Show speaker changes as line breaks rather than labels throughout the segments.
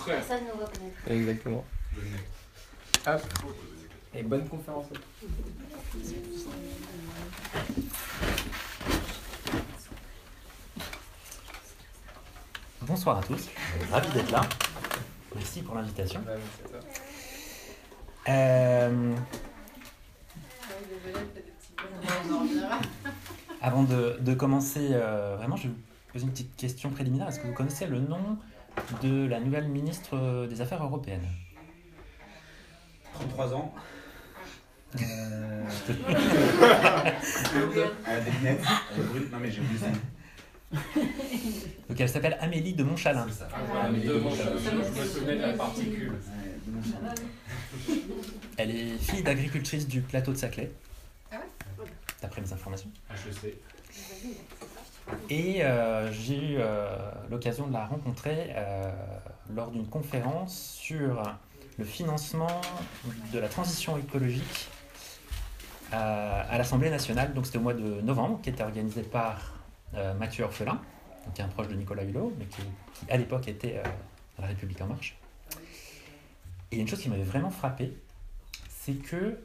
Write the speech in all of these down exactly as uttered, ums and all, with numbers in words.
Personne ne reconnaîtra.
Exactement. Hop. Et bonne conférence.
Bonsoir à tous, ravi d'être là. Merci pour l'invitation. Euh... Avant de, de commencer, euh, vraiment, je vais vous poser une petite question préliminaire. Est-ce que vous connaissez le nom de la nouvelle ministre des Affaires européennes ?
trente-trois ans. Euh...
À des lunettes. Non mais j'ai oublié ça.
Donc elle s'appelle Amélie de Montchalin.
C'est ça.
Ah, Amélie de Montchalin. Je me souviens de la particule.
Ouais, de Montchalin.
Elle est fille d'agricultrice du plateau de Saclay.
Ah ouais ?
D'après mes informations.
H E C.
Et euh, j'ai eu euh, l'occasion de la rencontrer euh, lors d'une conférence sur le financement de la transition écologique à, à l'Assemblée nationale. Donc c'était au mois de novembre, qui était organisé par euh, Mathieu Orphelin, qui est un proche de Nicolas Hulot, mais qui, qui à l'époque était euh, à La République En Marche. Et il y a une chose qui m'avait vraiment frappé, c'est que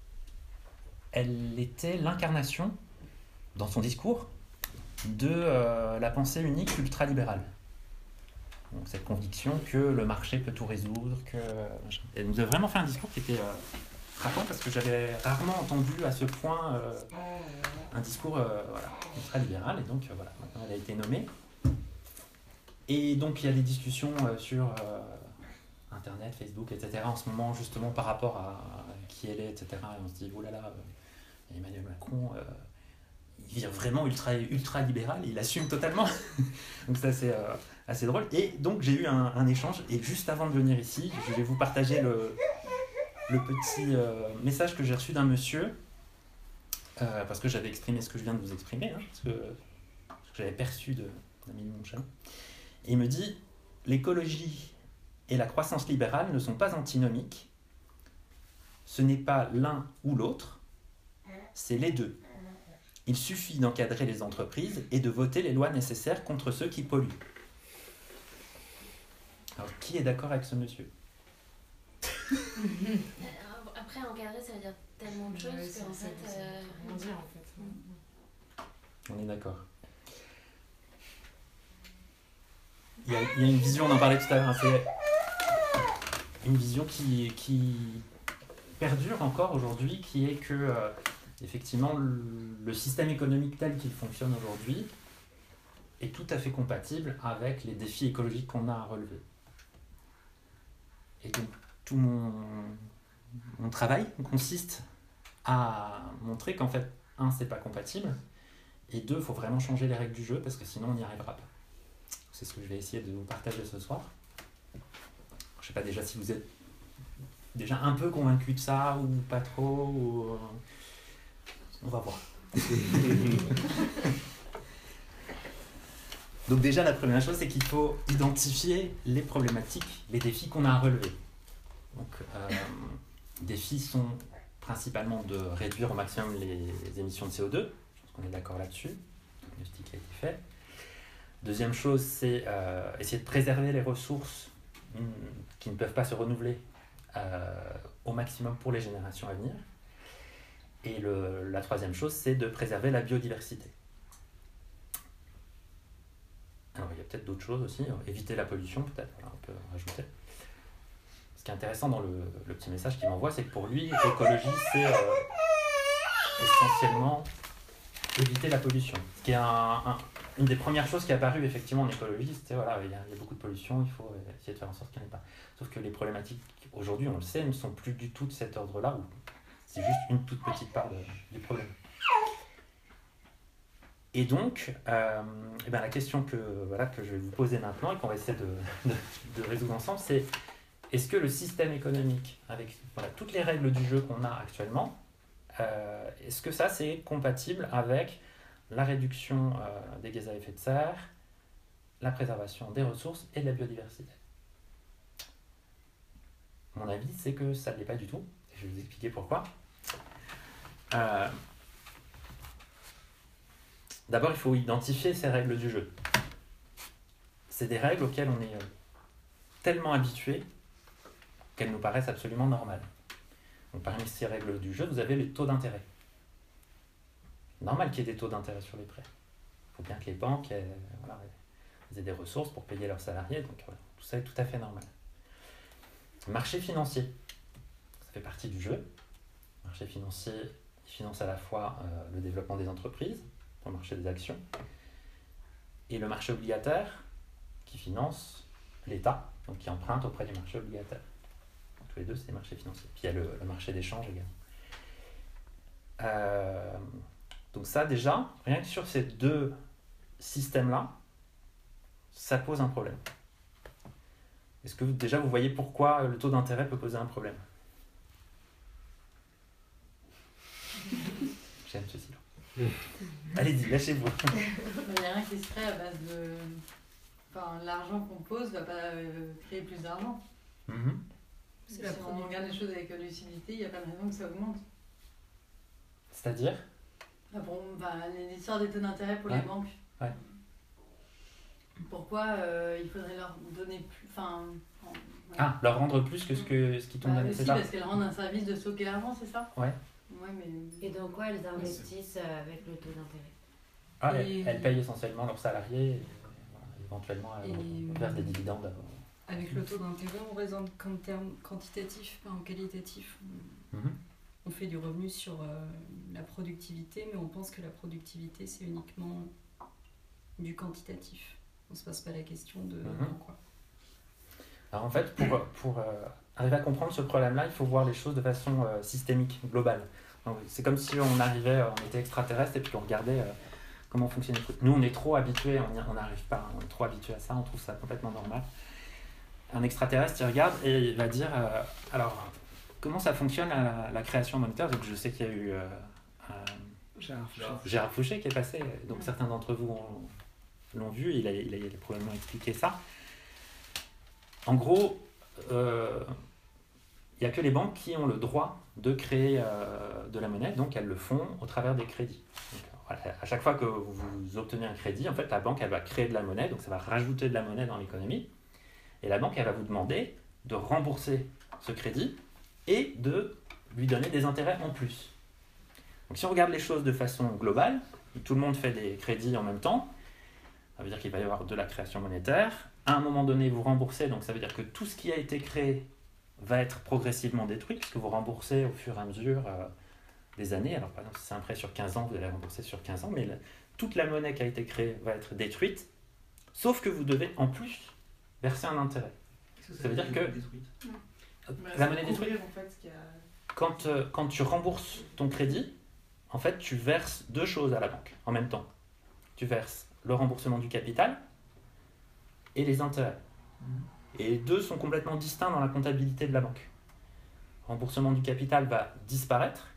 elle était l'incarnation, dans son discours, de euh, la pensée unique ultralibérale. Donc cette conviction que le marché peut tout résoudre, que... Elle nous a vraiment fait un discours qui était euh, frappant, parce que j'avais rarement entendu à ce point euh, un discours euh, voilà, ultralibéral, et donc euh, voilà, maintenant elle a été nommée. Et donc il y a des discussions euh, sur euh, Internet, Facebook, et cetera en ce moment, justement par rapport à qui elle est, et cetera. Et on se dit, oh là là, euh, Emmanuel Macron... Euh, il vire vraiment ultra, ultra libéral, il assume totalement. Donc ça c'est euh, assez drôle. Et donc j'ai eu un, un échange, et juste avant de venir ici, je vais vous partager le, le petit euh, message que j'ai reçu d'un monsieur, euh, parce que j'avais exprimé ce que je viens de vous exprimer, hein, parce que, parce que j'avais perçu de d'Amélie Montchalin. Et il me dit, l'écologie et la croissance libérale ne sont pas antinomiques, ce n'est pas l'un ou l'autre, c'est les deux. Il suffit d'encadrer les entreprises et de voter les lois nécessaires contre ceux qui polluent. Alors, qui est d'accord avec ce monsieur ?
Après, encadrer, ça veut dire tellement de choses
Ouais,
qu'en
c'est-
fait...
c'est- c'est
euh,
rien dire, en fait.
On est d'accord. Il y a, il y a une vision, on en parlait tout à l'heure, hein, c'est une vision qui, qui perdure encore aujourd'hui, qui est que... Euh, effectivement, le, le système économique tel qu'il fonctionne aujourd'hui est tout à fait compatible avec les défis écologiques qu'on a à relever. Et donc, tout mon, mon travail consiste à montrer qu'en fait, un, c'est pas compatible, et deux, il faut vraiment changer les règles du jeu, parce que sinon, on n'y arrivera pas. C'est ce que je vais essayer de vous partager ce soir. Je sais pas déjà si vous êtes déjà un peu convaincu de ça, ou pas trop, ou... On va voir. Donc déjà, la première chose, c'est qu'il faut identifier les problématiques, les défis qu'on a à relever. Donc, euh, les défis sont principalement de réduire au maximum les émissions de C O deux. Je pense qu'on est d'accord là-dessus. Le diagnostic a été fait. Deuxième chose, c'est euh, essayer de préserver les ressources mm, qui ne peuvent pas se renouveler euh, au maximum pour les générations à venir. Et le, la troisième chose, c'est de préserver la biodiversité. Alors, il y a peut-être d'autres choses aussi. Éviter la pollution, peut-être, voilà, on peut rajouter. Ce qui est intéressant dans le, le petit message qu'il m'envoie, c'est que pour lui, l'écologie, c'est euh, essentiellement éviter la pollution. Ce qui est un, un, une des premières choses qui est apparue effectivement en écologie, c'était voilà, il y, a, il y a beaucoup de pollution, il faut essayer de faire en sorte qu'il n'y en ait pas. Sauf que les problématiques, aujourd'hui, on le sait, ne sont plus du tout de cet ordre-là, où c'est juste une toute petite part de, du problème. Et donc, euh, et ben la question que, voilà, que je vais vous poser maintenant et qu'on va essayer de, de, de résoudre ensemble, c'est est-ce que le système économique, avec voilà, toutes les règles du jeu qu'on a actuellement, euh, est-ce que ça c'est compatible avec la réduction euh, des gaz à effet de serre, la préservation des ressources et de la biodiversité ? Mon avis, c'est que ça ne l'est pas du tout. Je vais vous expliquer pourquoi. Euh, D'abord, il faut identifier ces règles du jeu. C'est des règles auxquelles on est tellement habituées qu'elles nous paraissent absolument normales. Donc, parmi ces règles du jeu, vous avez les taux d'intérêt. Normal qu'il y ait des taux d'intérêt sur les prêts. Il faut bien que les banques elles, voilà, elles aient des ressources pour payer leurs salariés, donc voilà, tout ça est tout à fait normal. Marché financier, ça fait partie du jeu. Le marché financier, il finance à la fois euh, le développement des entreprises, le marché des actions, et le marché obligataire qui finance l'État, donc qui emprunte auprès du marché obligataire. Tous les deux, c'est des marchés financiers. Puis il y a le, le marché d'échange également. Euh, donc ça, déjà, rien que sur ces deux systèmes-là, ça pose un problème. Est-ce que vous, déjà vous voyez pourquoi le taux d'intérêt peut poser un problème? J'aime ce silence. Allez-y, lâchez-vous.
Il n'y a rien qui se ferait à base de... Enfin, l'argent qu'on pose ne va pas euh, créer plus d'argent.
Mm-hmm.
Si on regarde les choses avec lucidité, il n'y a pas de raison que ça augmente.
C'est-à-dire?
Enfin, pour, enfin, l'histoire des taux d'intérêt pour
ouais.
les banques.
Ouais.
Pourquoi euh, il faudrait leur donner plus... Enfin, en, ouais.
Ah, leur rendre plus que ce, que, ce qui tombe
bah,
donné,
c'est
ça?
parce qu'elles rendent un service de stocker l'argent, c'est ça?
Ouais.
Ouais, mais...
Et dans quoi elles investissent avec le taux d'intérêt?
Ah,
et...
elles, elles payent essentiellement leurs salariés, et, voilà, éventuellement elles
et...
versent des dividendes.
Avec le taux d'intérêt, on raisonne qu'en termes quantitatifs, pas en qualitatif.
Mm-hmm.
On fait du revenu sur euh, la productivité, mais on pense que la productivité, c'est uniquement du quantitatif. On ne se pose pas la question de
mm-hmm.
quoi.
Alors en fait, pour, pour euh, arriver à comprendre ce problème-là, il faut voir les choses de façon euh, systémique, globale. Donc, c'est comme si on arrivait, on était extraterrestre et puis on regardait euh, comment fonctionnait le truc. Nous, on est trop habitués, on n'arrive pas, on est trop habitués à ça, on trouve ça complètement normal. Un extraterrestre, il regarde et il va dire, euh, alors, comment ça fonctionne la, la création monétaire? Donc je sais qu'il y a eu euh, euh,
Gérard Fouché.
Gérard Fouché qui est passé, donc certains d'entre vous ont, l'ont vu, il a, il, a, il a probablement expliqué ça. En gros, euh, il n'y a que les banques qui ont le droit de créer euh, de la monnaie, donc elles le font au travers des crédits. Donc, voilà, à chaque fois que vous obtenez un crédit, en fait, la banque elle va créer de la monnaie, donc ça va rajouter de la monnaie dans l'économie, et la banque elle va vous demander de rembourser ce crédit et de lui donner des intérêts en plus. Donc si on regarde les choses de façon globale, tout le monde fait des crédits en même temps, ça veut dire qu'il va y avoir de la création monétaire. À un moment donné, vous remboursez, donc ça veut dire que tout ce qui a été créé va être progressivement détruit, puisque vous remboursez au fur et à mesure euh, des années. Alors par exemple, si c'est un prêt sur quinze ans, vous allez rembourser sur quinze ans, mais la, toute la monnaie qui a été créée va être détruite, sauf que vous devez en plus verser un intérêt.
Ça,
ça veut dire que...
Bah,
la monnaie détruite,
en fait, ce qu'il y a...
quand, euh, quand tu rembourses ton crédit, en fait, tu verses deux choses à la banque en même temps. Tu verses le remboursement du capital et les intérêts. Et les deux sont complètement distincts dans la comptabilité de la banque. Le remboursement du capital va disparaître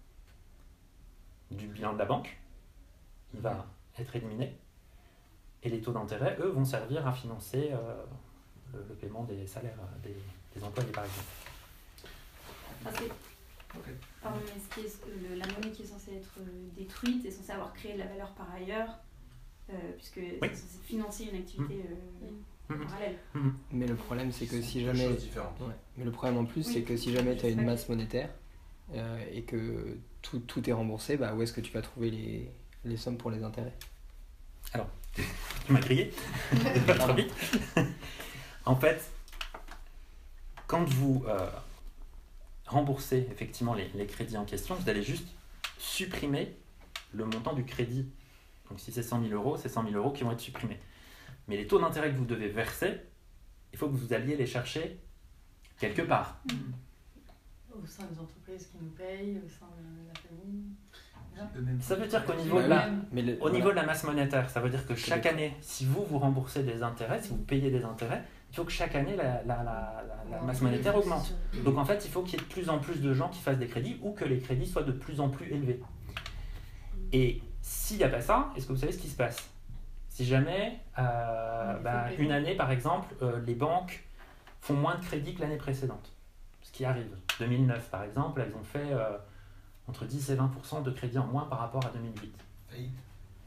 du bilan de la banque. Il va être éliminé. Et les taux d'intérêt, eux, vont servir à financer euh, le, le paiement des salaires des, des employés, par exemple.
Parce que, okay. Pardon, mais ce qui est, le, la monnaie qui est censée être détruite est censée avoir créé de la valeur par ailleurs, euh, puisque oui. C'est censé financer une activité euh, mmh. parallèle.
Mmh. Mais le problème, c'est que si jamais... Ouais. Mais le problème en plus, oui. c'est que si jamais tu as une masse monétaire euh, et que tout, tout est remboursé, bah, où est-ce que tu vas trouver les, les sommes pour les intérêts?
Alors, tu m'as grillé. Pas trop vite. En fait, quand vous... Euh, rembourser effectivement les, les crédits en question, vous allez juste supprimer le montant du crédit. Donc si c'est cent mille euros, c'est cent mille euros qui vont être supprimés. Mais les taux d'intérêt que vous devez verser, il faut que vous alliez les chercher quelque part.
Mmh. Au sein des entreprises qui nous payent, au sein de la famille.
Ça veut dire qu'au niveau, de la, Mais le, au voilà. niveau de la masse monétaire, ça veut dire que chaque année, si vous, vous remboursez des intérêts, si vous payez des intérêts, il faut que chaque année, la, la, la, la, la masse monétaire augmente. Donc en fait, il faut qu'il y ait de plus en plus de gens qui fassent des crédits ou que les crédits soient de plus en plus élevés. Et s'il n'y a pas ça, est-ce que vous savez ce qui se passe? Si jamais, euh, bah, une année par exemple, euh, les banques font moins de crédits que l'année précédente, ce qui arrive. deux mille neuf par exemple, elles ont fait euh, entre dix et vingt pour cent de crédits en moins par rapport à deux mille huit.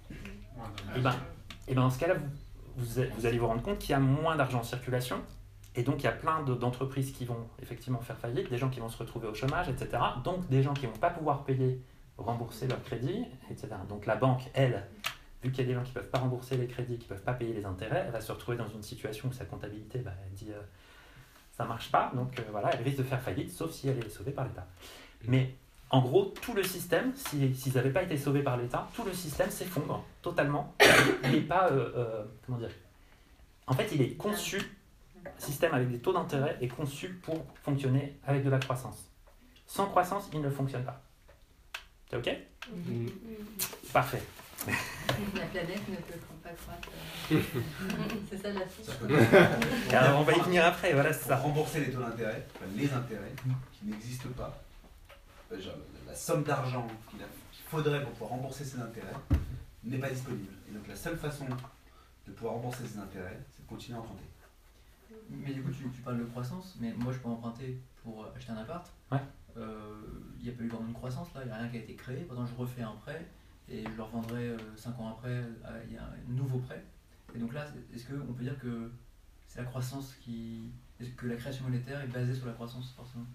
Et ben, et ben, dans ce cas-là, vous, vous, vous allez vous rendre compte qu'il y a moins d'argent en circulation Et donc, il y a plein de, d'entreprises qui vont effectivement faire faillite, des gens qui vont se retrouver au chômage, et cetera. Donc, des gens qui ne vont pas pouvoir payer, rembourser leur crédit, et cetera. Donc, la banque, elle, vu qu'il y a des gens qui ne peuvent pas rembourser les crédits, qui ne peuvent pas payer les intérêts, elle va se retrouver dans une situation où sa comptabilité, bah, elle dit euh, ça ne marche pas, donc euh, voilà, elle risque de faire faillite, sauf si elle est sauvée par l'État. Mais en gros, tout le système, si, s'ils n'avaient pas été sauvés par l'État, tout le système s'effondre totalement. Il n'est pas, euh, euh, comment dire, en fait, il est conçu, le système avec des taux d'intérêt est conçu pour fonctionner avec de la croissance. Sans croissance, il ne fonctionne pas. C'est OK ?
Mm.
Parfait.
La planète ne peut pas croître. euh. C'est ça la fiche.
Ça peut-
Alors, on va y venir après, voilà, c'est
Pour
ça.
rembourser les taux d'intérêt, enfin, les intérêts qui n'existent pas, euh, genre, la somme d'argent qu'il a- qu'il faudrait pour pouvoir rembourser ces intérêts n'est pas disponible. Et donc la seule façon de pouvoir rembourser ces intérêts, c'est de continuer à emprunter.
Mais du coup, tu, tu parles de croissance, mais moi je peux emprunter pour acheter un appart.
Ouais.
Euh, Il n'y a pas eu vraiment une croissance là, il n'y a rien qui a été créé. Pourtant, je refais un prêt et je le revendrai cinq ans après, euh, il y a un nouveau prêt. Et donc là, c'est- est-ce qu'on peut dire que c'est la croissance qui. Est-ce que la création monétaire est basée sur la croissance forcément?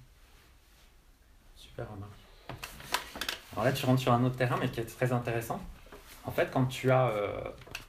Super remarque. Alors là, tu rentres sur un autre terrain, mais qui est très intéressant. En fait, quand tu as, euh,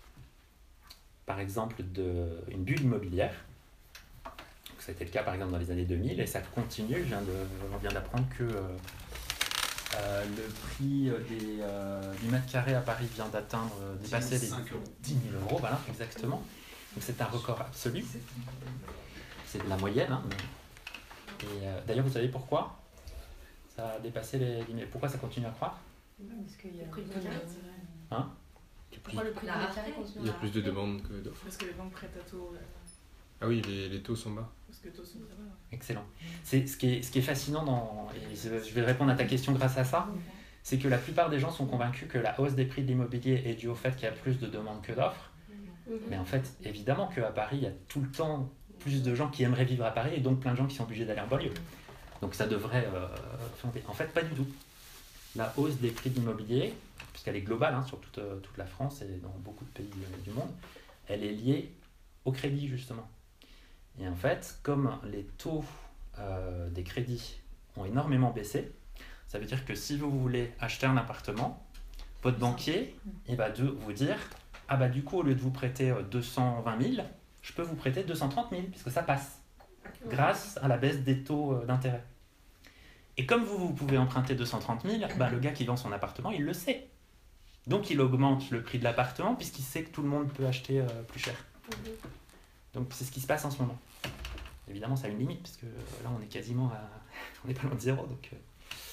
par exemple, de, une bulle immobilière, c'était le cas par exemple dans les années deux mille, et ça continue, je viens de, on vient d'apprendre que euh, euh, le prix des, euh, du mètre carré à Paris vient d'atteindre, euh, dépasser les
cinq euros.
dix mille euros, voilà, exactement. Donc c'est un record absolu, c'est de la moyenne. Hein, mais- Et euh, d'ailleurs, vous savez pourquoi ça a dépassé les dix mille? Pourquoi ça continue à croître?
Parce qu'il y a
Le prix du
beaucoup de-
mètre.
Hein?
Pourquoi le prix
La
du mètre
rareté.
carré continue
Il y a
à
plus de
rareter
demandes que d'offres.
Parce que les banques prêtent à taux. euh,
Ah oui, les, les taux sont bas.
Parce que les taux sont très bas.
Excellent. C'est ce qui est, ce qui est fascinant dans, et je je vais répondre à ta question grâce à ça, c'est que la plupart des gens sont convaincus que la hausse des prix de l'immobilier est due au fait qu'il y a plus de demandes que d'offres. Mais en fait, évidemment qu'à Paris, il y a tout le temps plus de gens qui aimeraient vivre à Paris et donc plein de gens qui sont obligés d'aller en banlieue. Donc ça devrait euh, fonder. En fait, pas du tout. La hausse des prix de l'immobilier, puisqu'elle est globale hein, sur toute, euh, toute la France et dans beaucoup de pays du, du monde, elle est liée au crédit justement. Et en fait, comme les taux euh, des crédits ont énormément baissé, ça veut dire que si vous voulez acheter un appartement, votre banquier il va de vous dire « Ah bah du coup, au lieu de vous prêter euh, deux cent vingt mille, je peux vous prêter deux cent trente mille, puisque ça passe, grâce à la baisse des taux euh, d'intérêt. » Et comme vous, vous pouvez emprunter deux cent trente mille, bah, le gars qui vend son appartement, il le sait. Donc il augmente le prix de l'appartement, puisqu'il sait que tout le monde peut acheter euh, plus cher. Donc c'est ce qui se passe en ce moment. Évidemment, ça a une limite, parce que euh, là, on est quasiment à... on n'est pas loin de zéro, donc, euh,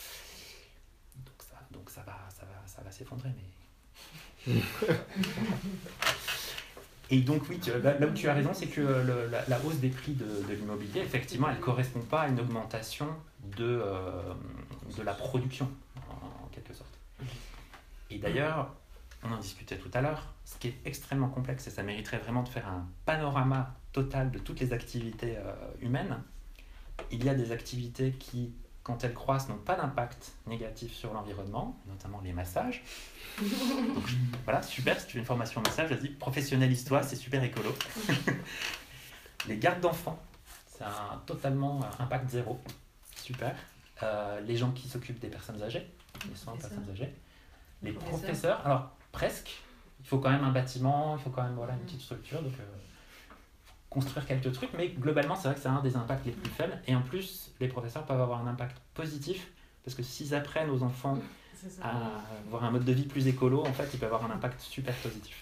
donc, ça, donc ça va, ça va, ça va s'effondrer. Mais... Et donc oui, tu- là, là où tu as raison, c'est que le- la, la hausse des prix de, de l'immobilier, effectivement, elle ne correspond pas à une augmentation de, euh, de la production, en, en quelque sorte. Et d'ailleurs, on en discutait tout à l'heure, ce qui est extrêmement complexe, et ça mériterait vraiment de faire un panorama total de toutes les activités euh, humaines. Il y a des activités qui, quand elles croissent, n'ont pas d'impact négatif sur l'environnement, notamment les massages. Donc, je- voilà, super, si tu fais une formation massage, vas-y, professionnalise-toi, c'est super écolo. Les gardes d'enfants, c'est un totalement euh, impact zéro, super. Euh, les gens qui s'occupent des personnes âgées, les soins aux personnes âgées. Les
Professeurs.
professeurs, alors presque, il faut quand même un bâtiment, il faut quand même voilà, une petite structure, donc euh, construire quelques trucs, mais globalement c'est vrai que c'est un des impacts les plus faibles, et en plus les professeurs peuvent avoir un impact positif, parce que s'ils apprennent aux enfants
C'est ça.
à avoir un mode de vie plus écolo, en fait ils peuvent avoir un impact super positif.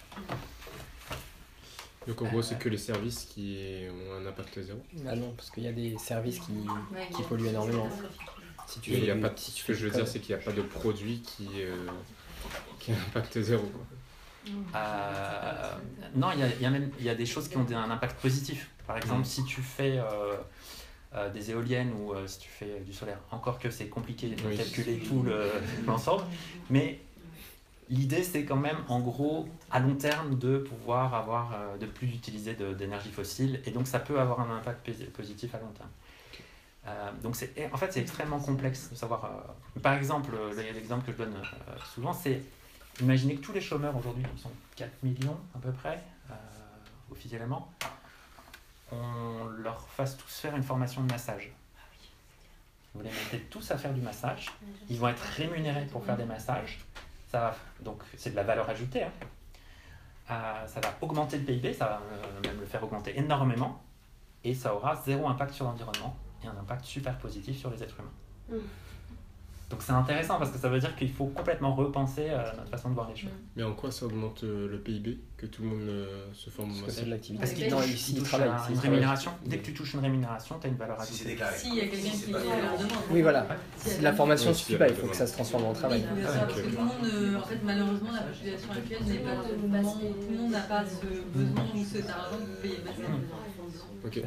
Donc en gros, c'est que les services qui ont un impact zéro.
Ah non, parce qu'il y a des services qui,
Ouais,
qui
il y a-
polluent énormément. Si tu
Il y a
fais
pas,
du- si tu
ce
fais
que je
du
veux dire,
code-
c'est qu'il n'y a pas de produit qui, euh, qui a un impact zéro. Quoi.
Euh, non, il y a, il y a même il y a des choses qui ont des- un impact positif. Par exemple,
Mm.
si tu fais euh, euh, des éoliennes ou euh, si tu fais du solaire, encore que c'est compliqué de
Oui.
calculer tout le- l'ensemble, mais l'idée c'est quand même en gros à long terme de pouvoir avoir, euh, de plus utiliser de- d'énergie fossile, et donc ça peut avoir un impact posi- positif à long terme. Euh, donc c'est, en fait c'est extrêmement complexe de savoir. euh, par exemple, euh, l'exemple que je donne euh, souvent, c'est imaginez que tous les chômeurs aujourd'hui, ils sont quatre millions à peu près, euh, officiellement. on leur fasse tous faire une formation de massage. Vous les mettez tous à faire du massage. Ils vont être rémunérés pour faire des massages. Ça va, donc c'est de la valeur ajoutée. Hein. Euh, ça va augmenter le P I B, ça va euh, même le faire augmenter énormément. Et ça aura zéro impact sur l'environnement et un impact super positif sur les êtres humains. Mmh. Donc c'est intéressant parce que ça veut dire qu'il faut complètement repenser euh, notre façon de voir les choses.
Mais en quoi ça augmente euh, le P I B que tout le monde euh, se forme au massage?
C'est de l'activité.
Parce qu'il touche, il touche une
travaille,
rémunération. Dès que tu touches une rémunération, tu as une valeur ajoutée.
Si c'est déclaré.
Si, il y a quelqu'un qui leur demande.
Oui, voilà. Si la formation ne suffit pas, il faut que ça se transforme en travail.
Oui, parce que tout le monde, euh, en fait, malheureusement, la population actuelle n'est pas dans le moment, tout le monde n'a pas ce besoin ou cet argent pour payer le massage.
Ok.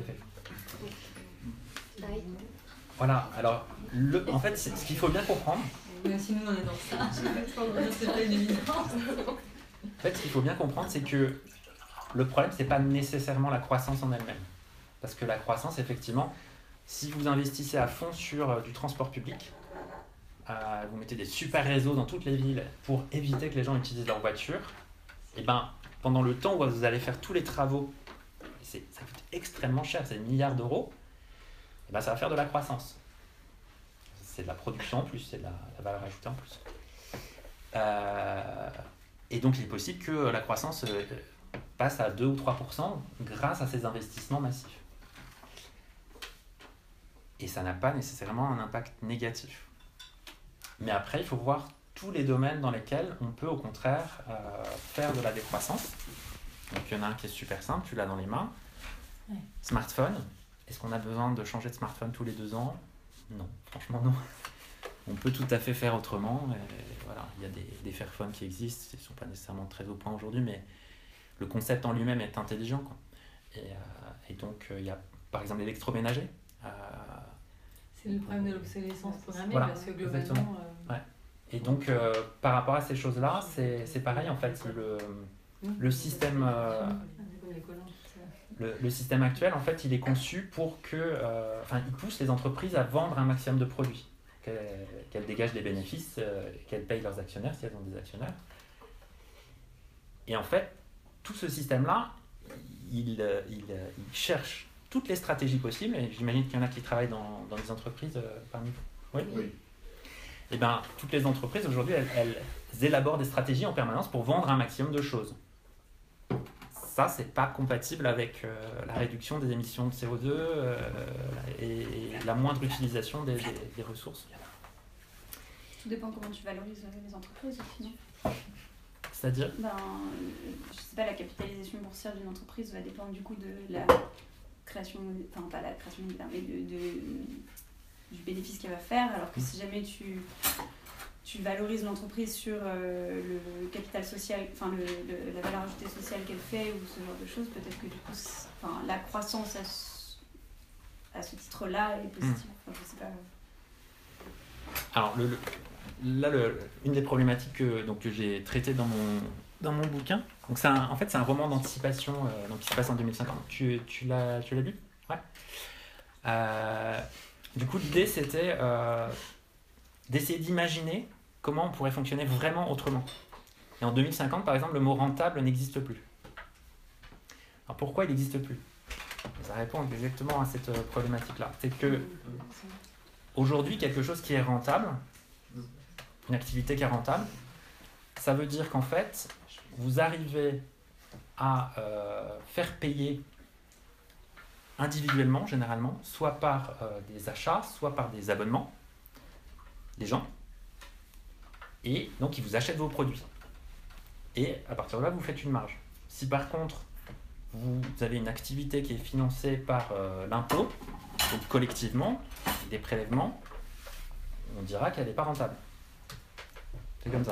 Voilà, alors, le, en fait, ce qu'il faut bien comprendre,
Même si nous on est dans ça, c'est pas une évidence.
En fait, ce qu'il faut bien comprendre, c'est que le problème, c'est pas nécessairement la croissance en elle-même. Parce que la croissance, effectivement, si vous investissez à fond sur euh, du transport public, euh, vous mettez des super réseaux dans toutes les villes pour éviter que les gens utilisent leur voiture, et ben, pendant le temps où vous allez faire tous les travaux, c'est, ça coûte extrêmement cher, c'est des milliards d'euros, et ben, ça va faire de la croissance. C'est de la production en plus, c'est de la, la valeur ajoutée en plus. Euh, et donc il est possible que la croissance euh, passe à deux ou trois pour cent grâce à ces investissements massifs. Et ça n'a pas nécessairement un impact négatif. Mais après, il faut voir tous les domaines dans lesquels on peut au contraire euh, faire de la décroissance. Donc il y en a un qui est super simple, tu l'as dans les mains. Ouais. Smartphone. Est-ce qu'on a besoin de changer de smartphone tous les deux ans ? Non, franchement non. On peut tout à fait faire autrement. Et voilà, il y a des, des Fairphones qui existent, ils ne sont pas nécessairement très au point aujourd'hui, mais le concept en lui-même est intelligent, quoi. Et, euh, et donc, euh, il y a par exemple l'électroménager. Euh,
c'est le problème de l'obsolescence programmée,
voilà,
parce que globalement...
Euh... Ouais. Et donc, euh, par rapport à ces choses-là, c'est, c'est pareil en fait. Le, le système... Euh, Le, le système actuel, en fait, il est conçu pour que, euh, enfin, il pousse les entreprises à vendre un maximum de produits, qu'elles, qu'elles dégagent des bénéfices, euh, qu'elles payent leurs actionnaires si elles ont des actionnaires. Et en fait, tout ce système-là, il, il, il cherche toutes les stratégies possibles, et j'imagine qu'il y en a qui travaillent dans, dans les entreprises euh, parmi vous. Oui. Oui. Et bien, toutes les entreprises aujourd'hui, elles, elles élaborent des stratégies en permanence pour vendre un maximum de choses. Ça, c'est pas compatible avec euh, la réduction des émissions de C O deux euh, et, et la moindre utilisation des, des, des ressources.
Tout dépend comment tu valorises les entreprises aussi, non ?
C'est-à-dire ?
Ben, je sais pas, la capitalisation boursière d'une entreprise va dépendre du coup de la création, enfin pas la création mais de, de, du bénéfice qu'elle va faire, alors que si jamais tu... tu valorises l'entreprise sur euh, le capital social, enfin le, le, la valeur ajoutée sociale qu'elle fait ou ce genre de choses, peut-être que du coup, enfin, la croissance à ce, à ce titre-là est positive. Enfin, je sais pas.
Alors le, le, là, le, une des problématiques que, donc, que j'ai traitées dans mon, dans mon bouquin, donc c'est un, en fait c'est un roman d'anticipation euh, donc, qui se passe en deux mille cinquante. Tu, tu, l'as, tu l'as lu ? Ouais. Euh, du coup, l'idée c'était euh, d'essayer d'imaginer comment on pourrait fonctionner vraiment autrement. Et en deux mille cinquante, par exemple, le mot rentable n'existe plus. Alors pourquoi il n'existe plus ? Ça répond exactement à cette problématique-là. C'est que aujourd'hui, quelque chose qui est rentable, une activité qui est rentable, ça veut dire qu'en fait, vous arrivez à euh, faire payer individuellement, généralement, soit par euh, des achats, soit par des abonnements, des gens. Et donc, ils vous achètent vos produits. Et à partir de là, vous faites une marge. Si par contre, vous avez une activité qui est financée par euh, l'impôt, donc collectivement, des prélèvements, on dira qu'elle n'est pas rentable. C'est comme ça.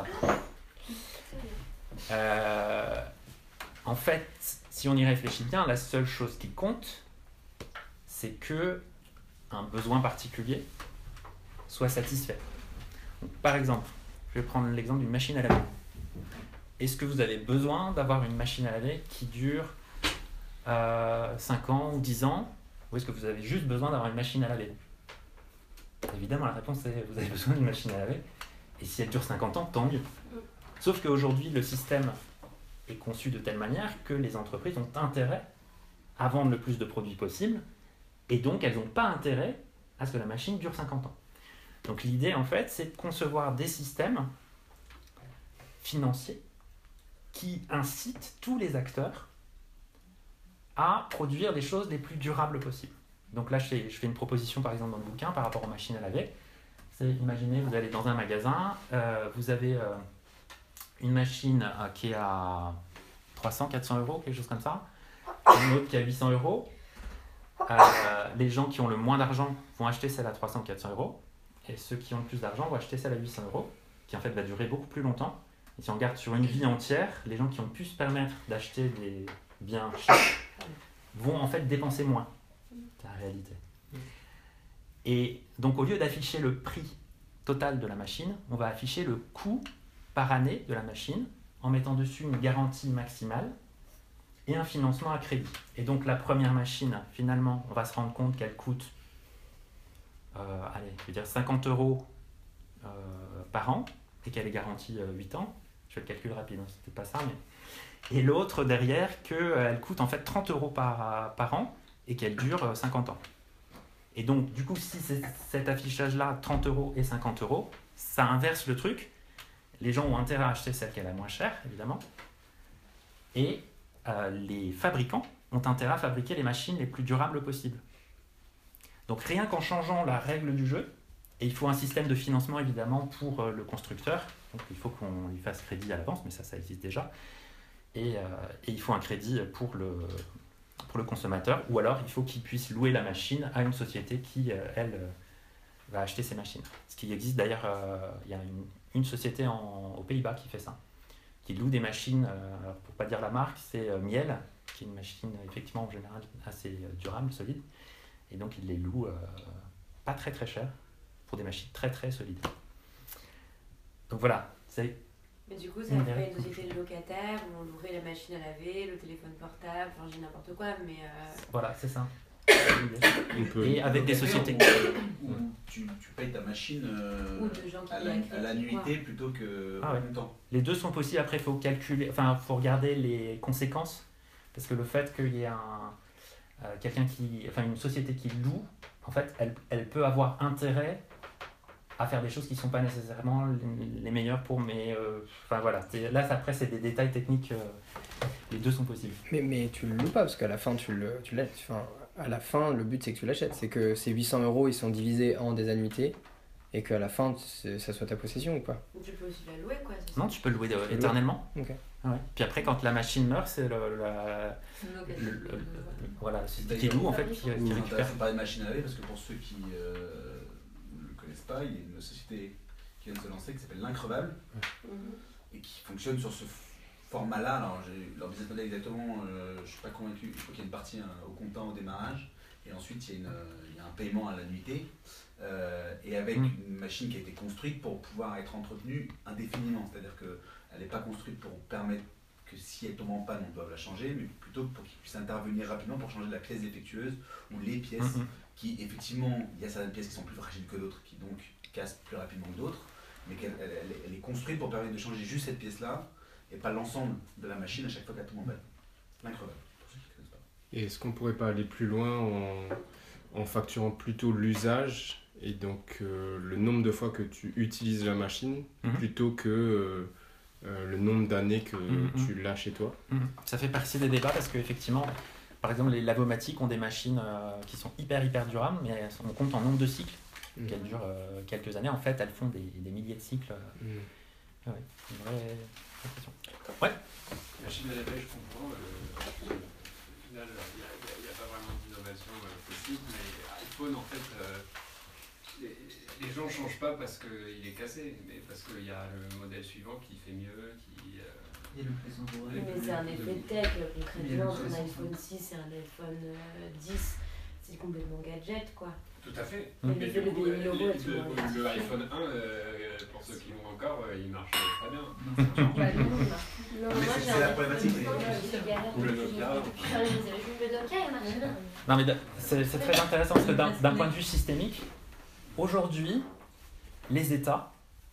Euh, en fait, si on y réfléchit bien, la seule chose qui compte, c'est que un besoin particulier soit satisfait. Donc, par exemple, je vais prendre l'exemple d'une machine à laver. Est-ce que vous avez besoin d'avoir une machine à laver qui dure euh, cinq ans ou dix ans, ou est-ce que vous avez juste besoin d'avoir une machine à laver ? Évidemment, la réponse est vous avez besoin d'une machine à laver, et si elle dure cinquante ans, tant mieux. Sauf qu'aujourd'hui, le système est conçu de telle manière que les entreprises ont intérêt à vendre le plus de produits possible, et donc elles n'ont pas intérêt à ce que la machine dure cinquante ans. Donc l'idée, en fait, c'est de concevoir des systèmes financiers qui incitent tous les acteurs à produire les choses les plus durables possibles. Donc là, je fais, je fais une proposition, par exemple, dans le bouquin, par rapport aux machines à laver. C'est, imaginez, vous allez dans un magasin, euh, vous avez euh, une machine euh, qui est à trois cents, quatre cents euros, quelque chose comme ça, une autre qui est à huit cents euros. Euh, les gens qui ont le moins d'argent vont acheter celle à trois cents, quatre cents euros, et ceux qui ont le plus d'argent vont acheter celle à huit cents euros, qui en fait va durer beaucoup plus longtemps. Et si on regarde sur une vie entière, les gens qui ont pu se permettre d'acheter des biens chers vont en fait dépenser moins. C'est la réalité. Et donc au lieu d'afficher le prix total de la machine, on va afficher le coût par année de la machine en mettant dessus une garantie maximale et un financement à crédit. Et donc la première machine, finalement, on va se rendre compte qu'elle coûte euh, allez, je veux dire cinquante euros euh, par an et qu'elle est garantie euh, huit ans. Je fais le calcul rapide, hein, c'était pas ça, mais... Et l'autre derrière, qu'elle euh, coûte en fait trente euros par, par an et qu'elle dure euh, cinquante ans. Et donc, du coup, si c'est cet affichage-là, trente euros et cinquante euros, ça inverse le truc. Les gens ont intérêt à acheter celle qui est la moins chère, évidemment. Et euh, les fabricants ont intérêt à fabriquer les machines les plus durables possibles. Donc, rien qu'en changeant la règle du jeu, et il faut un système de financement, évidemment, pour euh, le constructeur. Donc, il faut qu'on lui fasse crédit à l'avance, mais ça, ça existe déjà. Et, euh, et il faut un crédit pour le... pour le consommateur, ou alors il faut qu'il puisse louer la machine à une société qui, euh, elle, euh, va acheter ces machines. Ce qui existe d'ailleurs, euh, il y a une, une société en, aux Pays-Bas qui fait ça, qui loue des machines, euh, alors pour ne pas dire la marque, c'est euh, Miel, qui est une machine effectivement en général assez euh, durable, solide, et donc il les loue euh, pas très très cher, pour des machines très très solides. Donc voilà, c'est...
Mais du coup, ça ferait une société de locataires où on louerait la machine à laver, le téléphone portable, enfin j'ai n'importe quoi, mais... Euh...
Voilà, c'est ça.
peut...
Et avec des sociétés...
Où, où tu, tu payes ta machine euh,
ou de gens qui
à, la, à l'annuité plutôt que
ah ouais.
longtemps.
Les deux sont possibles, après il faut calculer, enfin il faut regarder les conséquences, parce que le fait qu'il y ait un, euh, quelqu'un qui... Enfin une société qui loue, en fait, elle, elle peut avoir intérêt à faire des choses qui ne sont pas nécessairement les meilleures pour mes... Euh, enfin voilà, là après c'est des détails techniques, euh, les deux sont possibles.
Mais, mais tu le loues pas, parce qu'à la fin, tu le, tu l'achètes. Enfin, à la fin, le but c'est que tu l'achètes, c'est que ces huit cents euros ils sont divisés en des annuités, et qu'à la fin, ça soit ta possession ou pas.
Tu peux aussi la louer quoi.
Non, tu peux le louer de, éternellement.
Okay.
Ah ouais. Puis après, quand la machine meurt, c'est le, la, le, le, le, le, voilà, la société qui loue en fait, qui, qui récupère.
Il faut parler de machine à laver, parce que pour ceux qui... Euh... pas, il y a une société qui vient de se lancer qui s'appelle l'Increvable mmh. et qui fonctionne sur ce format-là. Alors, j'ai leur business model exactement, euh, je ne suis pas convaincu. Je crois qu'il y a une partie hein, au comptant au démarrage et ensuite il y a, une, il y a un paiement à l'annuité euh, et avec mmh. une machine qui a été construite pour pouvoir être entretenue indéfiniment. C'est-à-dire qu'elle n'est pas construite pour permettre que si elle tombe en panne, on doit la changer, mais plutôt pour qu'il puisse intervenir rapidement pour changer la pièce défectueuse ou les pièces. Mmh. Qui effectivement, il y a certaines pièces qui sont plus fragiles que d'autres, qui donc cassent plus rapidement que d'autres, mais qu'elle elle, elle, elle est construite pour permettre de changer juste cette pièce-là, et pas l'ensemble de la machine à chaque fois qu'elle tombe en panne. L'increvable, pour ceux qui ne connaissent pas.
Et est-ce qu'on ne pourrait pas aller plus loin en, en facturant plutôt l'usage, et donc euh, le nombre de fois que tu utilises la machine, mm-hmm. plutôt que euh, euh, le nombre d'années que mm-hmm. tu l'as chez toi?
mm-hmm. Ça fait partie des débats, parce qu'effectivement, par exemple, les lavomatiques ont des machines euh, qui sont hyper hyper durables, mais elles sont, on compte en nombre de cycles, mmh. qu'elles durent euh, quelques années. En fait, elles font des, des milliers de cycles. Euh, mmh. Ouais, une vraie question. Ouais.
La machine à laver, je comprends. Euh, au final, il n'y a, a, a pas vraiment d'innovation euh, possible, mais iPhone, en fait, euh, les, les gens ne changent pas parce qu'il est cassé, mais parce qu'il y a le modèle suivant qui fait mieux, qui... Euh,
Oui, mais c'est un effet tech, concrètement, entre un iPhone six et un iPhone dix, c'est complètement gadget, quoi.
Tout à fait.
Mais
mais
le,
du coup,
le,
le,
le,
le, le iPhone un, euh, pour ceux qui l'ont encore, euh, il marche très bien.
Non, bah, non, non, moi j'ai
c'est la problématique.
Ou le Nokia.
Le Nokia, il marche bien.
Non, mais c'est, c'est très intéressant, parce que d'un, d'un point de vue systémique, aujourd'hui, les États,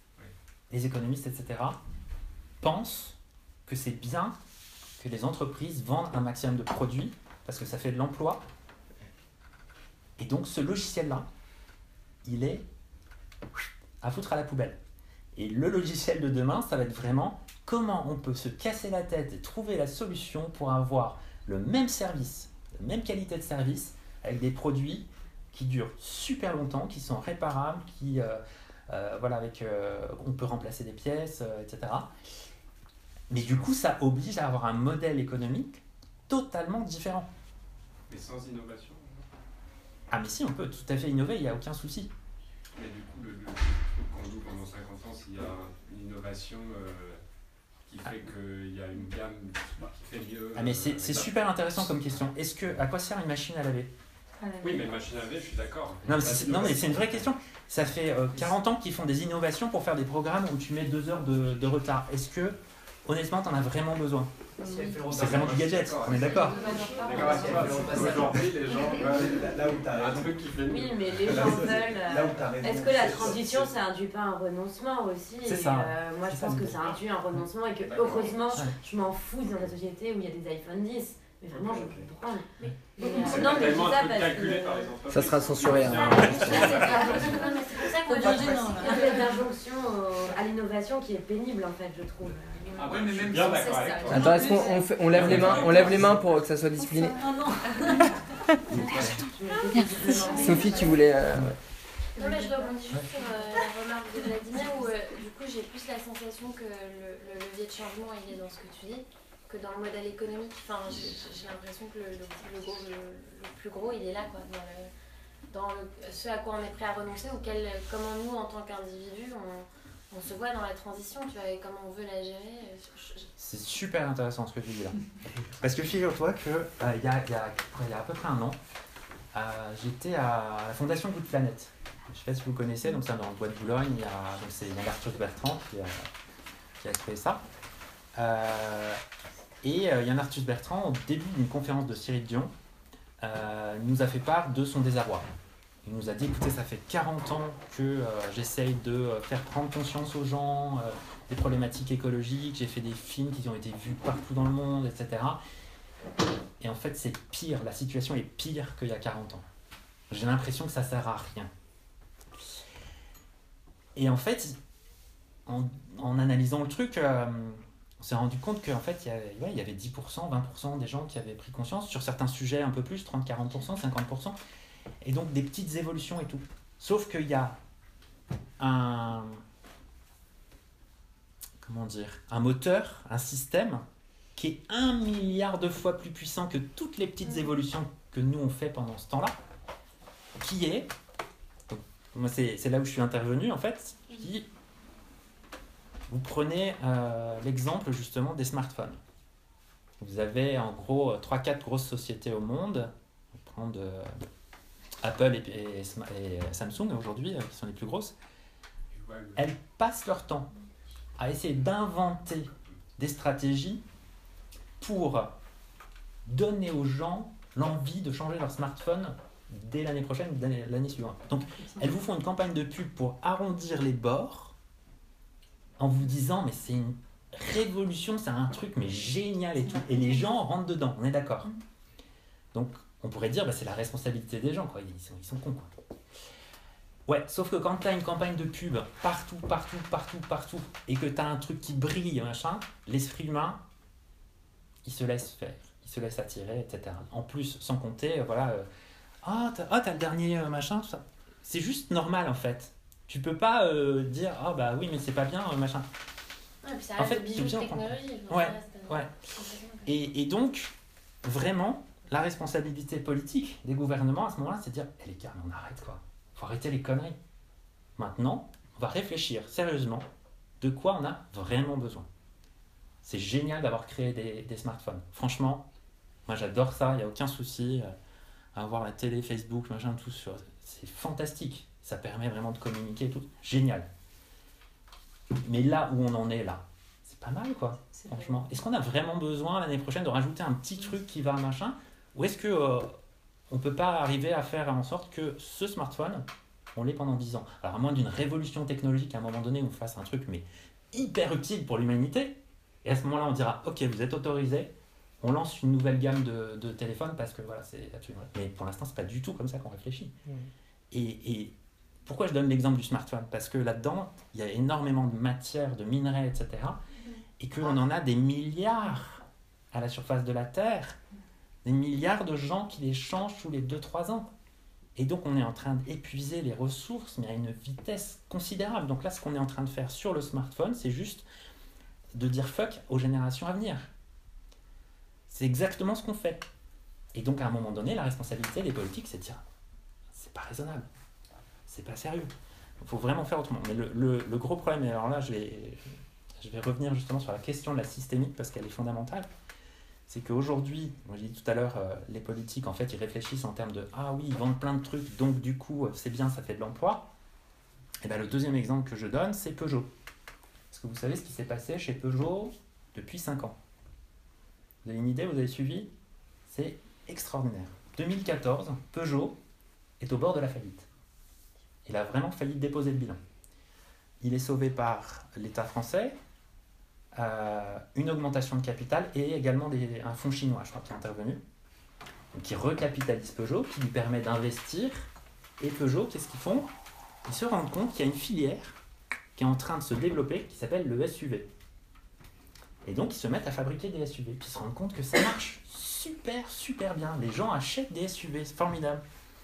les économistes, et cetera, pensent que c'est bien que les entreprises vendent un maximum de produits parce que ça fait de l'emploi. Et donc ce logiciel-là, il est à foutre à la poubelle. Et le logiciel de demain, ça va être vraiment comment on peut se casser la tête et trouver la solution pour avoir le même service, la même qualité de service, avec des produits qui durent super longtemps, qui sont réparables, qui, euh, euh, voilà, avec, euh, on peut remplacer des pièces, euh, et cetera. Mais du coup, ça oblige à avoir un modèle économique totalement différent.
Mais sans innovation.
Ah mais si, on peut tout à fait innover, il n'y a aucun souci.
Mais du coup, le, le, le truc qu'on joue pendant cinquante ans, s'il y a une innovation euh, qui fait ah. qu'il y a une gamme qui fait mieux...
Ah mais c'est, c'est super intéressant comme question. Est-ce que, à quoi sert une machine à laver ?
Oui, mais machine à laver, je suis d'accord.
Non mais, c'est, non mais c'est une vraie question. Ça fait euh, quarante ans qu'ils font des innovations pour faire des programmes où tu mets deux heures de, de retard. Est-ce que, honnêtement, tu en as vraiment besoin ? C'est vraiment du gadget, on est d'accord.
Aujourd'hui, les gens veulent
là où tu as
un truc qui fait mieux.
Oui, mais les gens veulent. Est-ce que la transition, ça induit pas un renoncement aussi ?
C'est ça.
Euh, moi, je pense que ça induit un renoncement et que, heureusement, je m'en fous dans la société où il y a des iPhone dix. Mais vraiment, je peux le prendre. Mais, mais, euh, non, mais
tellement
ça,
un truc
parce
calculé
que...
par les entreprises.
Ça sera censuré. Hein.
C'est pour ça qu'on a une espèce d'injonction à l'innovation qui est pénible, en fait, je trouve.
Ah ouais, mais même bien d'accord avec toi.
Attends, est-ce qu'on on fait, on lève les mains, on lève les mains pour que ça soit discipliné. Sophie, tu voulais. Euh...
Non mais je rebondis juste sur euh, la remarque de Vladimir où euh, du coup j'ai plus la sensation que le, le levier de changement il est dans ce que tu dis que dans le modèle économique. Enfin j'ai, j'ai l'impression que le, le, le, gros, le, le plus gros il est là quoi, dans, le, dans le, ce à quoi on est prêt à renoncer ou quel, comment nous en tant qu'individus on, on se voit dans la transition, tu vois, et comment on veut la gérer.
C'est super intéressant ce que tu dis là. Parce que figure-toi qu'il euh, y, a, y, a, y a à peu près un an, euh, j'étais à la Fondation Good Planet. Je ne sais pas si vous connaissez, donc c'est dans le Bois de Boulogne, il y a, donc c'est Arthur Bertrand qui a, qui a créé ça. Euh, et euh, Yann Arthus Bertrand, au début d'une conférence de Cyril Dion, euh, nous a fait part de son désarroi. Il nous a dit, écoutez, ça fait quarante ans que euh, j'essaye de faire prendre conscience aux gens euh, des problématiques écologiques, j'ai fait des films qui ont été vus partout dans le monde, et cetera. Et en fait, c'est pire, la situation est pire qu'il y a quarante ans. J'ai l'impression que ça ne sert à rien. Et en fait, en, en analysant le truc, euh, on s'est rendu compte qu'en fait, il y, avait, ouais, il y avait dix pour cent, vingt pour cent des gens qui avaient pris conscience, sur certains sujets un peu plus, trente à quarante pour cent, cinquante pour cent. Et donc des petites évolutions et tout. Sauf qu'il y a un, comment dire, un moteur, un système qui est un milliard de fois plus puissant que toutes les petites évolutions que nous on fait pendant ce temps-là, qui est, donc, moi c'est, c'est là où je suis intervenu en fait, je dis, vous prenez euh, l'exemple justement des smartphones. Vous avez en gros trois quatre grosses sociétés au monde, on va prendre euh, Apple et, et, et Samsung aujourd'hui, qui sont les plus grosses, elles passent leur temps à essayer d'inventer des stratégies pour donner aux gens l'envie de changer leur smartphone dès l'année prochaine ou l'année, l'année suivante. Donc, elles vous font une campagne de pub pour arrondir les bords en vous disant, mais c'est une révolution, c'est un truc mais génial et tout. Et les gens rentrent dedans, on est d'accord. Donc, on pourrait dire, bah, c'est la responsabilité des gens, quoi. Ils sont, ils sont cons, quoi. Ouais, sauf que quand tu as une campagne de pub partout, partout, partout, partout, et que tu as un truc qui brille, machin, l'esprit humain, il se laisse faire, il se laisse attirer, et cetera. En plus, sans compter, voilà, euh, ah, t'as, ah, t'as le dernier euh, machin, tout ça. C'est juste normal, en fait. Tu peux pas euh, dire, ah, oh, bah oui, mais c'est pas bien, euh, machin.
Ouais, puis ça reste en fait, bijou de technologie.
Ouais, ouais. Et, et donc, vraiment, la responsabilité politique des gouvernements à ce moment-là, c'est de dire, eh, les gars, on arrête, quoi. Faut arrêter les conneries. Maintenant, on va réfléchir sérieusement de quoi on a vraiment besoin. C'est génial d'avoir créé des, des smartphones. Franchement, moi j'adore ça, il n'y a aucun souci. À avoir la télé, Facebook, machin, tout sur. C'est fantastique. Ça permet vraiment de communiquer, tout. Génial. Mais là où on en est là, c'est pas mal, quoi. C'est franchement. Vrai. Est-ce qu'on a vraiment besoin l'année prochaine de rajouter un petit truc qui va machin, ou est-ce que euh, on peut pas arriver à faire en sorte que ce smartphone, on l'ait pendant dix ans. Alors à moins d'une révolution technologique à un moment donné où on fasse un truc mais hyper utile pour l'humanité, et à ce moment-là on dira ok, vous êtes autorisé, on lance une nouvelle gamme de, de téléphones parce que voilà, c'est absolument... Mais pour l'instant, c'est pas du tout comme ça qu'on réfléchit. Mmh. Et, et pourquoi je donne l'exemple du smartphone? Parce que là-dedans, il y a énormément de matière, de minerais, et cetera. Mmh. Et qu'on en a des milliards à la surface de la Terre. Des milliards de gens qui les changent tous les deux trois ans. Et donc, on est en train d'épuiser les ressources, mais à une vitesse considérable. Donc là, ce qu'on est en train de faire sur le smartphone, c'est juste de dire fuck aux générations à venir. C'est exactement ce qu'on fait. Et donc, à un moment donné, la responsabilité des politiques, c'est de dire c'est pas raisonnable, c'est pas sérieux. Il faut vraiment faire autrement. Mais le, le, le gros problème, et alors là, je vais, je vais revenir justement sur la question de la systémique parce qu'elle est fondamentale. C'est qu'aujourd'hui, moi j'ai dit tout à l'heure, euh, les politiques, en fait, ils réfléchissent en termes de « Ah oui, ils vendent plein de trucs, donc du coup, c'est bien, ça fait de l'emploi. » Et bien le deuxième exemple que je donne, c'est Peugeot. Est-ce que vous savez ce qui s'est passé chez Peugeot depuis cinq ans? Vous avez une idée, vous avez suivi? C'est extraordinaire. deux mille quatorze, Peugeot est au bord de la faillite. Il a vraiment failli déposer le bilan. Il est sauvé par l'État français, Euh, une augmentation de capital et également des, un fonds chinois, je crois, qui est intervenu, donc qui recapitalise Peugeot, qui lui permet d'investir. Et Peugeot, qu'est-ce qu'ils font? Ils se rendent compte qu'il y a une filière qui est en train de se développer, qui s'appelle le S U V. Et donc, ils se mettent à fabriquer des S U V. Puis ils se rendent compte que ça marche super, super bien. Les gens achètent des S U V, c'est formidable.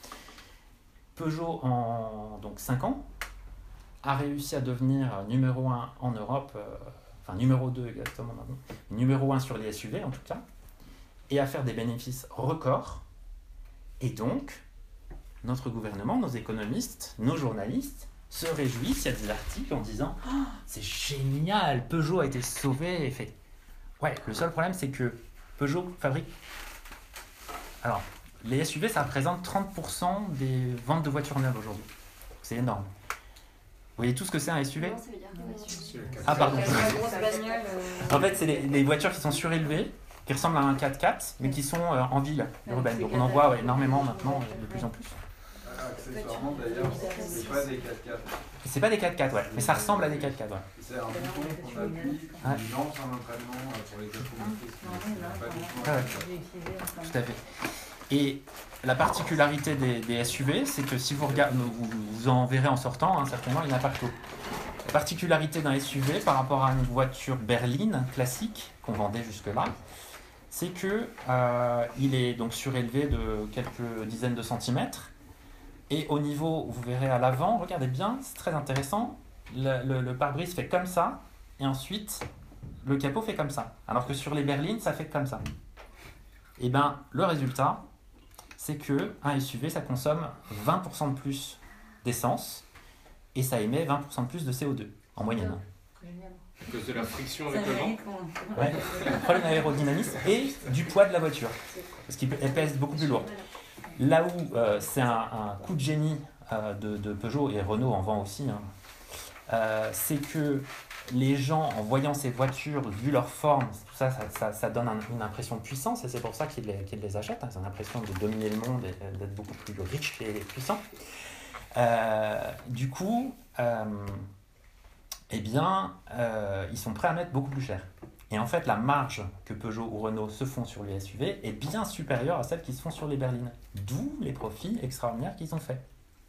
Peugeot, en donc, cinq ans, a réussi à devenir numéro un en Europe, euh, enfin numéro deux exactement maintenant, numéro un sur les S U V en tout cas, et à faire des bénéfices records. Et donc, notre gouvernement, nos économistes, nos journalistes se réjouissent, il y a des articles en disant oh, c'est génial, Peugeot a été sauvé et fait. Ouais, le seul problème c'est que Peugeot fabrique. Alors, les S U V ça représente trente pour cent des ventes de voitures neuves aujourd'hui. C'est énorme. Vous voyez tout ce que c'est un S U V?
Non, ça veut dire que...
Ah pardon. En fait, c'est les, les voitures qui sont surélevées, qui ressemblent à un quatre-quatre, mais qui sont euh, en ville urbaine. Donc on en voit ouais, énormément maintenant, de plus en plus.
Accessoirement d'ailleurs, c'est pas des quatre-quatre.
C'est pas des quatre-quatre, ouais, mais ça ressemble à des quatre-quatre, ouais.
C'est un bouton qu'on appuie, une lance en entraînement pour les automobilistes.
Ah ouais. Tout à fait. Et la particularité des, des S U V, c'est que si vous regardez, vous, vous en verrez en sortant, hein, certainement, il n'y en a pas que tout. La particularité d'un S U V par rapport à une voiture berline classique qu'on vendait jusque-là, c'est que euh, il est donc surélevé de quelques dizaines de centimètres. Et au niveau, vous verrez à l'avant, regardez bien, c'est très intéressant, le, le, le pare-brise fait comme ça, et ensuite le capot fait comme ça. Alors que sur les berlines, ça fait comme ça. Et bien, le résultat, c'est qu'un S U V, ça consomme vingt pour cent de plus d'essence et ça émet vingt pour cent de plus de C O deux en moyenne.
À cause de la friction avec le vent.
Ouais, problème d'aérodynamisme et du poids de la voiture, parce qu'elle pèse beaucoup plus lourd. Là où euh, c'est un, un coup de génie euh, de, de Peugeot, et Renault en vend aussi, hein, euh, c'est que les gens, en voyant ces voitures, vu leur forme, tout ça, ça, ça, ça donne un, une impression de puissance, et c'est pour ça qu'ils les, qu'ils les achètent. Hein. Ils ont l'impression de dominer le monde et d'être beaucoup plus riches et puissants. Euh, du coup, euh, eh bien, euh, ils sont prêts à mettre beaucoup plus cher. Et en fait, la marge que Peugeot ou Renault se font sur les S U V est bien supérieure à celle qu'ils se font sur les berlines. D'où les profits extraordinaires qu'ils ont faits.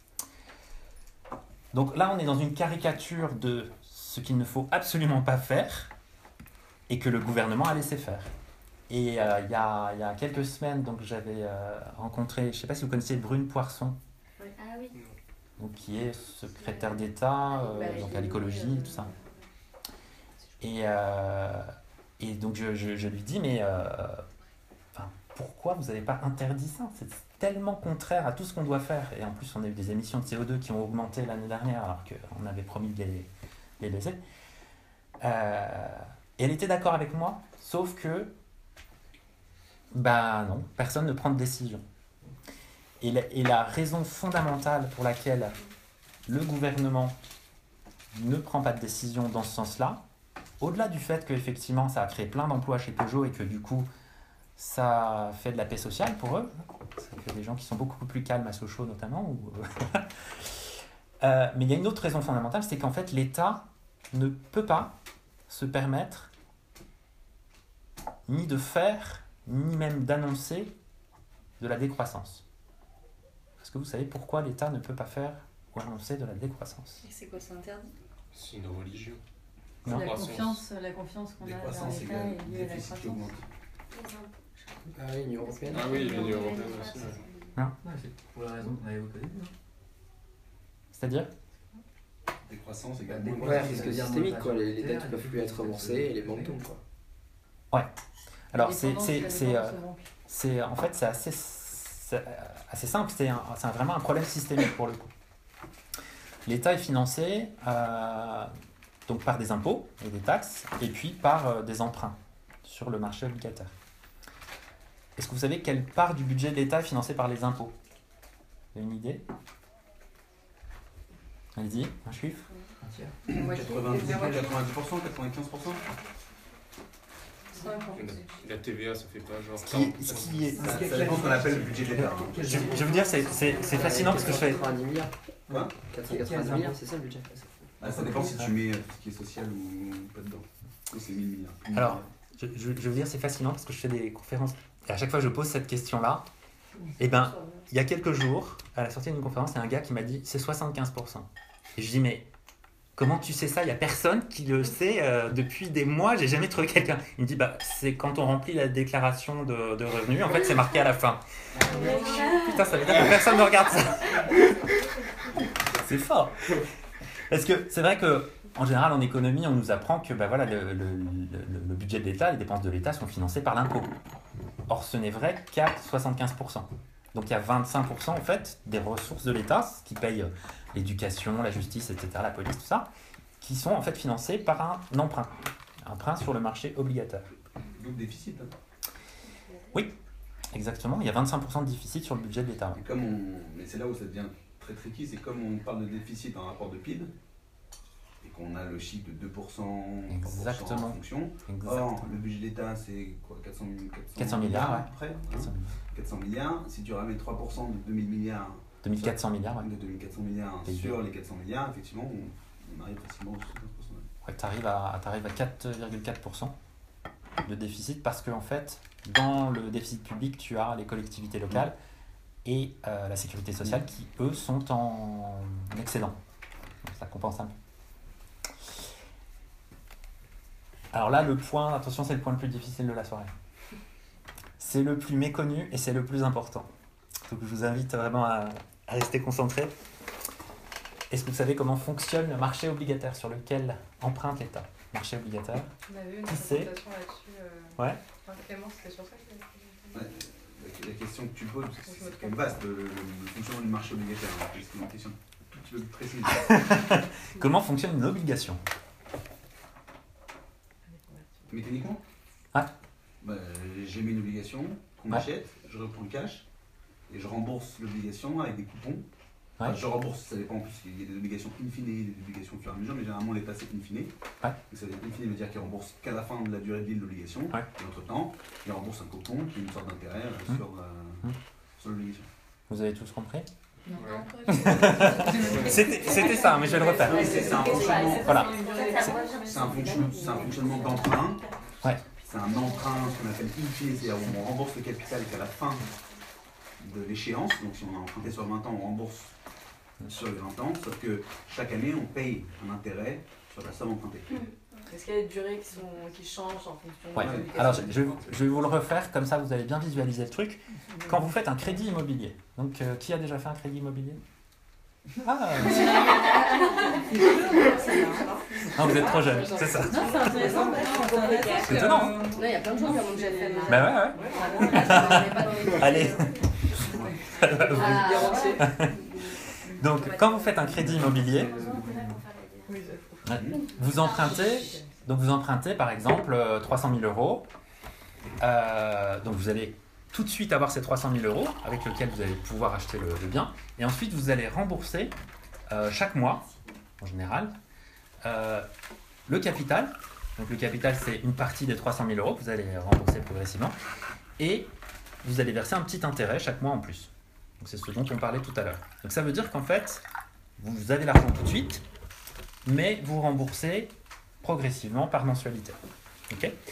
Donc là, on est dans une caricature de ce qu'il ne faut absolument pas faire et que le gouvernement a laissé faire. Et euh, il y, a, y a quelques semaines, donc, j'avais euh, rencontré, je ne sais pas si vous connaissez Brune Poirson,
oui. Ah, oui.
donc, qui est secrétaire d'État euh, donc à l'écologie et tout ça. Et, euh, et donc je, je, je lui dis, mais euh, enfin, pourquoi vous n'avez pas interdit ça? C'est tellement contraire à tout ce qu'on doit faire. Et en plus, on a eu des émissions de C O deux qui ont augmenté l'année dernière alors qu'on avait promis de les, les baisser. Euh, et elle était d'accord avec moi, sauf que, bah non, personne ne prend de décision. Et la, et la raison fondamentale pour laquelle le gouvernement ne prend pas de décision dans ce sens-là, au-delà du fait qu'effectivement ça a créé plein d'emplois chez Peugeot et que du coup ça fait de la paix sociale pour eux, ça fait des gens qui sont beaucoup plus calmes à Sochaux notamment. Ou... euh, mais il y a une autre raison fondamentale, c'est qu'en fait l'État ne peut pas se permettre ni de faire ni même d'annoncer de la décroissance. Est-ce que vous savez pourquoi l'État ne peut pas faire ou annoncer de la décroissance?
Et c'est quoi, c'est interdit?
C'est une religion.
C'est la confiance, la confiance qu'on a dans l'État est liée à la croissance.
Ah oui, l'Union européenne.
Ah oui, l'Union européenne aussi.
Non.
Ouais, c'est pour la raison qu'on avait évoquée.
C'est-à-dire
Décroissance
Bah,
égale
des
moins
ouais,
de
risque
croissance.
systémique, quoi. Les, les dettes ne peuvent plus être remboursées et les banques tombent, quoi.
Ouais. Alors c'est
Dépendance,
c'est
la
c'est
dépendance
euh,
aux banques.
c'est en fait c'est assez c'est assez simple. C'est un, c'est un- vraiment un problème systémique pour le coup. L'État est financé euh, donc par des impôts et des taxes et puis par euh, des emprunts sur le marché obligataire. Est-ce que vous savez quelle part du budget de l'État est financée par les impôts? Vous avez une idée? Allez-y, un chiffre.
Un tiers.
quatre-vingt-dix, quatre-vingt-dix pour cent, quatre-vingt-quinze pour cent.
La T V A, ça fait pas genre
Ce qui, ce qui est,
Ça, ça dépend de ce qu'on appelle le budget de l'État.
je, je vais vous dire, c'est c'est- c'est fascinant parce que je fais.
quatre-vingt-dix milliards.
Quoi
quatre cent quatre-vingt-dix milliards, c'est ça le budget.
Ah, ça dépend si tu mets euh, tout ce qui est social ou pas dedans. Ou c'est mille milliards. mille
Alors,
milliards.
je, je, je vais vous dire, c'est fascinant parce que je fais des conférences et à chaque fois je pose cette question-là. Et ben, il y a quelques jours, à la sortie d'une conférence, il y a un gars qui m'a dit c'est soixante-quinze pour cent. Et je dis mais comment tu sais ça? Il y a personne qui le sait euh, depuis des mois. J'ai jamais trouvé quelqu'un. Il me dit bah c'est quand on remplit la déclaration de, de revenus. En fait, c'est marqué à la fin. Putain, ça veut dire que personne ne regarde ça. C'est fort. Parce que c'est vrai que en général, en économie, on nous apprend que bah, voilà, le, le, le, le budget de l'État, les dépenses de l'État sont financées par l'impôt. Or, ce n'est vrai qu'à soixante-quinze pour cent. Donc, il y a vingt-cinq pour cent en fait, des ressources de l'État, ce qui paye l'éducation, la justice, et cetera, la police, tout ça, qui sont en fait financées par un emprunt. Un emprunt sur le marché obligataire.
Donc déficit. Hein.
Oui, exactement. Il y a vingt-cinq pour cent de déficit sur le budget de l'État.
Et comme on... Mais c'est là où ça devient très tricky, c'est comme on parle de déficit en rapport de P I B, et qu'on a le chiffre de deux pour cent,
Exactement.
en fonction.
Exactement.
Or, le budget de l'État, c'est quoi, quatre cents,
quatre cents milliards, ouais.
à peu près, hein.
quatre cents milliards.
quatre cents milliards. Si tu ramènes trois pour cent de deux mille milliards,
deux mille quatre cents milliards, ouais.
de deux mille quatre cents milliards
Et
sur les quatre cents milliards, effectivement, on, on arrive facilement au soixante-quinze pour cent.
Ouais, tu arrives à, t'arrives à quatre virgule quatre pour cent de déficit parce qu'en fait, dans le déficit public, tu as les collectivités locales et euh, la sécurité sociale qui, eux, sont en excédent. Donc, ça compense un peu. Alors là, le point, attention, c'est le point le plus difficile de la soirée. C'est le plus méconnu et c'est le plus important. Donc je vous invite vraiment à, à rester concentré. Est-ce que vous savez comment fonctionne le marché obligataire sur lequel emprunte l'État? Marché obligataire.
On avait eu une
Qui c'est?
présentation là-dessus. Euh...
Ouais.
Enfin, Clément, c'était sur ça que tu avais
Ouais, la, la question que tu poses, c'est c'est quand même vaste, le, le, le fonctionnement du marché obligataire. hein. C'est une question tout petit peu précise.
Comment fonctionne une obligation?
Mécaniquement
Ah.
Bah, j'ai mis une obligation qu'on
Ouais.
m'achète, je reprends le cash et je rembourse l'obligation avec des coupons.
Ouais.
Enfin, je rembourse, ça dépend en plus, il y a des obligations in fine et des obligations au fur et à mesure, mais généralement les passer in fine.
Ouais.
Donc ça veut dire in fine veut dire qu'ils remboursent qu'à la fin de la durée de vie de l'obligation.
Ouais.
Et entre temps, ils remboursent un coupon qui est une sorte d'intérêt euh,
Mmh.
sur, euh,
Mmh.
sur l'obligation.
Vous avez tous compris?
Non.
C'était c'était ça, mais je vais le refaire.
C'est c'est un fonctionnement,
Voilà.
c'est un, fonction- c'est un fonctionnement d'emprunt.
Ouais.
C'est un emprunt, ce qu'on appelle in fine, c'est-à-dire où on rembourse le capital qu'à la fin de l'échéance. Donc si on a emprunté sur vingt ans, on rembourse sur les vingt ans, sauf que chaque année, on paye un intérêt sur la somme empruntée.
Est-ce qu'il y a des durées qui, sont, qui changent en fonction
Ouais.
de l'obligation?
Alors je, je, je vais vous le refaire, comme ça vous allez bien visualiser le truc. Quand vous faites un crédit immobilier, donc euh, qui a déjà fait un crédit immobilier? Ah. Non, vous êtes trop jeune, c'est ça.
Non, c'est intéressant.
C'est étonnant.
Là, il y a plein de gens qui ont déjà fait.
Bah ouais, ouais. Allez. Donc, quand vous faites un crédit immobilier, vous empruntez, donc vous empruntez par exemple euh, trois cent mille euros. Euh, donc vous allez tout de suite avoir ces trois cent mille euros avec lesquels vous allez pouvoir acheter le, le bien. Et ensuite, vous allez rembourser euh, chaque mois, en général, euh, le capital. Donc le capital, c'est une partie des trois cent mille euros que vous allez rembourser progressivement. Et vous allez verser un petit intérêt chaque mois en plus. Donc c'est ce dont on parlait tout à l'heure. Donc ça veut dire qu'en fait, vous avez l'argent tout de suite, mais vous remboursez progressivement par mensualité. Okay ?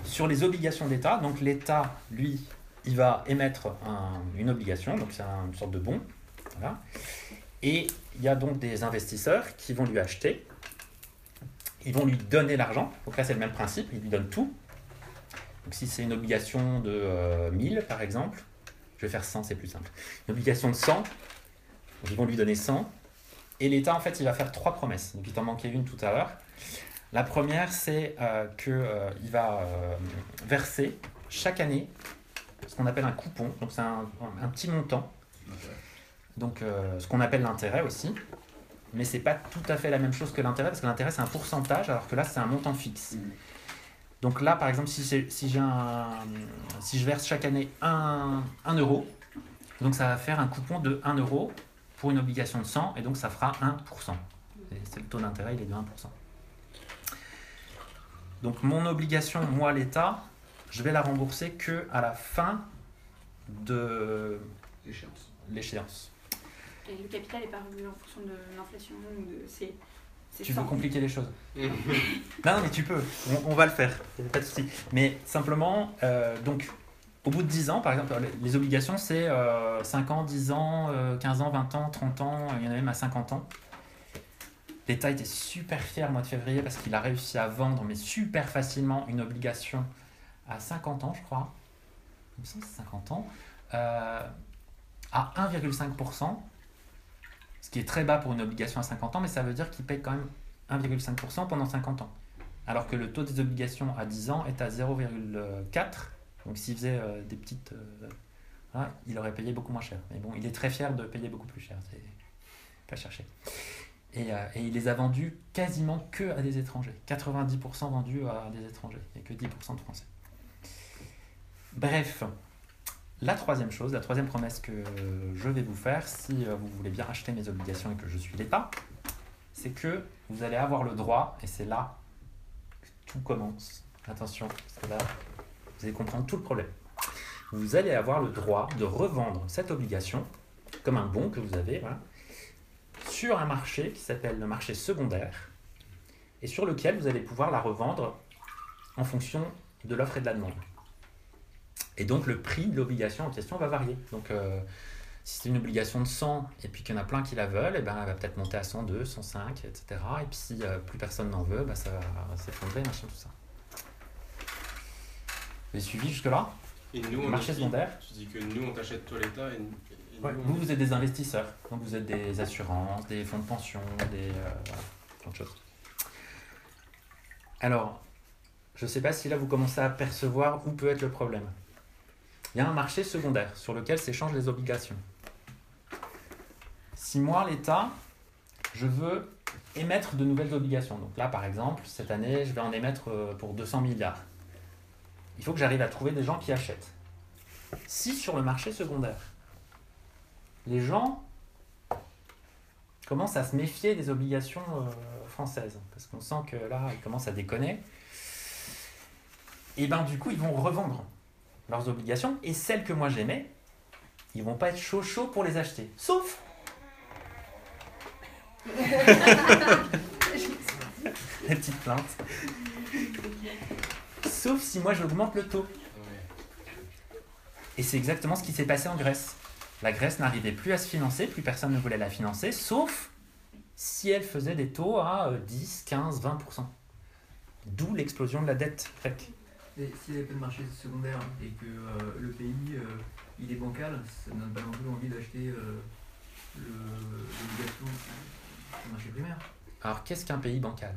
sur les obligations d'État. Donc l'État, lui, il va émettre un, une obligation, donc c'est un, une sorte de bon. Voilà. Et il y a donc des investisseurs qui vont lui acheter. Ils vont lui donner l'argent. Donc là, c'est le même principe, ils lui donnent tout. Donc si c'est une obligation de euh, mille, par exemple, je vais faire cent, c'est plus simple. Une obligation de cent, donc ils vont lui donner cent. Et l'État, en fait, il va faire trois promesses. Donc il t'en manquait une tout à l'heure. La première, c'est euh, qu'il euh, va euh, verser chaque année ce qu'on appelle un coupon. Donc c'est un, un petit montant. Donc euh, ce qu'on appelle l'intérêt aussi. Mais ce n'est pas tout à fait la même chose que l'intérêt, parce que l'intérêt, c'est un pourcentage, alors que là, c'est un montant fixe. Donc là, par exemple, si, si, j'ai un, si je verse chaque année un euro, donc ça va faire un coupon de un euro pour une obligation de cent, et donc ça fera un pour cent. Et c'est le taux d'intérêt, il est de un pour cent. Donc mon obligation, moi, l'État, je vais la rembourser qu'à la fin de l'échéance.
Et le capital n'est pas revu en fonction de l'inflation ou de... C'est, c'est
tu
cent.
veux compliquer les choses? Non, non, mais tu peux. On, on va le faire. Pas de souci. Mais simplement, euh, donc, au bout de dix ans, par exemple, les, les obligations, c'est euh, cinq ans, dix ans, euh, quinze ans, vingt ans, trente ans, il y en a même à cinquante ans. L'État était super fier au mois de février parce qu'il a réussi à vendre, mais super facilement, une obligation à cinquante ans, je crois. Il me semble que c'est cinquante ans. Euh, à un virgule cinq pour cent. Ce qui est très bas pour une obligation à cinquante ans, mais ça veut dire qu'il paye quand même un virgule cinq pour cent pendant cinquante ans. Alors que le taux des obligations à dix ans est à zéro virgule quatre. Donc s'il faisait euh, des petites... Euh, voilà, il aurait payé beaucoup moins cher. Mais bon, il est très fier de payer beaucoup plus cher. C'est pas chercher. Et, euh, et il les a vendus quasiment que à des étrangers. quatre-vingt-dix pour cent vendus à des étrangers. Il n'y a que dix pour cent de Français. Bref. La troisième chose, la troisième promesse que je vais vous faire, si vous voulez bien acheter mes obligations et que je suis l'État, c'est que vous allez avoir le droit, et c'est là que tout commence, attention, parce que là, vous allez comprendre tout le problème. Vous allez avoir le droit de revendre cette obligation, comme un bon que vous avez, voilà, sur un marché qui s'appelle le marché secondaire, et sur lequel vous allez pouvoir la revendre en fonction de l'offre et de la demande. Et donc le prix de l'obligation en question va varier. Donc euh, si c'est une obligation de cent et puis qu'il y en a plein qui la veulent, et ben, elle va peut-être monter à cent deux, cent cinq, et cetera. Et puis si euh, plus personne n'en veut, ben, ça va s'effondrer, machin, tout ça. Vous avez suivi jusque-là?
Et nous,
le
on
marché
dit,
secondaire.
Tu dis que nous, on t'achète toi l'État et, et
Ouais,
nous,
vous,
on...
vous êtes des investisseurs. Donc vous êtes des assurances, des fonds de pension, des... Euh, voilà, plein de choses. Alors, je ne sais pas si là vous commencez à percevoir où peut être le problème. Il y a un marché secondaire sur lequel s'échangent les obligations. Si moi, l'État, je veux émettre de nouvelles obligations, donc là, par exemple, cette année, je vais en émettre pour deux cents milliards. Il faut que j'arrive à trouver des gens qui achètent. Si sur le marché secondaire, les gens commencent à se méfier des obligations euh, françaises, parce qu'on sent que là, ils commencent à déconner, et bien du coup, ils vont revendre leurs obligations, et celles que moi j'aimais, ils vont pas être chaud chaud pour les acheter. Sauf les petites plaintes. Sauf si moi j'augmente le taux. Et c'est exactement ce qui s'est passé en Grèce. La Grèce n'arrivait plus à se financer, plus personne ne voulait la financer, sauf si elle faisait des taux à dix, quinze, vingt pour cent. D'où l'explosion de la dette grecque.
Et s'il n'y avait pas de marché secondaire et que euh, le pays euh, il est bancal, ça ne donne pas non plus envie d'acheter euh, l'obligation du marché primaire.
Alors qu'est-ce qu'un pays bancal?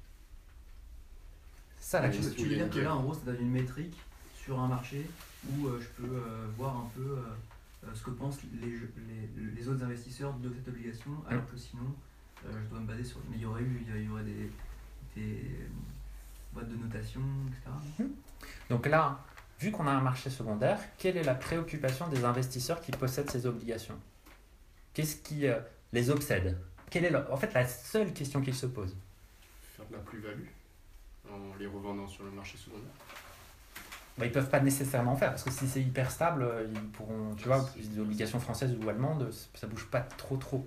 C'est ça la question.
Tu veux dire que là en gros ça donne une métrique sur un marché où euh, je peux euh, voir un peu euh, ce que pensent les, les, les autres investisseurs de cette obligation, alors que sinon euh, je dois me baser sur... Mais il y aurait eu, il y aurait des... des boîte de notation, et cetera.
Donc là, vu qu'on a un marché secondaire, quelle est la préoccupation des investisseurs qui possèdent ces obligations? Qu'est-ce qui euh, les obsède? Quelle est leur... En fait, la seule question qu'ils se posent.
Faire de la plus-value en les revendant sur le marché secondaire.
Bah, ils ne peuvent pas nécessairement en faire, parce que si c'est hyper stable, ils pourront, tu vois, les obligations françaises ou allemandes, ça ne bouge pas trop trop.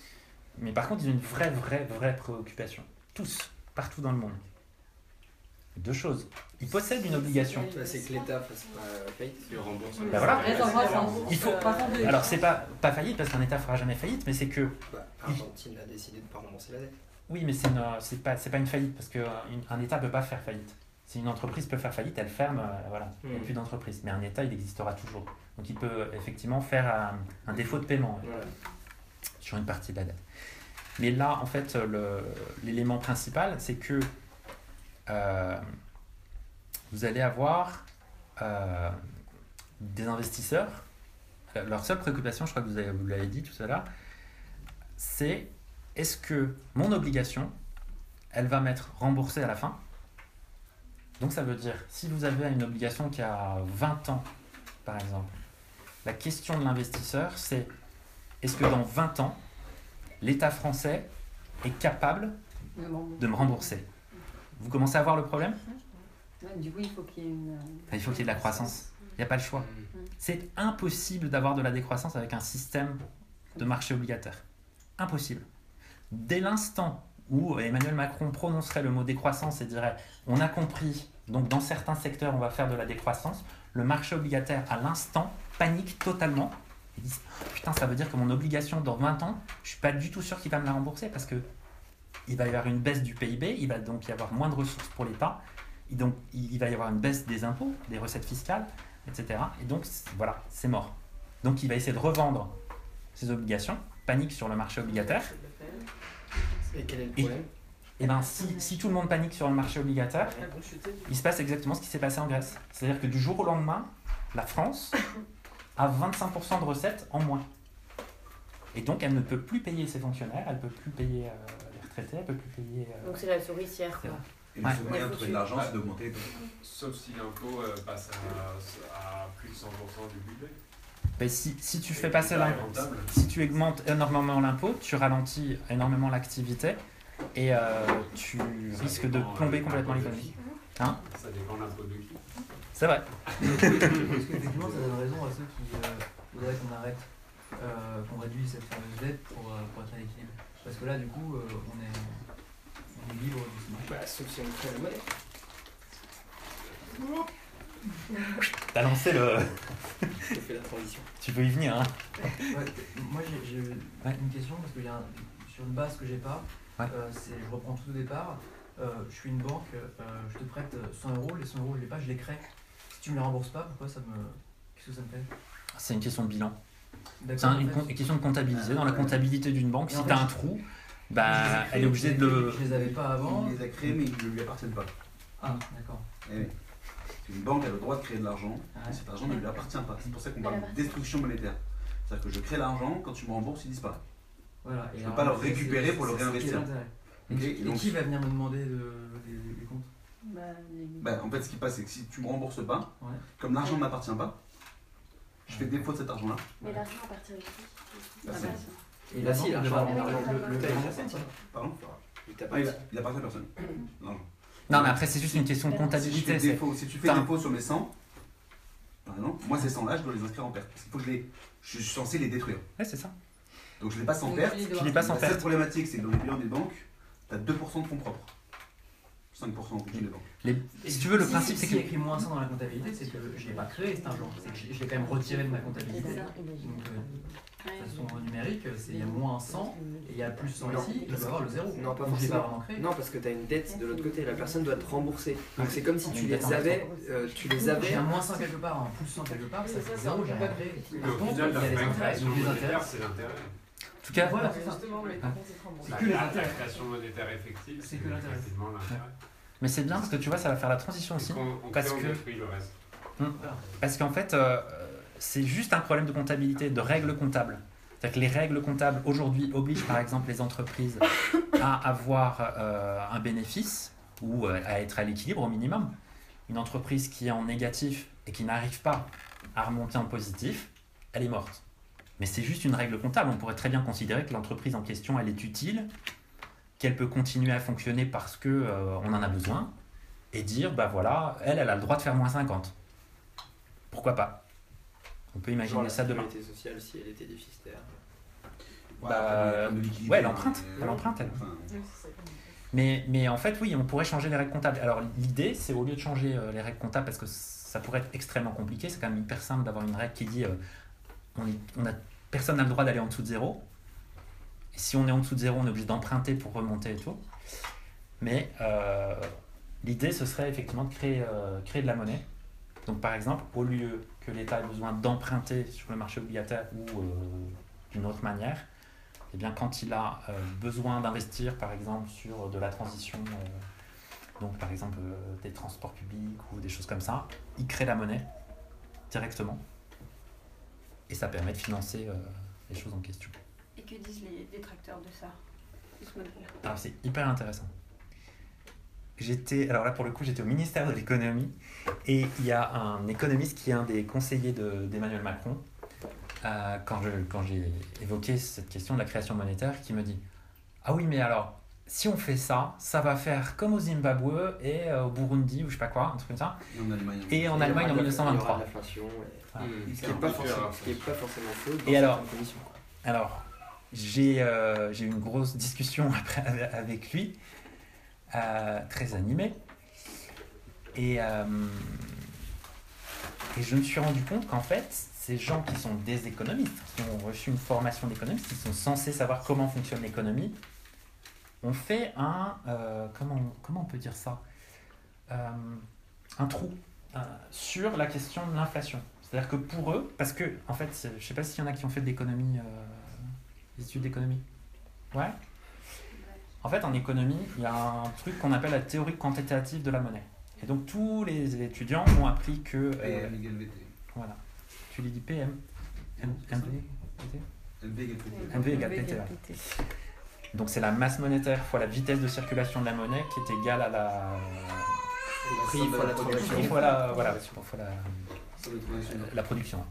Mais par contre, ils ont une vraie, vraie, vraie préoccupation. Tous, partout dans le monde. deux choses. Il possède une obligation.
Bah, c'est que l'État fasse pas faillite.
Le rembourse.
Ben voilà.
Il faut pas
Alors c'est pas, pas faillite parce qu'un État fera jamais faillite, mais c'est que...
Bah, Argentine a décidé de ne pas rembourser la dette.
Oui, mais c'est, une, c'est, pas, c'est pas une faillite parce qu'un État ne peut pas faire faillite. Si une entreprise peut faire faillite, elle ferme, euh, voilà, il n'y a
Mmh.
plus d'entreprise. Mais un État, il existera toujours. Donc il peut effectivement faire un, un défaut de paiement
Voilà.
sur une partie de la dette. Mais là, en fait, le, l'élément principal, c'est que euh, vous allez avoir euh, des investisseurs. Leur seule préoccupation, je crois que vous, avez, vous l'avez dit tout à l'heure, c'est est-ce que mon obligation, elle va m'être remboursée à la fin? Donc ça veut dire, si vous avez une obligation qui a vingt ans, par exemple, la question de l'investisseur, c'est est-ce que dans vingt ans, l'État français est capable de me rembourser? Vous commencez à voir le problème?
Ouais, du coup, il faut qu'il y ait une...
Il faut qu'il y ait de la croissance. Il n'y a pas le choix. C'est impossible d'avoir de la décroissance avec un système de marché obligataire. Impossible. Dès l'instant où Emmanuel Macron prononcerait le mot décroissance et dirait « on a compris, donc dans certains secteurs on va faire de la décroissance », le marché obligataire à l'instant panique totalement. Ils disent « putain, ça veut dire que mon obligation dans vingt ans, je ne suis pas du tout sûr qu'il va me la rembourser parce que il va y avoir une baisse du P I B, il va donc y avoir moins de ressources pour l'État, et donc il va y avoir une baisse des impôts, des recettes fiscales, et cetera. Et donc voilà, c'est mort. Donc il va essayer de revendre ses obligations, panique sur le marché obligataire.
Et quel est le problème?
Et, et ben si, si tout le monde panique sur le marché obligataire, il se passe exactement ce qui s'est passé en Grèce. C'est-à-dire que du jour au lendemain, la France a vingt-cinq pour cent de recettes en moins. Et donc elle ne peut plus payer ses fonctionnaires, elle ne peut plus payer euh, les retraités, elle ne peut plus payer... Euh...
Donc c'est la souricière quoi.
Et le seul moyen de trouver de l'argent, c'est d'augmenter les taux.
Sauf si l'impôt euh, passe à, à plus de cent pour cent du budget.
Ben si, si tu fais passer l'impôt, si tu augmentes énormément l'impôt, tu ralentis énormément l'activité et euh, tu
ça
risques de plomber complètement l'économie. Hein?
Ça dépend de l'impôt de qui.
C'est vrai.
Parce qu'effectivement, ça donne raison à ceux qui euh, voudraient qu'on arrête, euh, qu'on réduise cette fameuse dette pour, euh, pour être à l'équilibre. Parce que là, du coup, euh, on, est, on est libre doucement.
Bah, sauf si on crée la monnaie.
T'as lancé le...
Je fais la transition.
Tu peux y venir, hein?
Ouais, moi, j'ai, j'ai ouais. une question, parce qu'il y a un, sur une base que j'ai pas, ouais. euh, c'est, je reprends tout au départ, euh, je suis une banque, euh, je te prête cent euros, les cent euros, je les pas, je les crée. Si tu me les rembourses pas, pourquoi ça me... Qu'est-ce que ça me fait? C'est
une question de bilan.
D'accord,
c'est un, une,
en fait,
une question de comptabiliser. Ah, dans la comptabilité d'une banque, si
tu
as un trou, bah, elle est obligée de le...
Je les avais pas avant.
Il les a créés, mais ils ne lui appartiennent pas.
Ah, d'accord.
Eh oui. Une banque a le droit de créer de l'argent, mais cet argent ne lui appartient pas. C'est pour ça qu'on parle de destruction monétaire. C'est-à-dire que je crée l'argent, quand tu me rembourses, il disparaît.
Voilà.
Je ne peux pas le récupérer pour le réinvestir.
Et, okay, et, et donc, qui va venir me demander de, les, les comptes?
bah, les...
bah, En fait, ce qui passe, c'est que si tu ne me rembourses pas, ouais. comme l'argent ne m'appartient pas, je fais défaut de cet argent-là.
Mais l'argent appartient à qui?
Bah,
et là, si, l'argent,
le Pardon? Il appartient à personne. L'argent.
Non, mais après, c'est juste une question de comptabilité.
Si, défaut, si tu fais défaut sur mes cent, par exemple, moi, ces cent là, je dois les inscrire en perte. Parce qu'il faut que je les. Je suis censé les détruire.
Ouais, c'est ça.
Donc je les passe en Donc, perte.
Tu les passes en
La
perte.
seule problématique, c'est que dans les bilans des banques, tu as deux pour cent de fonds propres. cinq pour cent au budget des banques.
Les... Si tu veux, le principe, c'est
que.
Si
écrit moins cent dans la comptabilité, c'est que je ne l'ai pas créé cet argent. C'est que je l'ai quand même retiré de ma comptabilité. Donc, de façon numérique, il y a moins cent et il y a plus cent ici, il doit avoir le zéro.
Non, pas forcément. Non, parce que tu as une dette de l'autre côté, la personne doit te rembourser. Donc c'est comme si tu les avais. Euh, tu les avais.
J'ai un moins cent quelque part, un plus cent quelque part, ça fait zéro, j'ai rien créé.
Par contre, il y a les intérêts. Les intérêts, c'est l'intérêt.
En tout cas,
voilà, c'est
c'est que les intérêts. La création monétaire effective, c'est que l'intérêt.
Mais c'est bien parce que tu vois, ça va faire la transition aussi. Parce que. Parce qu'en fait. C'est juste un problème de comptabilité, de règles comptables. C'est-à-dire que les règles comptables aujourd'hui obligent par exemple les entreprises à avoir euh, un bénéfice ou euh, à être à l'équilibre au minimum. Une entreprise qui est en négatif et qui n'arrive pas à remonter en positif, elle est morte. Mais c'est juste une règle comptable. On pourrait très bien considérer que l'entreprise en question, elle est utile, qu'elle peut continuer à fonctionner parce qu'on euh, en a besoin, et dire, bah voilà, elle, elle a le droit de faire moins cinquante. Pourquoi pas? On peut imaginer
Genre
ça demain.
La sécurité sociale, si elle était déficitaire.
Bah, ouais, elle emprunte. Elle emprunte, elle.
Enfin,
Mais, mais en fait, oui, on pourrait changer les règles comptables. Alors l'idée, c'est au lieu de changer euh, les règles comptables, parce que ça pourrait être extrêmement compliqué, c'est quand même hyper simple d'avoir une règle qui dit euh, on est, on a, personne n'a le droit d'aller en dessous de zéro. Et si on est en dessous de zéro, on est obligé d'emprunter pour remonter et tout. Mais euh, l'idée, ce serait effectivement de créer, euh, créer de la monnaie. Donc par exemple, au lieu que l'État ait besoin d'emprunter sur le marché obligataire ou euh, d'une autre manière, eh bien, quand il a euh, besoin d'investir, par exemple, sur de la transition, euh, donc par exemple euh, des transports publics ou des choses comme ça, il crée la monnaie directement et ça permet de financer euh, les choses en question.
Et que disent les détracteurs de ça, de ce modèle-là?
Alors c'est hyper intéressant. J'étais, alors là pour le coup, j'étais au ministère de l'économie et il y a un économiste qui est un des conseillers de, d'Emmanuel Macron. Euh, quand, je, quand j'ai évoqué cette question de la création monétaire, qui me dit « Ah oui, mais alors, si on fait ça, ça va faire comme au Zimbabwe et euh, au Burundi, ou je sais pas quoi, un truc comme ça.
Et en Allemagne,
et en, Allemagne en mille neuf cent vingt-trois. »
Voilà. Mmh. Ce qui n'est pas, pas forcément faux dans
et alors,
conditions.
Alors, j'ai euh, j'ai eu une grosse discussion après avec lui, euh, très animée. Et, euh, et je me suis rendu compte qu'en fait, ces gens qui sont des économistes, qui ont reçu une formation d'économiste, qui sont censés savoir comment fonctionne l'économie, ont fait un, euh, comment, comment on peut dire ça, euh, un trou euh, sur la question de l'inflation. C'est-à-dire que pour eux, parce que, en fait, je ne sais pas s'il y en a qui ont fait de l'économie, euh, des études d'économie. Ouais. En fait, en économie, il y a un truc qu'on appelle la théorie quantitative de la monnaie. Et donc, tous les étudiants ont appris que...
P M égale V T.
Voilà. Tu lui dis P M. M V
M V égale P T.
M V égale P T. Donc, c'est la masse monétaire fois la vitesse de circulation de la monnaie qui est égale à la...
Le prix fois la transaction.
Fois la, voilà, fois la, la production.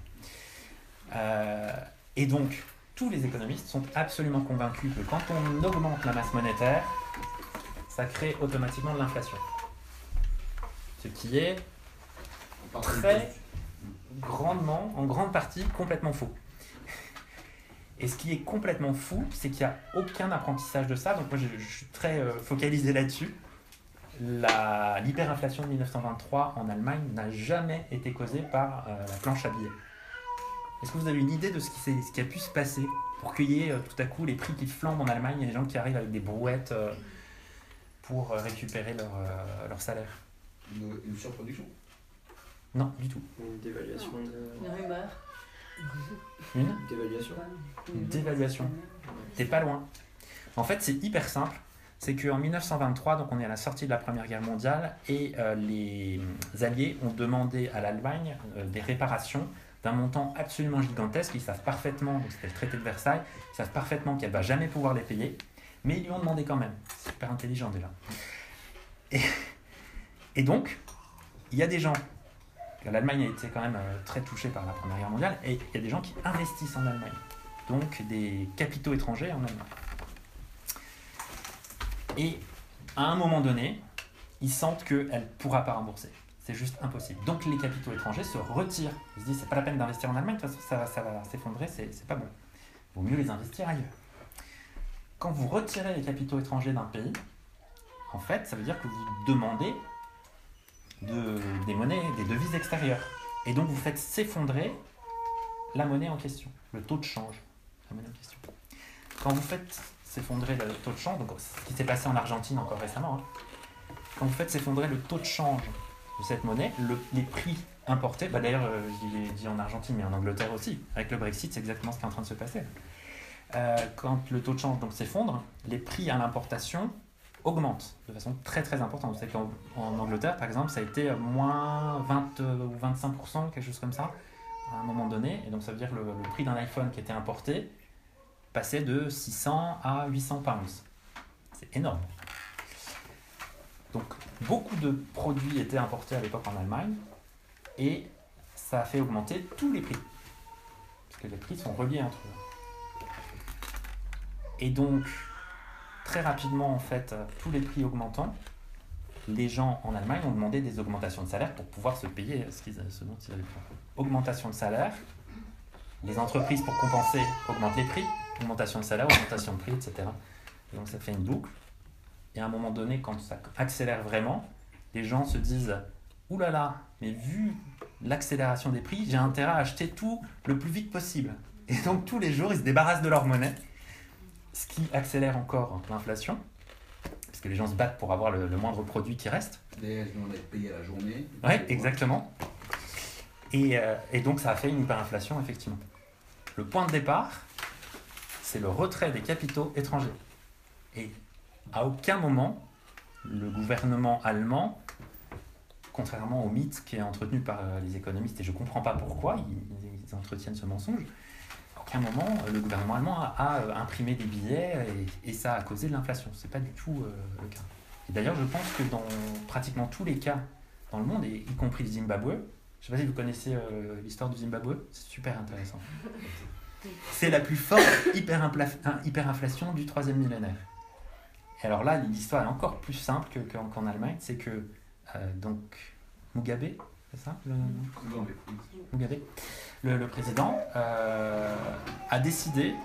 Euh, et donc, tous les économistes sont absolument convaincus que quand on augmente la masse monétaire, ça crée automatiquement de l'inflation. Ce qui est très grandement, en grande partie, complètement faux. Et ce qui est complètement fou, c'est qu'il n'y a aucun apprentissage de ça. Donc moi, je, je suis très euh, focalisé là-dessus. La, l'hyperinflation de mille neuf cent vingt-trois en Allemagne n'a jamais été causée par euh, la planche à billets. Est-ce que vous avez une idée de ce qui, ce qui a pu se passer pour qu'il y ait euh, tout à coup les prix qui flambent en Allemagne et les gens qui arrivent avec des brouettes euh, pour euh, récupérer leur, euh, leur salaire?
Une, une surproduction?
Non, du tout.
Une dévaluation de...
Une rumeur.
Une
dévaluation.
Une dévaluation. T'es pas loin. En fait, c'est hyper simple. C'est qu'en mille neuf cent vingt-trois, donc on est à la sortie de la Première Guerre mondiale, et euh, les Alliés ont demandé à l'Allemagne euh, des réparations d'un montant absolument gigantesque. Ils savent parfaitement, donc c'était le traité de Versailles, ils savent parfaitement qu'elle ne va jamais pouvoir les payer, mais ils lui ont demandé quand même. C'est super intelligent déjà. Et, et donc, il y a des gens, l'Allemagne a été quand même euh, très touchée par la Première Guerre mondiale, et il y a des gens qui investissent en Allemagne, donc des capitaux étrangers en Allemagne. Et à un moment donné, ils sentent qu'elle ne pourra pas rembourser. C'est juste impossible. Donc les capitaux étrangers se retirent. Ils se disent, c'est pas la peine d'investir en Allemagne, de toute façon ça, ça va s'effondrer, c'est, c'est pas bon. Il vaut mieux les investir ailleurs. Quand vous retirez les capitaux étrangers d'un pays, en fait, ça veut dire que vous demandez de, des monnaies, des devises extérieures. Et donc vous faites s'effondrer la monnaie en question, le taux de change, la monnaie en question. Quand vous faites s'effondrer le taux de change, donc ce qui s'est passé en Argentine encore récemment, hein, quand vous faites s'effondrer le taux de change de cette monnaie, le, les prix importés, bah d'ailleurs euh, je l'ai dit en Argentine mais en Angleterre aussi, avec le Brexit c'est exactement ce qui est en train de se passer. Euh, quand le taux de change donc s'effondre, les prix à l'importation augmentent de façon très très importante. Vous savez qu'en en Angleterre par exemple ça a été moins vingt ou vingt-cinq pour cent, quelque chose comme ça, à un moment donné, et donc ça veut dire que le, le prix d'un iPhone qui était importé passait de six cents à huit cents pounds. C'est énorme. Donc, beaucoup de produits étaient importés à l'époque en Allemagne et ça a fait augmenter tous les prix. Parce que les prix sont reliés entre eux. Et donc, très rapidement, en fait, tous les prix augmentant, les gens en Allemagne ont demandé des augmentations de salaire pour pouvoir se payer ce, qu'ils, ce dont ils avaient besoin. Augmentation de salaire, les entreprises pour compenser augmentent les prix, augmentation de salaire, augmentation de prix, et cetera. Et donc ça fait une boucle. Et à un moment donné, quand ça accélère vraiment, les gens se disent « Ouh là là, mais vu l'accélération des prix, j'ai intérêt à acheter tout le plus vite possible. » Et donc tous les jours, ils se débarrassent de leur monnaie, ce qui accélère encore l'inflation, parce que les gens se battent pour avoir le, le moindre produit qui reste.
D'ailleurs, on va être payé à la journée.
Oui, exactement. Et, euh, et donc ça a fait une hyperinflation, effectivement. Le point de départ, c'est le retrait des capitaux étrangers. Et à aucun moment, le gouvernement allemand, contrairement au mythe qui est entretenu par les économistes, et je ne comprends pas pourquoi ils, ils entretiennent ce mensonge, à aucun moment, le gouvernement allemand a, a imprimé des billets et, et ça a causé de l'inflation. Ce n'est pas du tout euh, le cas. Et d'ailleurs, je pense que dans pratiquement tous les cas dans le monde, et y compris le Zimbabwe, je ne sais pas si vous connaissez euh, l'histoire du Zimbabwe, c'est super intéressant. C'est la plus forte hyperinfla- hyperinflation du troisième millénaire. Et alors là, l'histoire est encore plus simple que, que, qu'en Allemagne, c'est que euh, donc Mugabe, c'est ça le... Mugabe, le, le président, euh, a décidé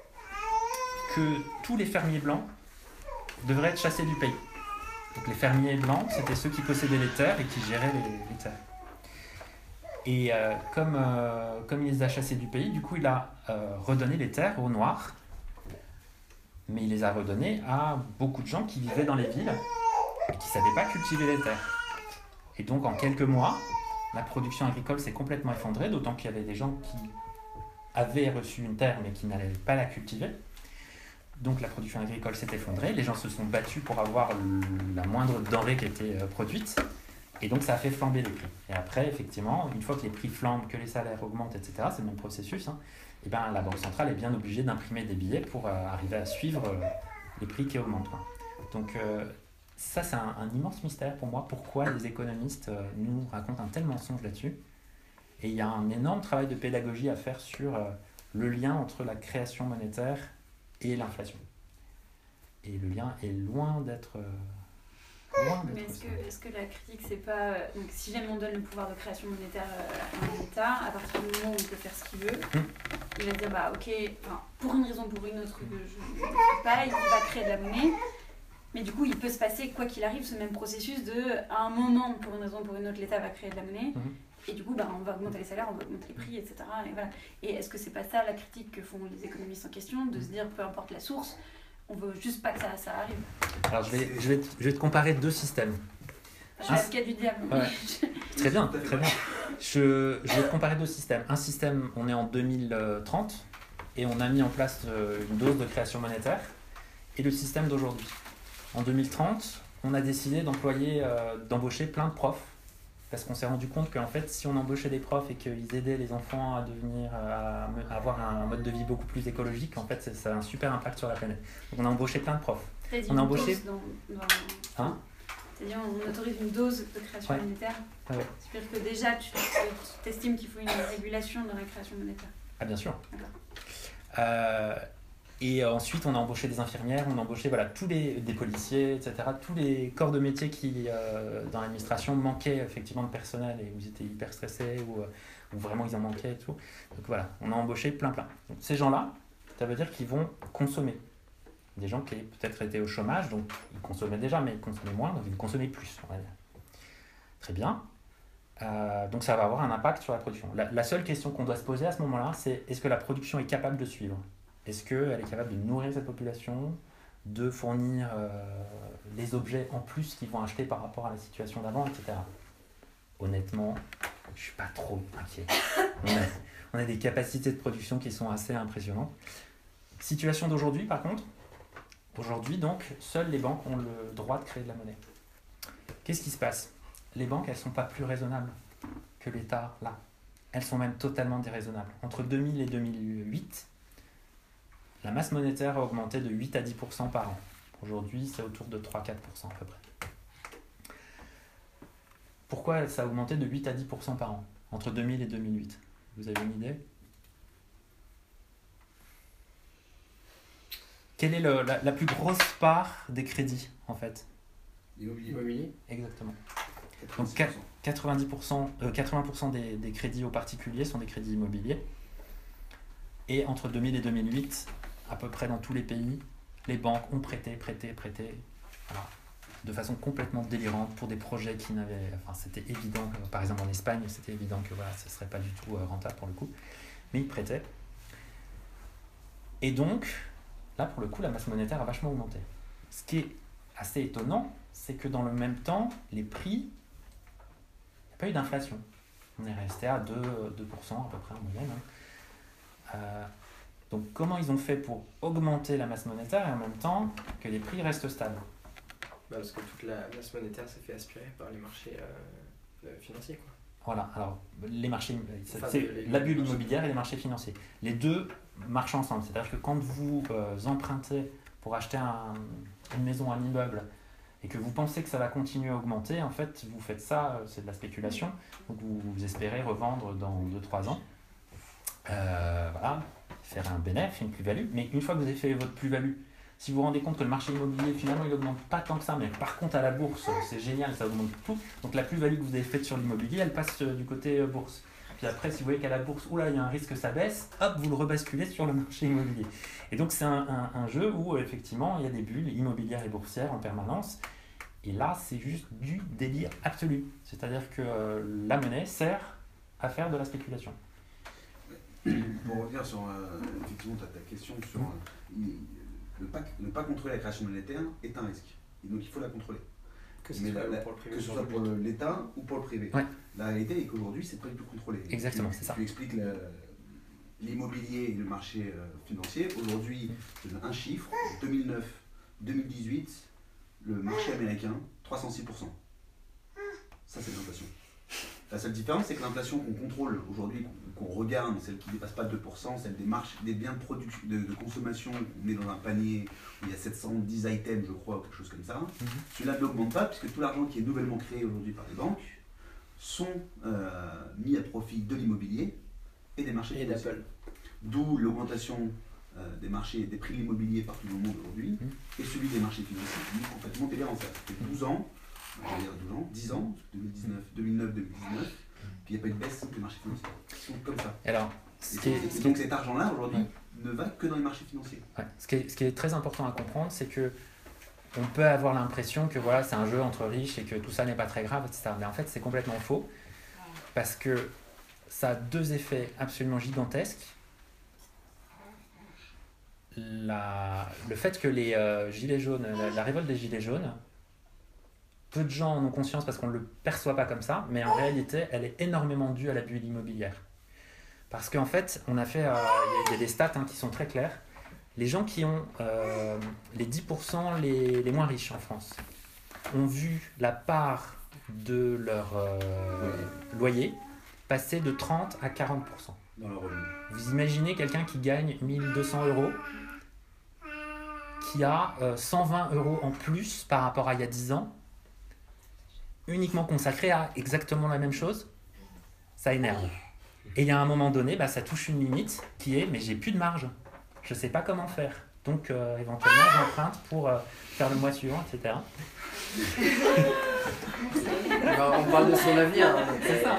que tous les fermiers blancs devraient être chassés du pays. Donc les fermiers blancs, c'était ceux qui possédaient les terres et qui géraient les, les terres. Et euh, comme, euh, comme il les a chassés du pays, du coup il a euh, redonné les terres aux Noirs, mais il les a redonnées à beaucoup de gens qui vivaient dans les villes et qui ne savaient pas cultiver les terres. Et donc en quelques mois, la production agricole s'est complètement effondrée, d'autant qu'il y avait des gens qui avaient reçu une terre mais qui n'allaient pas la cultiver. Donc la production agricole s'est effondrée, les gens se sont battus pour avoir la moindre denrée qui était produite. Et donc ça a fait flamber les prix. Et après, effectivement, une fois que les prix flambent, que les salaires augmentent, et cetera, c'est le même processus, hein, et ben, la Banque centrale est bien obligée d'imprimer des billets pour euh, arriver à suivre euh, les prix qui augmentent. Quoi. Donc euh, ça, c'est un, un immense mystère pour moi, pourquoi les économistes euh, nous racontent un tel mensonge là-dessus. Et il y a un énorme travail de pédagogie à faire sur euh, le lien entre la création monétaire et l'inflation. Et le lien est loin d'être... Euh,
Mais est-ce que, est-ce que la critique, c'est pas... Donc, si jamais on donne le pouvoir de création monétaire à un État, à partir du moment où il peut faire ce qu'il veut, mmh. il va dire, bah ok, enfin, pour une raison ou pour une autre que je ne sais pas, il va créer de la monnaie, mais du coup, il peut se passer, quoi qu'il arrive, ce même processus de, à un moment, pour une raison ou pour une autre, l'État va créer de la monnaie, mmh. et du coup, bah, on va augmenter les salaires, on va augmenter les prix, et cetera. Et, voilà. Et est-ce que c'est pas ça la critique que font les économistes en question, de se dire, peu importe la source, on veut juste pas que ça, ça arrive.
Alors je vais, je, vais te, je vais te comparer deux systèmes.
Je suis l'avocat du diable.
Ouais. Très bien, très bien. Je, je vais te comparer deux systèmes. Un système, on est en deux mille trente et on a mis en place une dose de création monétaire, et le système d'aujourd'hui. En deux mille trente, on a décidé d'employer, euh, d'embaucher plein de profs, parce qu'on s'est rendu compte qu'en fait, si on embauchait des profs et qu'ils aidaient les enfants à devenir, à, à avoir un mode de vie beaucoup plus écologique, en fait, ça, ça a un super impact sur la planète. Donc on a embauché plein de profs.
T'as dit
on a
une
embauché.
Dose dans, dans... Hein C'est-à-dire on autorise une dose de création
ouais.
monétaire.
Ouais.
C'est-à-dire que déjà, tu, tu t'estimes qu'il faut une régulation dans la création monétaire.
Ah bien sûr.
D'accord.
Euh, Et ensuite, on a embauché des infirmières, on a embauché voilà, tous les, des policiers, et cetera. Tous les corps de métier qui, euh, dans l'administration, manquaient effectivement de personnel et où ils étaient hyper stressés, ou où vraiment ils en manquaient et tout. Donc voilà, on a embauché plein plein. Donc, ces gens-là, ça veut dire qu'ils vont consommer. Des gens qui peut-être étaient au chômage, donc ils consommaient déjà, mais ils consommaient moins, donc ils consommaient plus, on va dire. Très bien. Euh, donc ça va avoir un impact sur la production. La, la seule question qu'on doit se poser à ce moment-là, c'est est-ce que la production est capable de suivre ? Est-ce qu'elle est capable de nourrir cette population, de fournir euh, les objets en plus qu'ils vont acheter par rapport à la situation d'avant, et cetera. Honnêtement, je ne suis pas trop inquiet. On a, on a des capacités de production qui sont assez impressionnantes. Situation d'aujourd'hui, par contre, aujourd'hui, donc, seules les banques ont le droit de créer de la monnaie. Qu'est-ce qui se passe ? Les banques, elles ne sont pas plus raisonnables que l'État, là. Elles sont même totalement déraisonnables. Entre deux mille et deux mille huit, la masse monétaire a augmenté de huit à dix pour cent par an. Aujourd'hui, c'est autour de trois à quatre pour cent à peu près. Pourquoi ça a augmenté de huit à dix pour cent par an, entre deux mille et deux mille huit ? Vous avez une idée ? Quelle est le, la, la plus grosse part des crédits, en fait ?
L'immobilier.
Exactement. Donc quatre-vingt-dix pour cent, euh, quatre-vingts pour cent des, des crédits aux particuliers sont des crédits immobiliers. Et entre deux mille et deux mille huit, à peu près dans tous les pays, les banques ont prêté, prêté, prêté alors, de façon complètement délirante pour des projets qui n'avaient... Enfin, c'était évident, que, par exemple en Espagne, c'était évident que voilà, ce ne serait pas du tout rentable pour le coup, mais ils prêtaient. Et donc, là, pour le coup, la masse monétaire a vachement augmenté. Ce qui est assez étonnant, c'est que dans le même temps, les prix, il n'y a pas eu d'inflation. On est resté à deux pour cent à peu près en moyenne. Hein. Euh, donc, comment ils ont fait pour augmenter la masse monétaire et en même temps que les prix restent stables?
Bah parce que toute la masse monétaire s'est fait aspirer par les marchés euh, financiers, quoi.
Voilà, alors les marchés, c'est,
enfin,
c'est
les,
la bulle
les
immobilière et les marchés financiers. Les deux marchent ensemble, c'est-à-dire que quand vous euh, empruntez pour acheter un, une maison, un immeuble, et que vous pensez que ça va continuer à augmenter, en fait, vous faites ça, c'est de la spéculation, donc vous, vous espérez revendre dans deux trois ans, euh, voilà, faire un bénéfice, une plus-value, mais une fois que vous avez fait votre plus-value, si vous vous rendez compte que le marché immobilier, finalement, il n'augmente pas tant que ça, mais par contre, à la bourse, c'est génial, ça augmente tout. Donc la plus-value que vous avez faite sur l'immobilier, elle passe du côté bourse. Puis après, si vous voyez qu'à la bourse, oula, il y a un risque que ça baisse, hop, vous le rebasculez sur le marché immobilier. Et donc, c'est un, un, un jeu où, effectivement, il y a des bulles immobilières et boursières en permanence. Et là, c'est juste du délire absolu. C'est-à-dire que euh, la monnaie sert à faire de la spéculation.
Pour revenir sur, euh, effectivement, ta, ta question sur... Euh, Ne pas, ne pas contrôler la création monétaire est un risque. Et donc il faut la contrôler.
Que ce
Mais
soit,
la, la,
pour, le privé
que ce soit pour le, l'État ou pour le privé.
Ouais.
La réalité est qu'aujourd'hui, c'est pas du tout contrôlé.
Exactement,
tu,
c'est ça.
Tu expliques la, l'immobilier et le marché euh, financier. Aujourd'hui, je donne un chiffre. deux mille neuf deux mille dix-huit, le marché américain, trois cent six pour cent. Ça, c'est l'inflation. La seule différence, c'est que l'inflation qu'on contrôle aujourd'hui, qu'on, qu'on regarde, celle qui ne dépasse pas deux pour cent, celle des, marches, des biens de, production, de, de consommation, on est dans un panier où il y a sept cent dix items, je crois, ou quelque chose comme ça. Mm-hmm. Celui-là n'augmente pas, puisque tout l'argent qui est nouvellement créé aujourd'hui par les banques sont euh, mis à profit de l'immobilier et des marchés
et
financiers.
d'Apple.
D'où l'augmentation euh, des marchés, des prix de l'immobilier partout dans le monde aujourd'hui, mm-hmm. et celui des marchés financiers qui est complètement délirant. Ça fait douze ans. Je vais dire douze ans, dix ans, deux mille dix-neuf, deux mille neuf deux mille dix-neuf, puis il n'y a pas eu de baisse des marchés financiers. Ils sont comme ça.
Alors, ce qui est,
et
ce
donc
qui est...
cet argent-là, aujourd'hui, ouais. ne va que dans les marchés financiers.
Ouais. Ce, qui est, ce qui est très important à comprendre, c'est que on peut avoir l'impression que voilà, c'est un jeu entre riches et que tout ça n'est pas très grave, et cetera. Mais en fait, c'est complètement faux, parce que ça a deux effets absolument gigantesques. La... Le fait que les euh, gilets jaunes, la, la révolte des gilets jaunes, peu de gens en ont conscience parce qu'on ne le perçoit pas comme ça, mais en réalité, elle est énormément due à la bulle immobilière. Parce qu'en fait, on a fait, il euh, y, y a des stats hein, qui sont très claires. Les gens qui ont euh, les dix pour cent les, les moins riches en France ont vu la part de leur euh, loyer passer de trente à quarante pour cent.
Dans leur revenu.
Vous imaginez quelqu'un qui gagne mille deux cents euros, qui a euh, cent vingt euros en plus par rapport à il y a dix ans, uniquement consacré à exactement la même chose, ça énerve. Et il y a un moment donné, bah, ça touche une limite qui est, mais j'ai plus de marge, je sais pas comment faire. Donc euh, éventuellement j'emprunte pour euh, faire le mois suivant, et cetera.
Alors, on parle de son avenir. Hein,
c'est ça.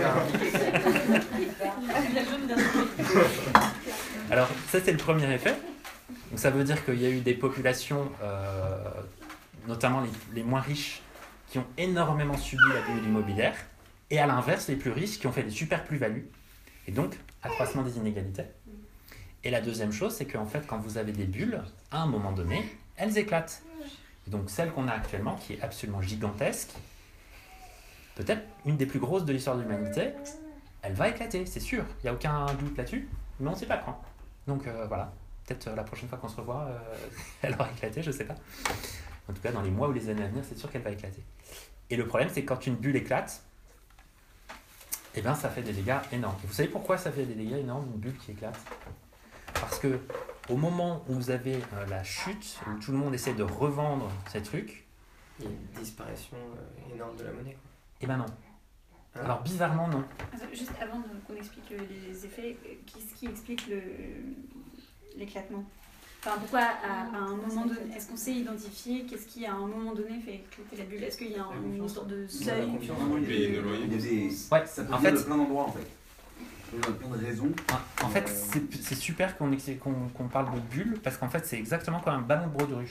Alors ça c'est le premier effet. Donc ça veut dire qu'il y a eu des populations, euh, notamment les, les moins riches, qui ont énormément subi la bulle immobilière, et à l'inverse, les plus riches qui ont fait des super plus-values, et donc accroissement des inégalités. Et la deuxième chose, c'est qu'en fait, quand vous avez des bulles, à un moment donné, elles éclatent. Et donc celle qu'on a actuellement, qui est absolument gigantesque, peut-être une des plus grosses de l'histoire de l'humanité, elle va éclater, c'est sûr, il n'y a aucun doute là-dessus, mais on ne sait pas quand. Donc euh, voilà, peut-être euh, la prochaine fois qu'on se revoit, euh, elle aura éclaté, je ne sais pas. En tout cas, dans les mois ou les années à venir, c'est sûr qu'elle va éclater. Et le problème, c'est que quand une bulle éclate, eh ben, ça fait des dégâts énormes. Et vous savez pourquoi ça fait des dégâts énormes, une bulle qui éclate ? Parce que au moment où vous avez euh, la chute, où tout le monde essaie de revendre ces trucs,
il y a une disparition euh, énorme de la monnaie. Quoi.
Eh ben non. Hein? Alors bizarrement, non.
Juste avant qu'on explique les effets, qu'est-ce qui explique le, l'éclatement ? Enfin, pourquoi à, à un moment donné, est-ce qu'on sait identifier qu'est-ce qui à un moment donné fait éclater la bulle ? Est-ce qu'il y a un, une sorte de seuil ?
Il y a des...
Ouais,
ça peut
en
venir
fait,
de plein d'endroits en fait. Il y a plein de raisons.
En fait, c'est, c'est super qu'on, qu'on, qu'on parle de bulle, parce qu'en fait, c'est exactement comme un ballon de baudruche.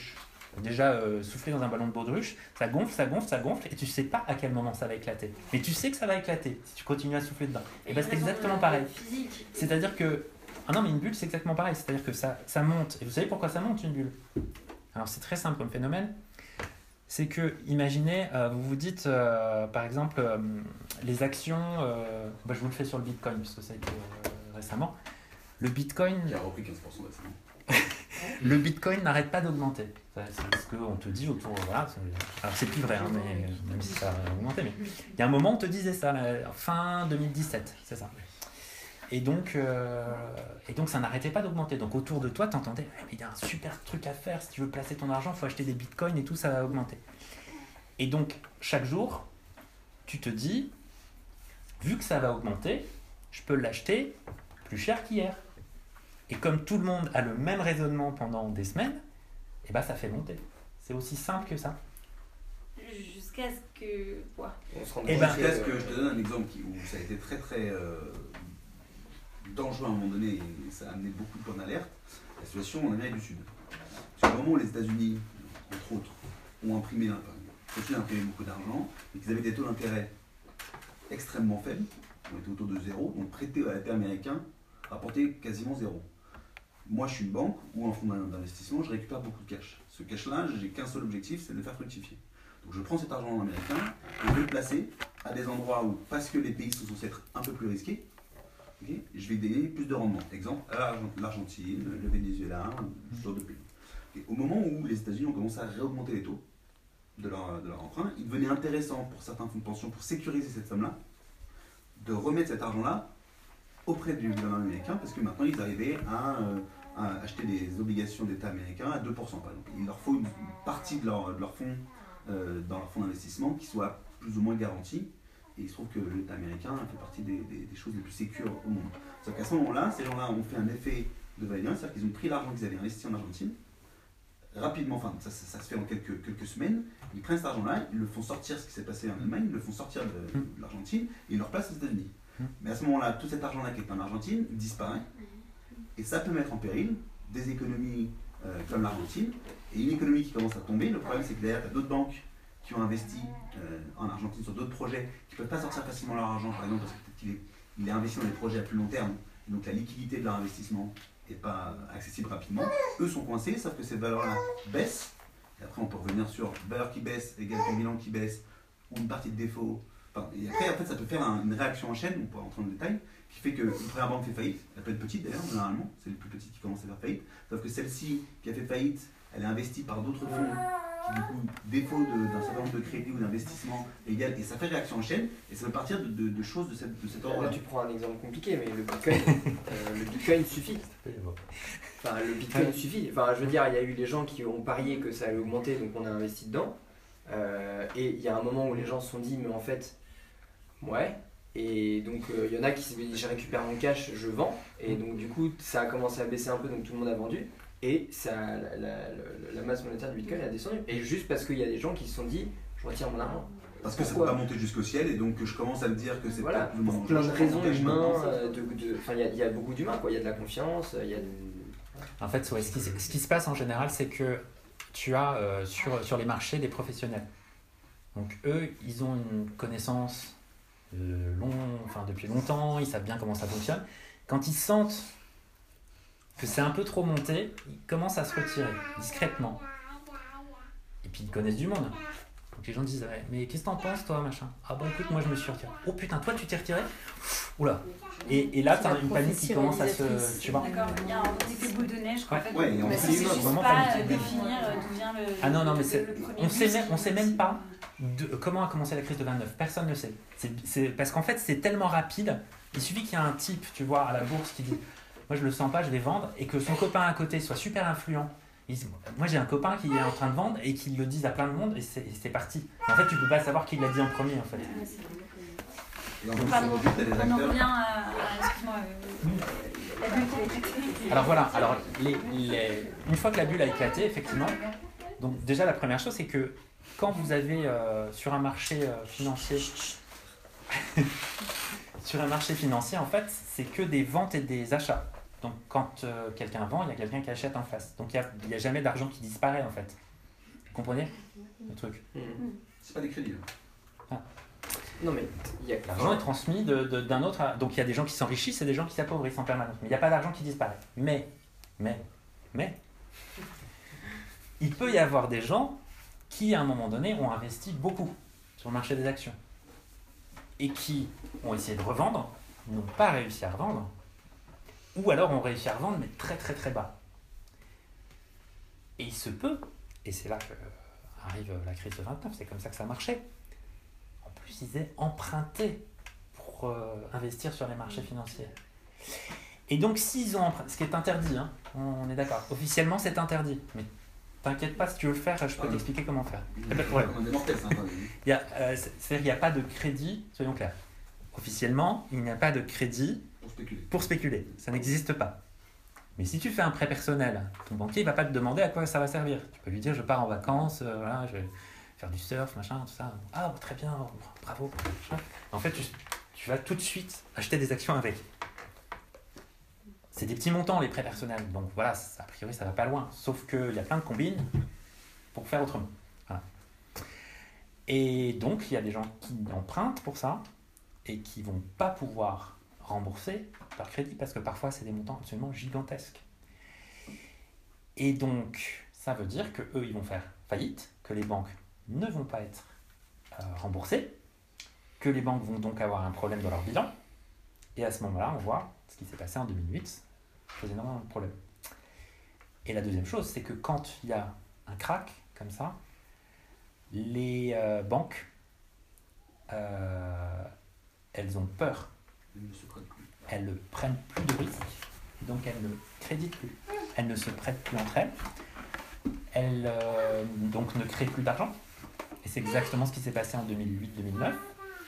déjà euh, souffler dans un ballon de baudruche, ça gonfle, ça gonfle, ça gonfle, et tu sais pas à quel moment ça va éclater. Mais tu sais que ça va éclater si tu continues à souffler dedans. Et ben c'est exactement pareil. C'est-à-dire que... Ah non, mais une bulle, c'est exactement pareil. C'est-à-dire que ça, ça monte. Et vous savez pourquoi ça monte, une bulle? Alors c'est très simple comme phénomène. C'est que, imaginez, euh, vous vous dites, euh, par exemple, euh, les actions... Euh, bah, je vous le fais sur le Bitcoin, puisque ça a été euh, récemment. Le Bitcoin...
Qui a repris quinze pour cent récemment.
Le Bitcoin n'arrête pas d'augmenter. C'est ce qu'on te dit autour. Voilà, alors c'est plus vrai, hein, mais, même si ça a augmenté. Mais il y a un moment, on te disait ça, là, fin deux mille dix-sept, c'est ça. Et donc, euh, et donc ça n'arrêtait pas d'augmenter. Donc autour de toi, tu entendais, eh, il y a un super truc à faire, si tu veux placer ton argent, il faut acheter des bitcoins et tout, ça va augmenter. Et donc, chaque jour, tu te dis, vu que ça va augmenter, je peux l'acheter plus cher qu'hier. Et comme tout le monde a le même raisonnement pendant des semaines, et ben ça fait monter. C'est aussi simple que ça.
Jusqu'à ce que... Quoi
Et ben, jusqu'à ce que je te donne un exemple qui, où ça a été très très... Euh, dangereux à un moment donné et ça a amené beaucoup de points d'alerte, la situation en Amérique du Sud. Parce qu'au moment où les États-Unis, entre autres, ont imprimé, enfin, continuent à imprimer beaucoup d'argent et qu'ils avaient des taux d'intérêt extrêmement faibles, on était autour de zéro, donc prêter à l'État américain rapportait quasiment zéro. Moi, je suis une banque ou un fonds d'investissement, je récupère beaucoup de cash. Ce cash-là, j'ai qu'un seul objectif, c'est de le faire fructifier. Donc je prends cet argent américain et je le placer à des endroits où, parce que les pays sont censés être un peu plus risqués, okay, je vais donner plus de rendement. Exemple, l'Argentine, le Venezuela, ce genre de pays. Okay. Au moment où les États-Unis ont commencé à réaugmenter les taux de leur, de leur emprunt, il devenait intéressant pour certains fonds de pension, pour sécuriser cette somme-là, de remettre cet argent-là auprès du gouvernement américain, parce que maintenant ils arrivaient à, euh, à acheter des obligations d'État américains à deux pour cent par exemple. Il leur faut une partie de leur, de leur fonds, euh, dans leur fonds d'investissement qui soit plus ou moins garantie. Et il se trouve que l'État américain fait partie des, des, des choses les plus sécures au monde. Sauf qu'à ce moment-là, ces gens-là ont fait un effet de va-et-vient, c'est-à-dire qu'ils ont pris l'argent qu'ils avaient investi en Argentine, rapidement, enfin ça, ça, ça se fait en quelques, quelques semaines, ils prennent cet argent-là, ils le font sortir, ce qui s'est passé en Allemagne, ils le font sortir de, de l'Argentine et ils le replacent aux États-Unis. Mais à ce moment-là, tout cet argent-là qui est en Argentine disparaît et ça peut mettre en péril des économies euh, comme l'Argentine et une économie qui commence à tomber. Le problème, c'est que derrière, tu as d'autres banques qui ont investi euh, en Argentine sur d'autres projets qui ne peuvent pas sortir facilement leur argent, par exemple, parce que peut-être qu'il est, il est investi dans des projets à plus long terme, et donc la liquidité de leur investissement n'est pas accessible rapidement. Eux sont coincés, sauf que ces valeurs-là baissent, et après on peut revenir sur valeur qui baisse égale ton bilan qui baisse, ou une partie de défaut. Enfin, et après, en fait, ça peut faire un, une réaction en chaîne, on pourra rentrer dans le détail, qui fait qu'une première banque fait faillite, elle peut être petite d'ailleurs, généralement, c'est les plus petites qui commencent à faire faillite, sauf que celle-ci qui a fait faillite, elle est investie par d'autres fonds qui du coup défaut d'un certain nombre de crédits ou d'investissement égal, et ça fait réaction en chaîne, et ça peut partir de, de, de choses de, cette, de cet ordre-là.
Tu prends un exemple compliqué, mais le Bitcoin, euh, le Bitcoin suffit. Enfin, le Bitcoin suffit. Enfin, je veux dire, il y a eu des gens qui ont parié que ça allait augmenter, donc on a investi dedans. Euh, et il y a un moment où les gens se sont dit, mais en fait, ouais. Et donc il euh, y en a qui se disent, je récupère mon cash, je vends. Et donc du coup, ça a commencé à baisser un peu, donc tout le monde a vendu. Et ça, la, la, la, la masse monétaire du Bitcoin a descendu. Et juste parce qu'il y a des gens qui se sont dit, je retire mon argent.
Parce que Pourquoi ça ne peut pas monter jusqu'au ciel, et donc je commence à me dire que c'est
voilà,
pas
pour plein de raisons humaines. De, de, enfin, il y, y a beaucoup d'humains, quoi. Il y a de la confiance, il y a de...
En fait, ouais, ce, qui, ce qui se passe en général, c'est que tu as euh, sur, sur les marchés des professionnels. Donc eux, ils ont une connaissance euh, long, enfin, depuis longtemps, ils savent bien comment ça fonctionne. Quand ils sentent que c'est un peu trop monté, ils commencent à se retirer discrètement. Et puis ils connaissent du monde. Donc les gens disent, ouais, mais qu'est-ce que t'en penses toi, machin? Ah bon, écoute, moi je me suis retiré. Oh putain, toi tu t'es retiré? Oula. Et, et là t'as une panique qui commence à se... Tu vois?
D'accord, il y a un effet boule de neige qu'en
ouais.
fait,
Ouais,
on ne sait juste
vraiment
pas
paniqué.
définir d'où vient le...
Ah non, non, mais c'est...
le premier
On sait
bus.
même, on sait même pas de, comment a commencé la crise de vingt-neuf. Personne ne le sait. C'est, c'est, parce qu'en fait c'est tellement rapide, il suffit qu'il y ait un type, tu vois, à la bourse qui dit moi je le sens pas, je vais vendre, et que son copain à côté soit super influent. Il dit, moi j'ai un copain qui est en train de vendre et qu'il le dise à plein de monde et c'est, et c'est parti. En fait tu peux pas savoir qui l'a dit en premier en fait.
Et en plus,
Pardon,
aujourd'hui, t'as des
on en
acteurs.
revient à... à- Excuse-moi. euh, La bulle qui a éclaté.
Alors voilà, alors les, les... une fois que la bulle a éclaté, effectivement, donc déjà la première chose c'est que quand vous avez euh, sur un marché euh, financier, sur un marché financier en fait, c'est que des ventes et des achats. Donc quand euh, quelqu'un vend, il y a quelqu'un qui achète en face. Donc il n'y a, il y a jamais d'argent qui disparaît en fait. Vous comprenez le truc?
Mmh. C'est pas des crédits.
Ah.
Non mais y a...
l'argent est transmis de, de, d'un autre à... Donc il y a des gens qui s'enrichissent et des gens qui s'appauvrissent en permanence. Mais il n'y a pas d'argent qui disparaît. Mais, mais, mais, il peut y avoir des gens qui, à un moment donné, ont investi beaucoup sur le marché des actions et qui ont essayé de revendre, n'ont pas réussi à revendre, ou alors ont réussi à revendre, mais très très très bas. Et il se peut, et c'est là qu'arrive la crise de vingt-neuf, c'est comme ça que ça marchait. En plus, ils aient emprunté pour euh, investir sur les marchés financiers. Et donc, s'ils ont emprunté, ce qui est interdit, hein, on est d'accord, officiellement c'est interdit, mais t'inquiète pas, si tu veux le faire, je peux ah, t'expliquer comment faire. Il n'y a pas de problème. Il y a, euh, c'est-à-dire qu'il n'y a pas de crédit, soyons clairs. Officiellement, il n'y a pas de crédit
pour spéculer.
Pour spéculer. Ça n'existe pas. Mais si tu fais un prêt personnel, ton banquier ne va pas te demander à quoi ça va servir. Tu peux lui dire, je pars en vacances, euh, voilà, je vais faire du surf, machin, tout ça. Ah, très bien, bravo. En fait, tu, tu vas tout de suite acheter des actions avec. C'est des petits montants, les prêts personnels. Donc voilà, ça, a priori, ça va pas loin. Sauf qu'il y a plein de combines pour faire autrement. Voilà. Et donc, il y a des gens qui empruntent pour ça et qui vont pas pouvoir rembourser leur crédit parce que parfois, c'est des montants absolument gigantesques. Et donc, ça veut dire qu'eux, ils vont faire faillite, que les banques ne vont pas être euh, remboursées, que les banques vont donc avoir un problème dans leur bilan. Et à ce moment-là, on voit ce qui s'est passé en deux mille huit. Pose énormément de problèmes. Et la deuxième chose, c'est que quand il y a un crack comme ça, les euh, banques, euh, elles ont peur. Elles ne prennent plus de risques, donc elles ne créditent plus. Elles ne se prêtent plus entre elles. Elles euh, donc ne créent plus d'argent. Et c'est exactement ce qui s'est passé en deux mille huit deux mille neuf,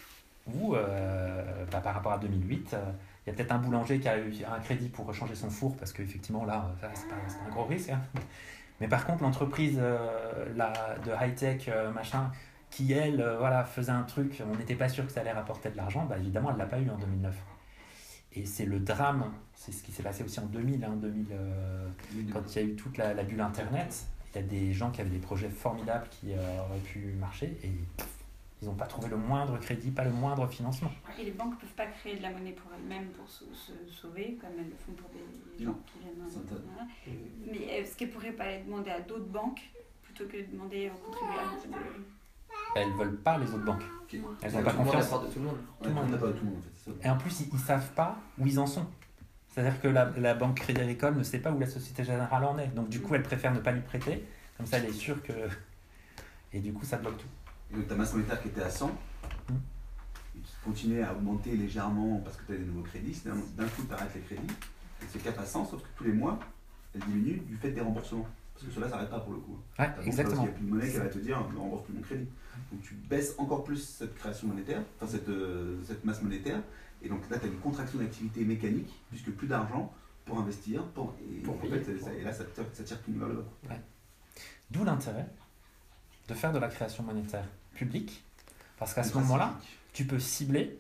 où euh, bah, par rapport à deux mille huit, euh, il y a peut-être un boulanger qui a eu un crédit pour changer son four, parce qu'effectivement, là, c'est, pas, c'est un gros risque. Hein. Mais par contre, l'entreprise euh, la, de high-tech, euh, machin, qui, elle, euh, voilà, faisait un truc, on n'était pas sûr que ça allait rapporter de l'argent, bah, évidemment, elle ne l'a pas eu en deux mille neuf. Et c'est le drame, c'est ce qui s'est passé aussi en deux mille, hein, deux mille euh, quand il y a eu toute la, la bulle Internet. Il y a des gens qui avaient des projets formidables qui euh, auraient pu marcher, et pff, ils n'ont pas trouvé le moindre crédit, pas le moindre financement.
Et les banques ne peuvent pas créer de la monnaie pour elles-mêmes pour se, se sauver, comme elles le font pour des gens qui viennent. Voilà. Mais est-ce qu'elles ne pourraient pas demander à d'autres banques plutôt que de demander aux contribuables de...
Elles ne veulent pas les autres banques. Okay. Elles n'ont pas confiance. Tout le monde. Tout le monde. Pas tout le monde en fait. Et en plus, ils ne savent pas où ils en sont. C'est-à-dire que la, la banque Crédit Agricole ne sait pas où la Société Générale en est. Donc du coup, elle préfère ne pas lui prêter. Comme ça, elle est sûre que... Et du coup, ça bloque tout.
Et donc ta masse monétaire qui était à cent, mmh. et qui continuait à augmenter légèrement parce que tu as des nouveaux crédits, d'un, d'un coup tu arrêtes les crédits, elle se cap à cent, sauf que tous les mois, elle diminue du fait des remboursements. Parce que cela ne s'arrête pas pour le coup.
Ouais, exactement.
Il n'y a plus de monnaie qui va te dire ne rembourse plus mon crédit. Donc tu baisses encore plus cette création monétaire, enfin cette, euh, cette masse monétaire, et donc là tu as une contraction d'activité mécanique, puisque plus d'argent pour investir, pour, et, pour payer, en fait, pour... Ça, et là ça tire, ça tire tout vers le bas.
Ouais. D'où l'intérêt de faire de la création monétaire publique, parce qu'à ce moment-là, tu peux cibler,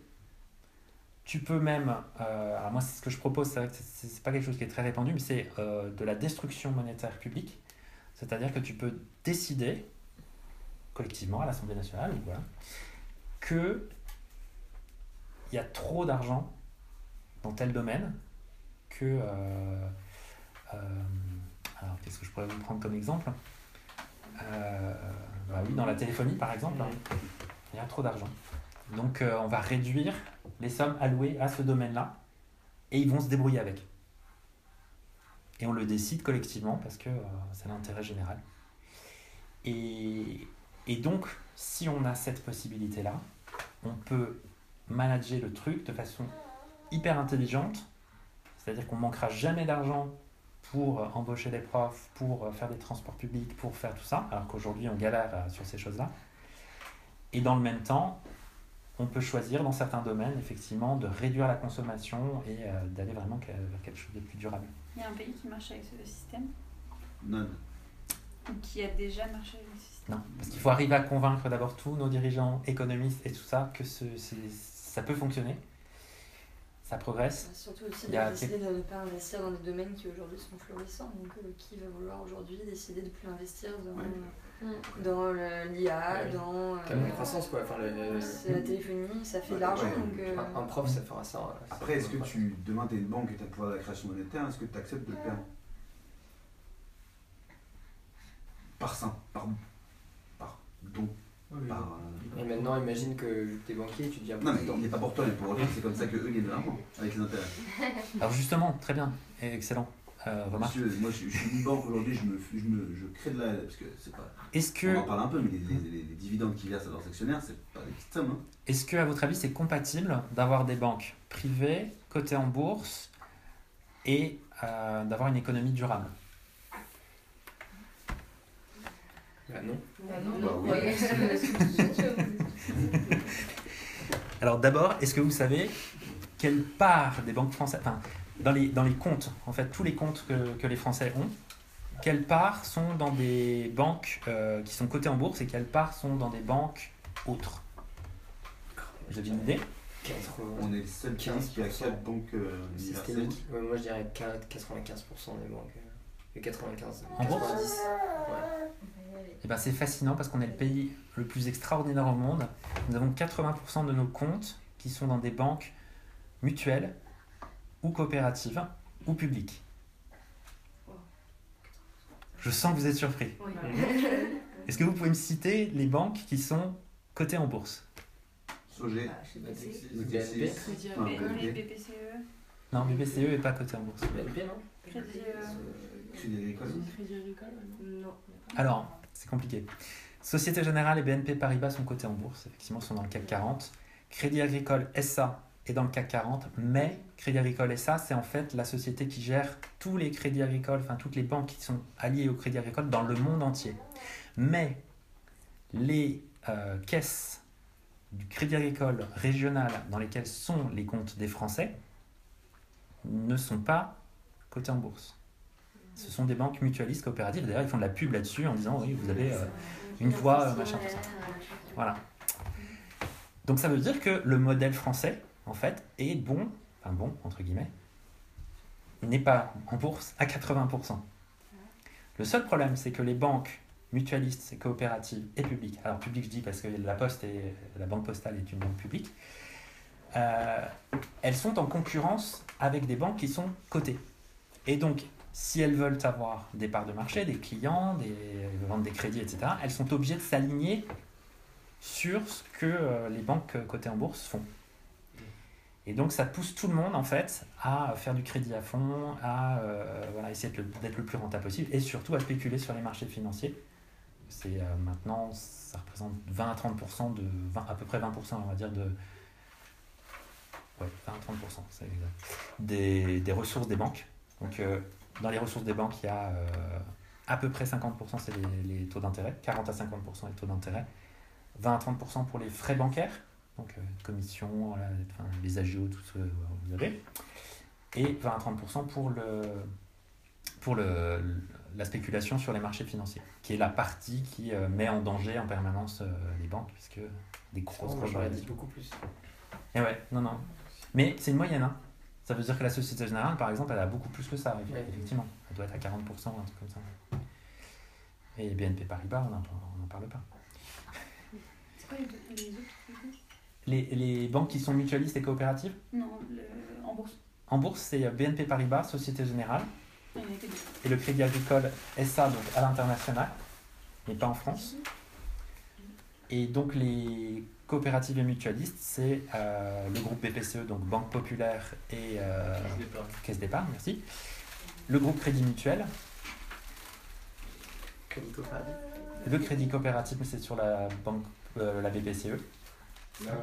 tu peux même, euh, alors moi c'est ce que je propose, c'est vrai que c'est, c'est pas quelque chose qui est très répandu, mais c'est euh, de la destruction monétaire publique, c'est-à-dire que tu peux décider, collectivement à l'Assemblée nationale, voilà, que il y a trop d'argent dans tel domaine, que, euh, euh, alors qu'est-ce que je pourrais vous prendre comme exemple ? Euh, bah oui, dans la téléphonie par exemple, hein, il y a trop d'argent. Donc euh, on va réduire les sommes allouées à ce domaine-là et ils vont se débrouiller avec. Et on le décide collectivement parce que euh, c'est l'intérêt général. Et, et donc, si on a cette possibilité-là, on peut manager le truc de façon hyper intelligente, c'est-à-dire qu'on ne manquera jamais d'argent pour embaucher des profs, pour faire des transports publics, pour faire tout ça, alors qu'aujourd'hui on galère sur ces choses-là. Et dans le même temps, on peut choisir dans certains domaines, effectivement, de réduire la consommation et euh, d'aller vraiment vers quelque chose de plus durable.
Il y a un pays qui marche avec ce système ?
Non.
Ou qui a déjà marché avec ce système ?
Non, parce qu'il faut arriver à convaincre d'abord tous nos dirigeants, économistes et tout ça, que ce, c'est, ça peut fonctionner. Ça progresse.
Surtout aussi de décider de ne pas investir dans des domaines qui aujourd'hui sont florissants. Donc euh, qui va vouloir aujourd'hui décider de ne plus investir dans... Ouais. dans l'I A, ouais. dans...
Euh, la croissance, quoi. Enfin, le...
C'est la téléphonie, ça fait de l'argent,
ouais.
donc... Euh...
Un, un prof, ça fera ça. ça
Après, est-ce que tu, demain, tu es une banque et tu as le pouvoir de la création monétaire, est-ce que tu acceptes de le perdre par sein, par, par don
oui.
par, euh...
Et maintenant, imagine que tu es banquier, tu deviens...
Non, mais il n'est pas pour toi, mais pour autant, c'est comme ça qu'eux gagnent de l'argent, avec les intérêts.
Alors justement, très bien, et excellent. Euh,
Monsieur, moi je, je suis une banque aujourd'hui, je, me, je, me, je crée de la... Parce que c'est pas...
Est-ce que...
On en parle un peu, mais les, les, les, les dividendes qu'ils versent à leurs actionnaires, c'est pas des petites sommes. Hein.
Est-ce que, à votre avis, c'est compatible d'avoir des banques privées, cotées en bourse, et euh, d'avoir une économie durable?
Bah non.
Bah non,
bah,
non.
Oui.
Alors d'abord, est-ce que vous savez quelle part des banques françaises... Enfin, Dans les, dans les comptes, en fait, tous les comptes que, que les Français ont, quelles parts sont dans des banques euh, qui sont cotées en bourse et quelles parts sont dans des banques autres? Vous avez une idée?
On est le seul pays qui a quatre banques euh, universelles.
Ouais, moi je dirais quatre-vingt-quinze pour cent des banques. Et quatre-vingt-quinze
en bourse?
Ouais.
Et ben c'est fascinant parce qu'on est le pays le plus extraordinaire au monde. Nous avons quatre-vingts pour cent de nos comptes qui sont dans des banques mutuelles ou coopératives ou publiques. Je sens que vous êtes surpris.
Oui.
Est-ce que vous pouvez me citer les banques qui sont cotées en bourse?
Sogé,
B N P,
B P C E.
Non, B P C E n'est pas coté en bourse.
B N P, non?
Crédit
Crédit Agricole.
Crédit Agricole,
non.
Alors, c'est compliqué. Société Générale et B N P Paribas sont cotés en bourse, effectivement, sont dans le C A C quarante. Crédit Agricole S A est dans le C A C quarante, mais Crédit Agricole S A, c'est en fait la société qui gère tous les crédits agricoles, enfin toutes les banques qui sont alliées au Crédit Agricole dans le monde entier. Mais les euh, caisses du Crédit Agricole régional dans lesquelles sont les comptes des Français ne sont pas cotées en bourse. Ce sont des banques mutualistes coopératives. D'ailleurs, ils font de la pub là-dessus en disant oui, vous avez euh, une voix, euh, machin, tout ça. Voilà. Donc ça veut dire que le modèle français, en fait, est bon, enfin bon, entre guillemets, n'est pas en bourse à quatre-vingts pour cent. Le seul problème, c'est que les banques mutualistes, coopératives et publiques, alors publiques je dis parce que la Poste et la Banque Postale est une banque publique, euh, elles sont en concurrence avec des banques qui sont cotées. Et donc, si elles veulent avoir des parts de marché, des clients, des, vendre des crédits, et cetera, elles sont obligées de s'aligner sur ce que euh, les banques cotées en bourse font. Et donc ça pousse tout le monde en fait à faire du crédit à fond, à euh, voilà, essayer d'être le plus rentable possible et surtout à spéculer sur les marchés financiers. C'est euh, maintenant, ça représente vingt à trente pour cent de, vingt, à peu près vingt pour cent on va dire de, ouais, vingt à trente pour cent c'est exact, des, des ressources des banques. Donc euh, dans les ressources des banques il y a euh, à peu près cinquante pour cent c'est les, les taux d'intérêt, quarante à cinquante pour cent les taux d'intérêt, vingt à trente pour cent pour les frais bancaires. Donc euh, commission, voilà, enfin, les agios, tout ce que vous avez, et vingt à trente pour cent pour, le, pour le, la spéculation sur les marchés financiers, qui est la partie qui euh, met en danger en permanence euh, les banques, puisque des grosses grosses
dit beaucoup plus.
Et ouais, non, non. Mais c'est une moyenne, hein. Ça veut dire que la Société Générale, par exemple, elle a beaucoup plus que ça, effectivement. Elle doit être à quarante pour cent, un truc comme ça. Et B N P Paribas, on n'en parle pas.
C'est quoi les, les autres?
Les, les banques qui sont mutualistes et coopératives?
Non, le, en bourse.
En bourse, c'est B N P Paribas, Société Générale,
Oui,
et le Crédit Agricole S A, donc à l'international, mais pas en France. Et donc les coopératives et mutualistes, c'est euh, le groupe B P C E, donc Banque Populaire et euh, Caisse d'Épargne, merci. Le groupe Crédit Mutuel.
Crédit coopératif.
Le Crédit Coopératif, mais c'est sur la, banque, euh, la B P C E.
La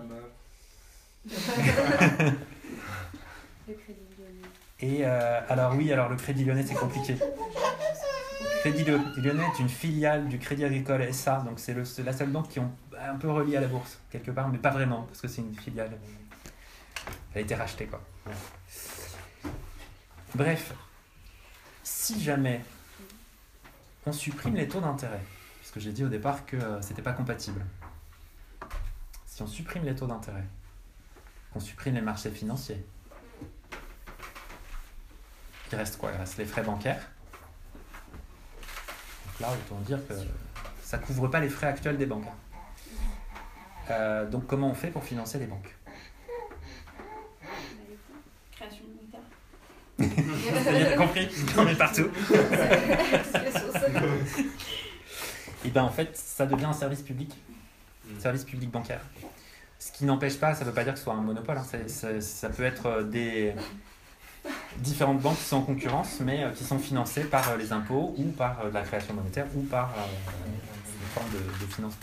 Le Crédit Lyonnais.
Et euh, alors oui, alors le Crédit Lyonnais, c'est compliqué. Crédit Lyonnais est une filiale du Crédit Agricole S A, donc c'est, le, c'est la seule banque qui est un peu reliée à la bourse, quelque part, mais pas vraiment, parce que c'est une filiale. Elle a été rachetée, quoi. Bref, si jamais on supprime les taux d'intérêt, puisque j'ai dit au départ que euh, c'était pas compatible, si on supprime les taux d'intérêt, qu'on supprime les marchés financiers, il reste quoi? Il reste les frais bancaires. Donc là, autant dire que Ça ne couvre pas les frais actuels des banques. Euh, donc comment on fait pour financer les banques?
Création monétaire.
Ça y est, t'as compris? On est partout. Et bien en fait, ça devient un service public, service public bancaire. Ce qui n'empêche pas, ça ne veut pas dire que ce soit un monopole, hein. c'est, c'est, ça peut être des différentes banques qui sont en concurrence, mais euh, qui sont financées par euh, les impôts ou par euh, la création monétaire ou par euh, une forme de, de financement.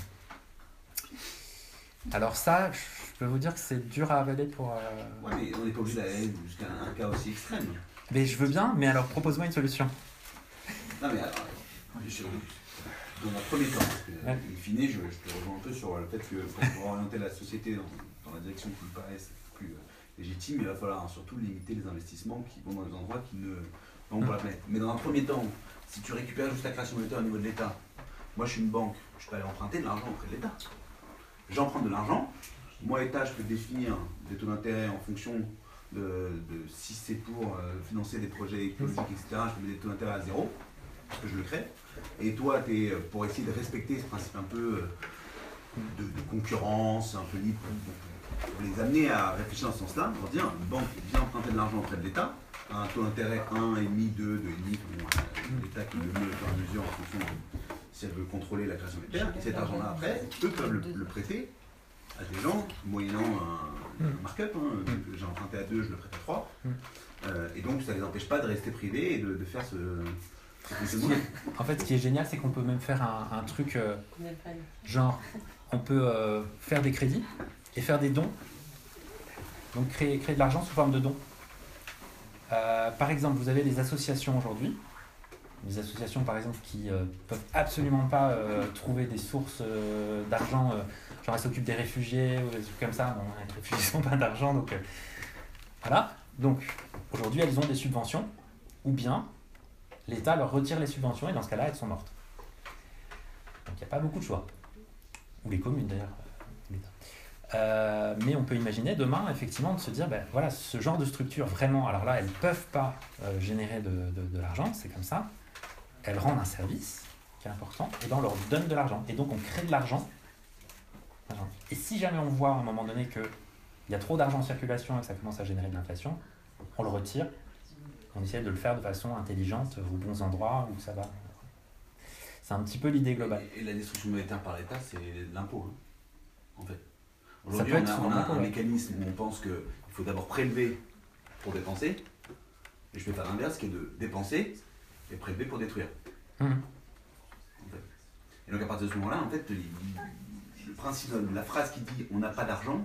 Alors ça, je peux vous dire que c'est dur à avaler pour... Euh...
Ouais, mais on n'est pas obligé d'aller jusqu'à un cas aussi extrême.
Mais je veux bien, mais alors propose-moi une solution.
Non mais alors, je, dans un premier temps, parce que, ouais. in fine, je, je te rejoins un peu sur le fait que pour orienter la société dans, dans la direction qui me paraît plus euh, légitime, il va falloir hein, surtout limiter les investissements qui vont dans les endroits qui ne vont pas la planète. Mais dans un premier temps, si tu récupères juste la création monétaire au niveau de l'État, moi je suis une banque, je peux aller emprunter de l'argent auprès de l'État. J'emprunte de l'argent, moi État je peux définir des taux d'intérêt en fonction de, de si c'est pour euh, financer des projets écologiques, et cetera. Je peux mettre des taux d'intérêt à zéro, parce que je le crée. Et toi, tu es pour essayer de respecter ce principe un peu de, de concurrence, un peu libre, pour les amener à réfléchir dans ce sens-là, pour dire une banque vient emprunter de l'argent auprès de l'État, à un taux d'intérêt un virgule cinq, deux, deux virgule cinq, bon, euh, l'État qui le met au fur et à mesure en fonction de si elle veut contrôler la création monétaire. Et cet argent-là, après, eux peuvent le, le prêter à des gens, moyennant un, un markup. Hein. J'ai emprunté à deux, je le prête à trois. Euh, et donc, ça ne les empêche pas de rester privés et de, de faire ce...
En fait, ce qui est génial, c'est qu'on peut même faire un, un truc euh, genre, on peut euh, faire des crédits et faire des dons. Donc créer, créer de l'argent sous forme de dons. Euh, par exemple, vous avez des associations aujourd'hui, des associations par exemple qui euh, peuvent absolument pas euh, trouver des sources euh, d'argent, euh, genre elles s'occupent des réfugiés ou des trucs comme ça. Bon, les réfugiés n'ont pas d'argent, donc euh, voilà. Donc aujourd'hui, elles ont des subventions, ou bien l'État leur retire les subventions et dans ce cas-là, elles sont mortes. Donc il n'y a pas beaucoup de choix. Ou les communes d'ailleurs. Euh, mais on peut imaginer demain, effectivement, de se dire, ben voilà, ce genre de structure, vraiment, alors là, elles ne peuvent pas euh, générer de, de, de l'argent, c'est comme ça. Elles rendent un service qui est important et ben on leur donne de l'argent. Et donc on crée de l'argent. Et si jamais on voit à un moment donné qu'il y a trop d'argent en circulation et que ça commence à générer de l'inflation, on le retire. On essaie de le faire de façon intelligente, aux bons endroits où ça va. C'est un petit peu l'idée globale.
Et, et la destruction monétaire par l'État, c'est l'impôt, hein, en fait. Aujourd'hui, on a, on a un mécanisme où on pense qu'il faut d'abord prélever pour dépenser, et je fais pas l'inverse, qui est de dépenser et prélever pour détruire. Mmh. En fait. Et donc à partir de ce moment-là, en fait, le, le principe, la phrase qui dit on n'a pas d'argent,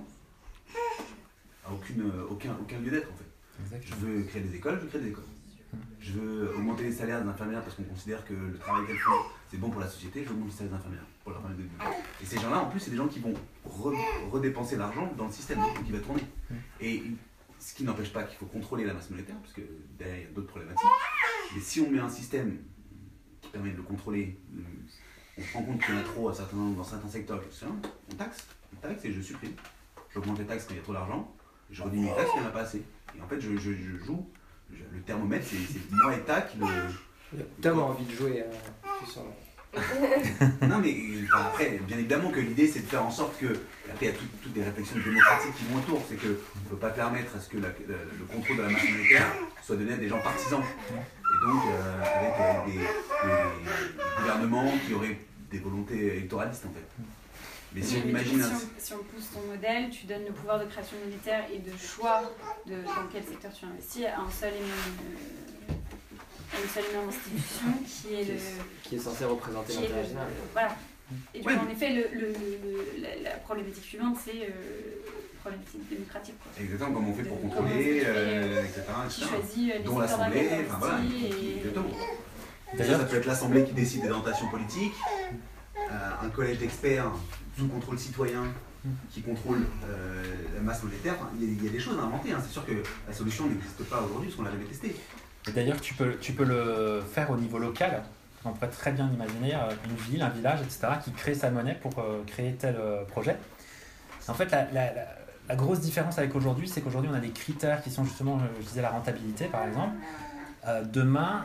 a aucune, aucun, aucun lieu d'être en fait. Exactement. Je veux créer des écoles, je crée des écoles. Je veux augmenter les salaires des infirmières parce qu'on considère que le travail qu'elles font, c'est bon pour la société, je augmente les salaires des infirmières pour leur permettre de vivre. Et ces gens-là, en plus, c'est des gens qui vont re redépenser l'argent dans le système, donc qui va tourner. Et ce qui n'empêche pas qu'il faut contrôler la masse monétaire, parce que derrière, il y a d'autres problématiques. Mais si on met un système qui permet de le contrôler, on se rend compte qu'il y en a trop à certains, dans certains secteurs, on taxe, on taxe et je supprime. J'augmente les taxes quand il y a trop d'argent, je réduis mes taxes quand il n'y en a pas assez. Et en fait, je, je, je joue, je, le thermomètre, c'est moi État qui le...
T'as envie de jouer euh, sur
non mais enfin, après, bien évidemment que l'idée c'est de faire en sorte que, après il y a tout, toutes les réflexions démocratiques qui vont autour, c'est qu'on ne peut pas permettre à ce que la, la, le contrôle de la masse monétaire soit donné à des gens partisans. Et donc euh, avec euh, des, des, des gouvernements qui auraient des volontés électoralistes en fait. Mais si on imagine...
Si on, si on pousse ton modèle, tu donnes le pouvoir de création monétaire et de choix de dans quel secteur tu investis à un seul et même... une seule et même institution qui est, le,
qui est censée représenter l'intérêt général.
Voilà. Et du coup, en effet, le, le, le, la, la problématique suivante, c'est euh, la problématique démocratique. Quoi.
Exactement, comment on fait pour contrôler, euh, et cetera.
Qui choisit les
dont l'Assemblée, enfin voilà, exactement. D'ailleurs, ça peut être l'Assemblée qui décide des orientations politiques, euh, un collège d'experts sous contrôle citoyen qui contrôle euh, la masse monétaire. Enfin, il, y a, il y a des choses à inventer, hein. C'est sûr que la solution n'existe pas aujourd'hui parce qu'on l'a jamais testée.
Et d'ailleurs, tu peux, tu peux le faire au niveau local. On pourrait très bien imaginer une ville, un village, et cetera, qui crée sa monnaie pour euh, créer tel euh, projet. En fait, la, la, la, la grosse différence avec aujourd'hui, c'est qu'aujourd'hui, on a des critères qui sont justement, je disais, la rentabilité, par exemple. Euh, demain,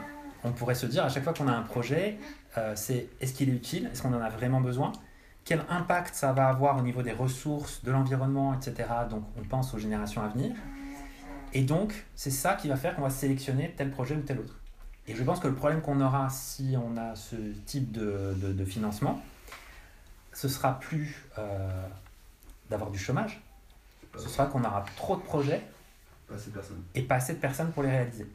on pourrait se dire à chaque fois qu'on a un projet, euh, c'est est-ce qu'il est utile, est-ce qu'on en a vraiment besoin, quel impact ça va avoir au niveau des ressources, de l'environnement, et cetera. Donc on pense aux générations à venir. Et donc c'est ça qui va faire qu'on va sélectionner tel projet ou tel autre. Et je pense que le problème qu'on aura si on a ce type de, de, de financement, ce sera plus euh, d'avoir du chômage, ce sera qu'on aura trop de projets
pas assez de personnes.
et pas assez de personnes pour les réaliser.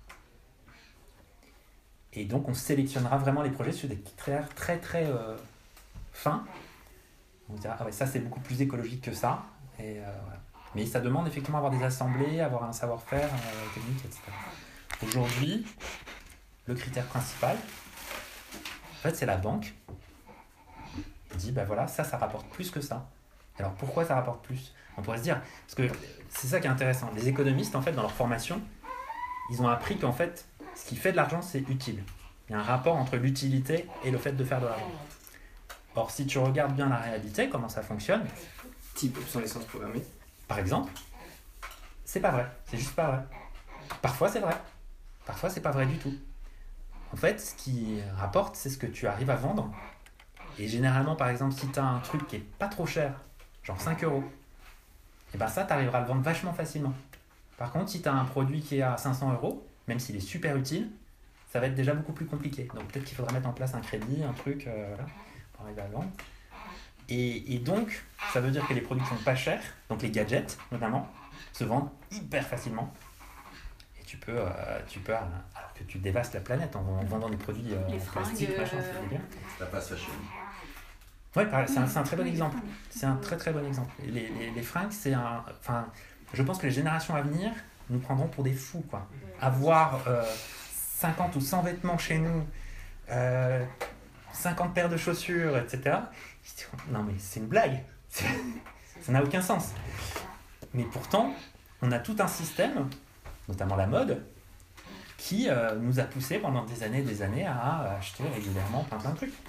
Et donc on sélectionnera vraiment les projets sur des critères très très euh, fins. On dira, ah ouais, ça c'est beaucoup plus écologique que ça. Et, euh, voilà. Mais ça demande effectivement avoir des assemblées, avoir un savoir-faire euh, technique, et cetera. Aujourd'hui, le critère principal, en fait, c'est la banque. Elle dit, ben voilà, ça, ça rapporte plus que ça. Alors pourquoi ça rapporte plus? On pourrait se dire, parce que c'est ça qui est intéressant. Les économistes, en fait, dans leur formation, ils ont appris qu'en fait, ce qui fait de l'argent, c'est utile. Il y a un rapport entre l'utilité et le fait de faire de l'argent. Or, si tu regardes bien la réalité, comment ça fonctionne,
type obsolescence programmée,
par exemple, c'est pas vrai. C'est juste pas vrai. Parfois, c'est vrai. Parfois, c'est pas vrai du tout. En fait, ce qui rapporte, c'est ce que tu arrives à vendre. Et généralement, par exemple, si tu as un truc qui est pas trop cher, genre cinq euros, et ben ça, tu arriveras à le vendre vachement facilement. Par contre, si tu as un produit qui est à cinq cents euros, même s'il est super utile, ça va être déjà beaucoup plus compliqué. Donc peut-être qu'il faudra mettre en place un crédit, un truc, euh, voilà, pour arriver à le vendre. Et, et donc, ça veut dire que les produits qui sont pas chers, donc les gadgets notamment, se vendent hyper facilement. Et tu peux, euh, tu peux alors que tu dévastes la planète en, en vendant des produits euh,
les
en plastique,
fringues,
machin,
euh...
c'est bien.
La fast fashion.
Ouais, c'est un, c'est un très bon exemple. C'est un très très bon exemple. Les, les, les fringues, c'est un... Enfin, je pense que les générations à venir nous prendront pour des fous, quoi. Avoir euh, cinquante ou cent vêtements chez nous, euh, cinquante paires de chaussures, et cetera. Non mais c'est une blague. Ça n'a aucun sens. Mais pourtant, on a tout un système, notamment la mode, qui euh, nous a poussé pendant des années et des années à acheter régulièrement plein plein de trucs.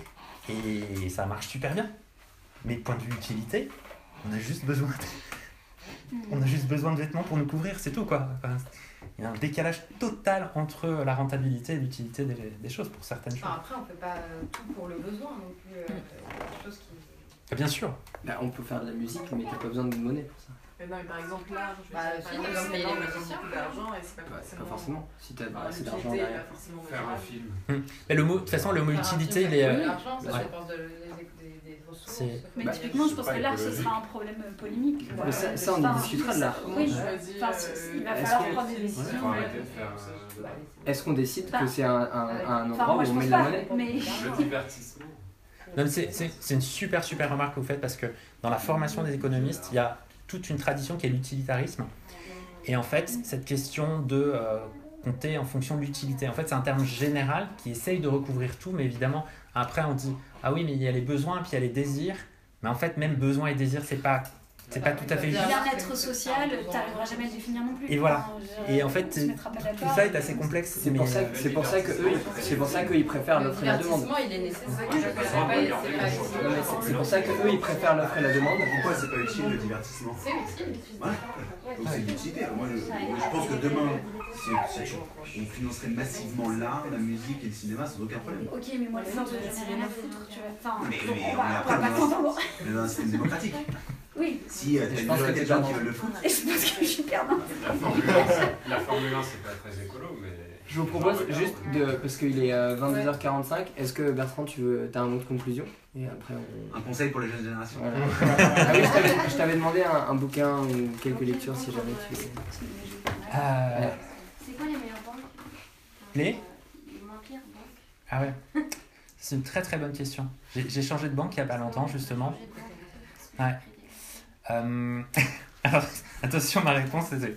Et ça marche super bien. Mais point de vue utilité, on a juste besoin de, on a juste besoin de vêtements pour nous couvrir, c'est tout, quoi. Enfin, il y a un décalage total entre la rentabilité et l'utilité des, des choses pour certaines choses.
Enfin, après, on ne fait pas tout pour le besoin non plus. Euh, des choses qui...
Bien sûr.
Bah, on peut faire de la musique, mais t'as pas besoin de monnaie pour ça.
Mais non, mais par exemple, l'art, je veux
Bah,
dire,
si,
par
tu
exemple,
peux payer
les
les
musiciens,
musiciens.
beaucoup d'argent et c'est pas forcément...
Pas forcément, si t'as
Enfin,
assez d'argent
l'utilité est
derrière.
pas forcément
Faire un
mesurable.
film.
Hum. Mais le mot, de toute façon, le mot
Faire un
utilité,
film,
il est.
ça coûte
euh,
de l'argent, ça
ouais.
dépense de- des, des, des ressources.
C'est-
Mais
Bah,
typiquement, je pense
pas
que l'art, ce
écologique.
sera un problème euh, polémique.
Mais ça, ça, on en discutera de l'art.
Oui,
je me dis,
enfin,
euh,
il va
est-ce
falloir
que-
prendre des
Il
décisions.
faut
euh,
arrêter de faire euh,
Est-ce qu'on décide
Bah,
que c'est un, un, un
Enfin,
endroit
moi,
où
je
on met
pense
de la
pas,
monnaie
mais...
le divertissement.
Non, mais c'est, c'est, c'est une super super remarque que vous faites parce que dans la formation des économistes, il y a toute une tradition qui est l'utilitarisme. Et en fait, cette question de euh, compter en fonction de l'utilité, en fait, c'est un terme général qui essaye de recouvrir tout, mais évidemment, après, on dit ah oui, mais il y a les besoins, puis il y a les désirs. Mais en fait, même besoin et désir, c'est pas, c'est pas tout à fait
Le
juste.
bien-être social, t'arriveras jamais à le définir non plus.
Et voilà.
Enfin, je-
Et en
on
fait,
se mettra pas
tout
d'accord.
ça est assez complexe.
C'est
mais,
pour ça,
euh,
c'est pour ça que eux, ils- c'est pour ça qu'ils préfèrent
Le
l'offre et la demande.
divertissement, il est nécessaire. Je
Ouais,
connais pas,
ouais,
c'est
ouais,
pas
ouais,
utile.
Non, mais c'est- c'est pour ça que eux, ils préfèrent l'offre et la demande.
Pourquoi c'est pas utile le divertissement?
C'est utile.
Ouais. Donc c'est une utilité. Moi je, je pense que demain, si, si on financerait massivement l'art, la musique et le cinéma sans aucun problème.
Ok, mais moi, le foot, j'en ai rien à foutre, tu vois. Enfin,
Mais,
on
mais
va-
on est
on
après
va pas
dans un,
s'entendre.
on est dans un système démocratique.
Oui.
Si euh, t'as
Je
une
pense que
majorité
t'es
de gens
pas
qui
dans-
veulent le foot,
Et je pense que je suis perdante.
La Formule un, c'est- la Formule un, c'est pas très écolo, mais.
Je vous propose juste de, parce qu'il est euh, vingt-deux heures quarante-cinq, est-ce que Bertrand, tu veux, t'as un mot de conclusion? Et après on...
un conseil pour les jeunes générations.
Voilà. Ah oui, je t'avais- je t'avais demandé un, un bouquin ou quelques lectures si jamais tu...
euh,
C'est quoi les meilleures banques
Les
Les moins pires banques
Ah ouais. C'est une très très bonne question. J'ai, j'ai changé de banque il y a pas longtemps justement. Ouais. Euh, Alors, attention, ma réponse, désolé.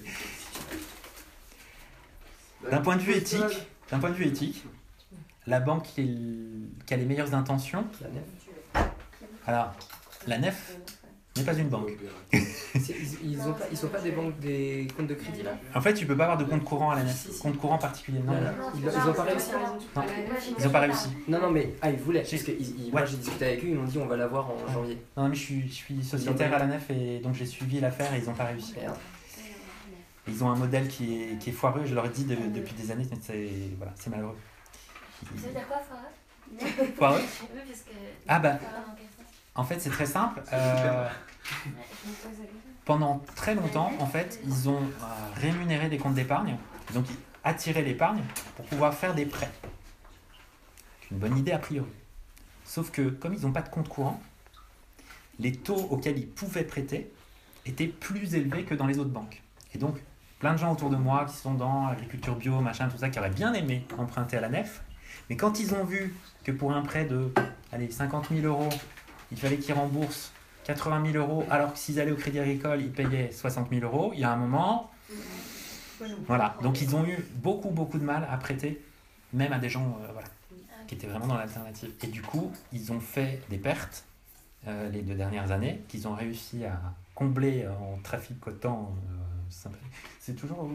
D'un point de vue éthique, d'un point de vue éthique, la banque qui, est- qui a les meilleures intentions,
La nef.
alors, la nef n'est pas une banque.
C'est- Ils, ils, ont pas, ils sont pas des banques des comptes de crédit là?
En fait, tu peux pas avoir de compte courant à la nef, compte courant particulier. Non,
Voilà. Ils, ils ont pas réussi?
non, ils ont pas réussi.
Non, non, mais ah, ils voulaient. Parce que ils, ils- moi
Ouais.
j'ai discuté avec eux, ils m'ont dit on va l'avoir en janvier.
Non, mais je suis, je suis sociétaire à la nef et donc j'ai suivi l'affaire et ils ont pas réussi.
Merde.
Ils ont un modèle qui est, qui est foireux, je leur ai dit de, depuis des années, c'est voilà, c'est malheureux.
Ça veut dire quoi, foireux?
Foireux?
Oui, parce que...
Ah bah, en fait c'est très simple. Euh, pendant très longtemps, en fait, ils ont euh, rémunéré des comptes d'épargne, donc attiré l'épargne pour pouvoir faire des prêts. C'est une bonne idée a priori. Sauf que comme ils n'ont pas de compte courant, les taux auxquels ils pouvaient prêter étaient plus élevés que dans les autres banques. Et donc, plein de gens autour de moi qui sont dans l'agriculture bio, machin, tout ça, qui auraient bien aimé emprunter à la nef, mais quand ils ont vu que pour un prêt de allez, cinquante mille euros, il fallait qu'ils remboursent quatre-vingt mille euros, alors que s'ils allaient au Crédit Agricole, ils payaient soixante mille euros, il y a un moment... Voilà, donc ils ont eu beaucoup, beaucoup de mal à prêter, même à des gens euh, voilà, qui étaient vraiment dans l'alternative. Et du coup, ils ont fait des pertes euh, les deux dernières années, qu'ils ont réussi à combler en traficotant... Euh, c'est toujours...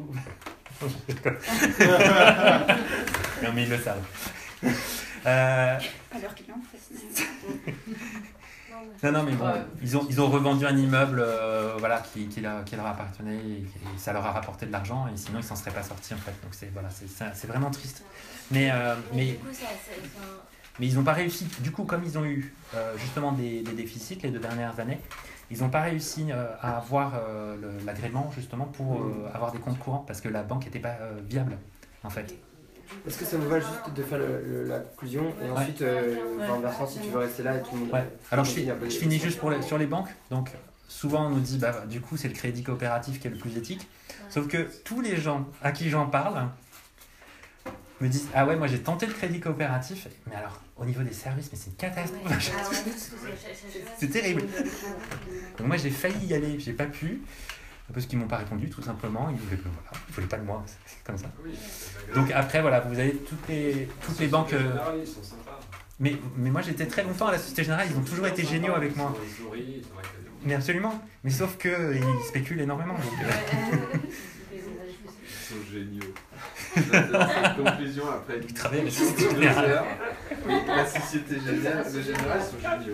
non mais ils le savent. Euh...
Pas leur client, en fait.
Non, non, mais bon, ils ont, ils ont revendu un immeuble euh, voilà, qui, qui, leur, qui leur appartenait et, et ça leur a rapporté de l'argent et sinon ils s'en seraient pas sortis en fait. Donc c'est voilà, c'est, c'est vraiment triste. Mais, euh, mais, mais, coup, ça, ça, ça... mais ils n'ont pas réussi. Du coup, comme ils ont eu euh, justement des, des déficits les deux dernières années, ils n'ont pas réussi euh, à avoir euh, le, l'agrément justement pour euh, avoir des comptes courants parce que la banque n'était pas euh, viable en fait.
Est-ce que ça vous va juste de faire le, le, la conclusion et ensuite, ouais. euh, enfin, Bertrand, si tu veux rester là et tout le monde.
Ouais. Alors je, je finis juste pour les, sur les banques. Donc souvent on nous dit bah du coup c'est le crédit coopératif qui est le plus éthique. Sauf que tous les gens à qui j'en parle me disent ah ouais moi j'ai tenté le crédit coopératif mais alors au niveau des services mais c'est une catastrophe. C'est terrible. Donc moi j'ai failli y aller, j'ai pas pu. Parce qu'ils m'ont pas répondu tout simplement, ils ne voilà, voulaient pas de moi, c'est comme ça. Oui, donc après voilà, vous avez toutes les, toutes les banques... Euh... Ils sont sympas. Mais, mais moi j'étais très longtemps à la Société Générale, ils ont toujours été géniaux avec moi. Mais absolument, mais sauf qu'ils spéculent énormément. Donc, euh...
Ils sont géniaux. J'adore cette conclusion après une
travail à la Société Générale.
Oui, la Société Générale, les générales sont géniaux.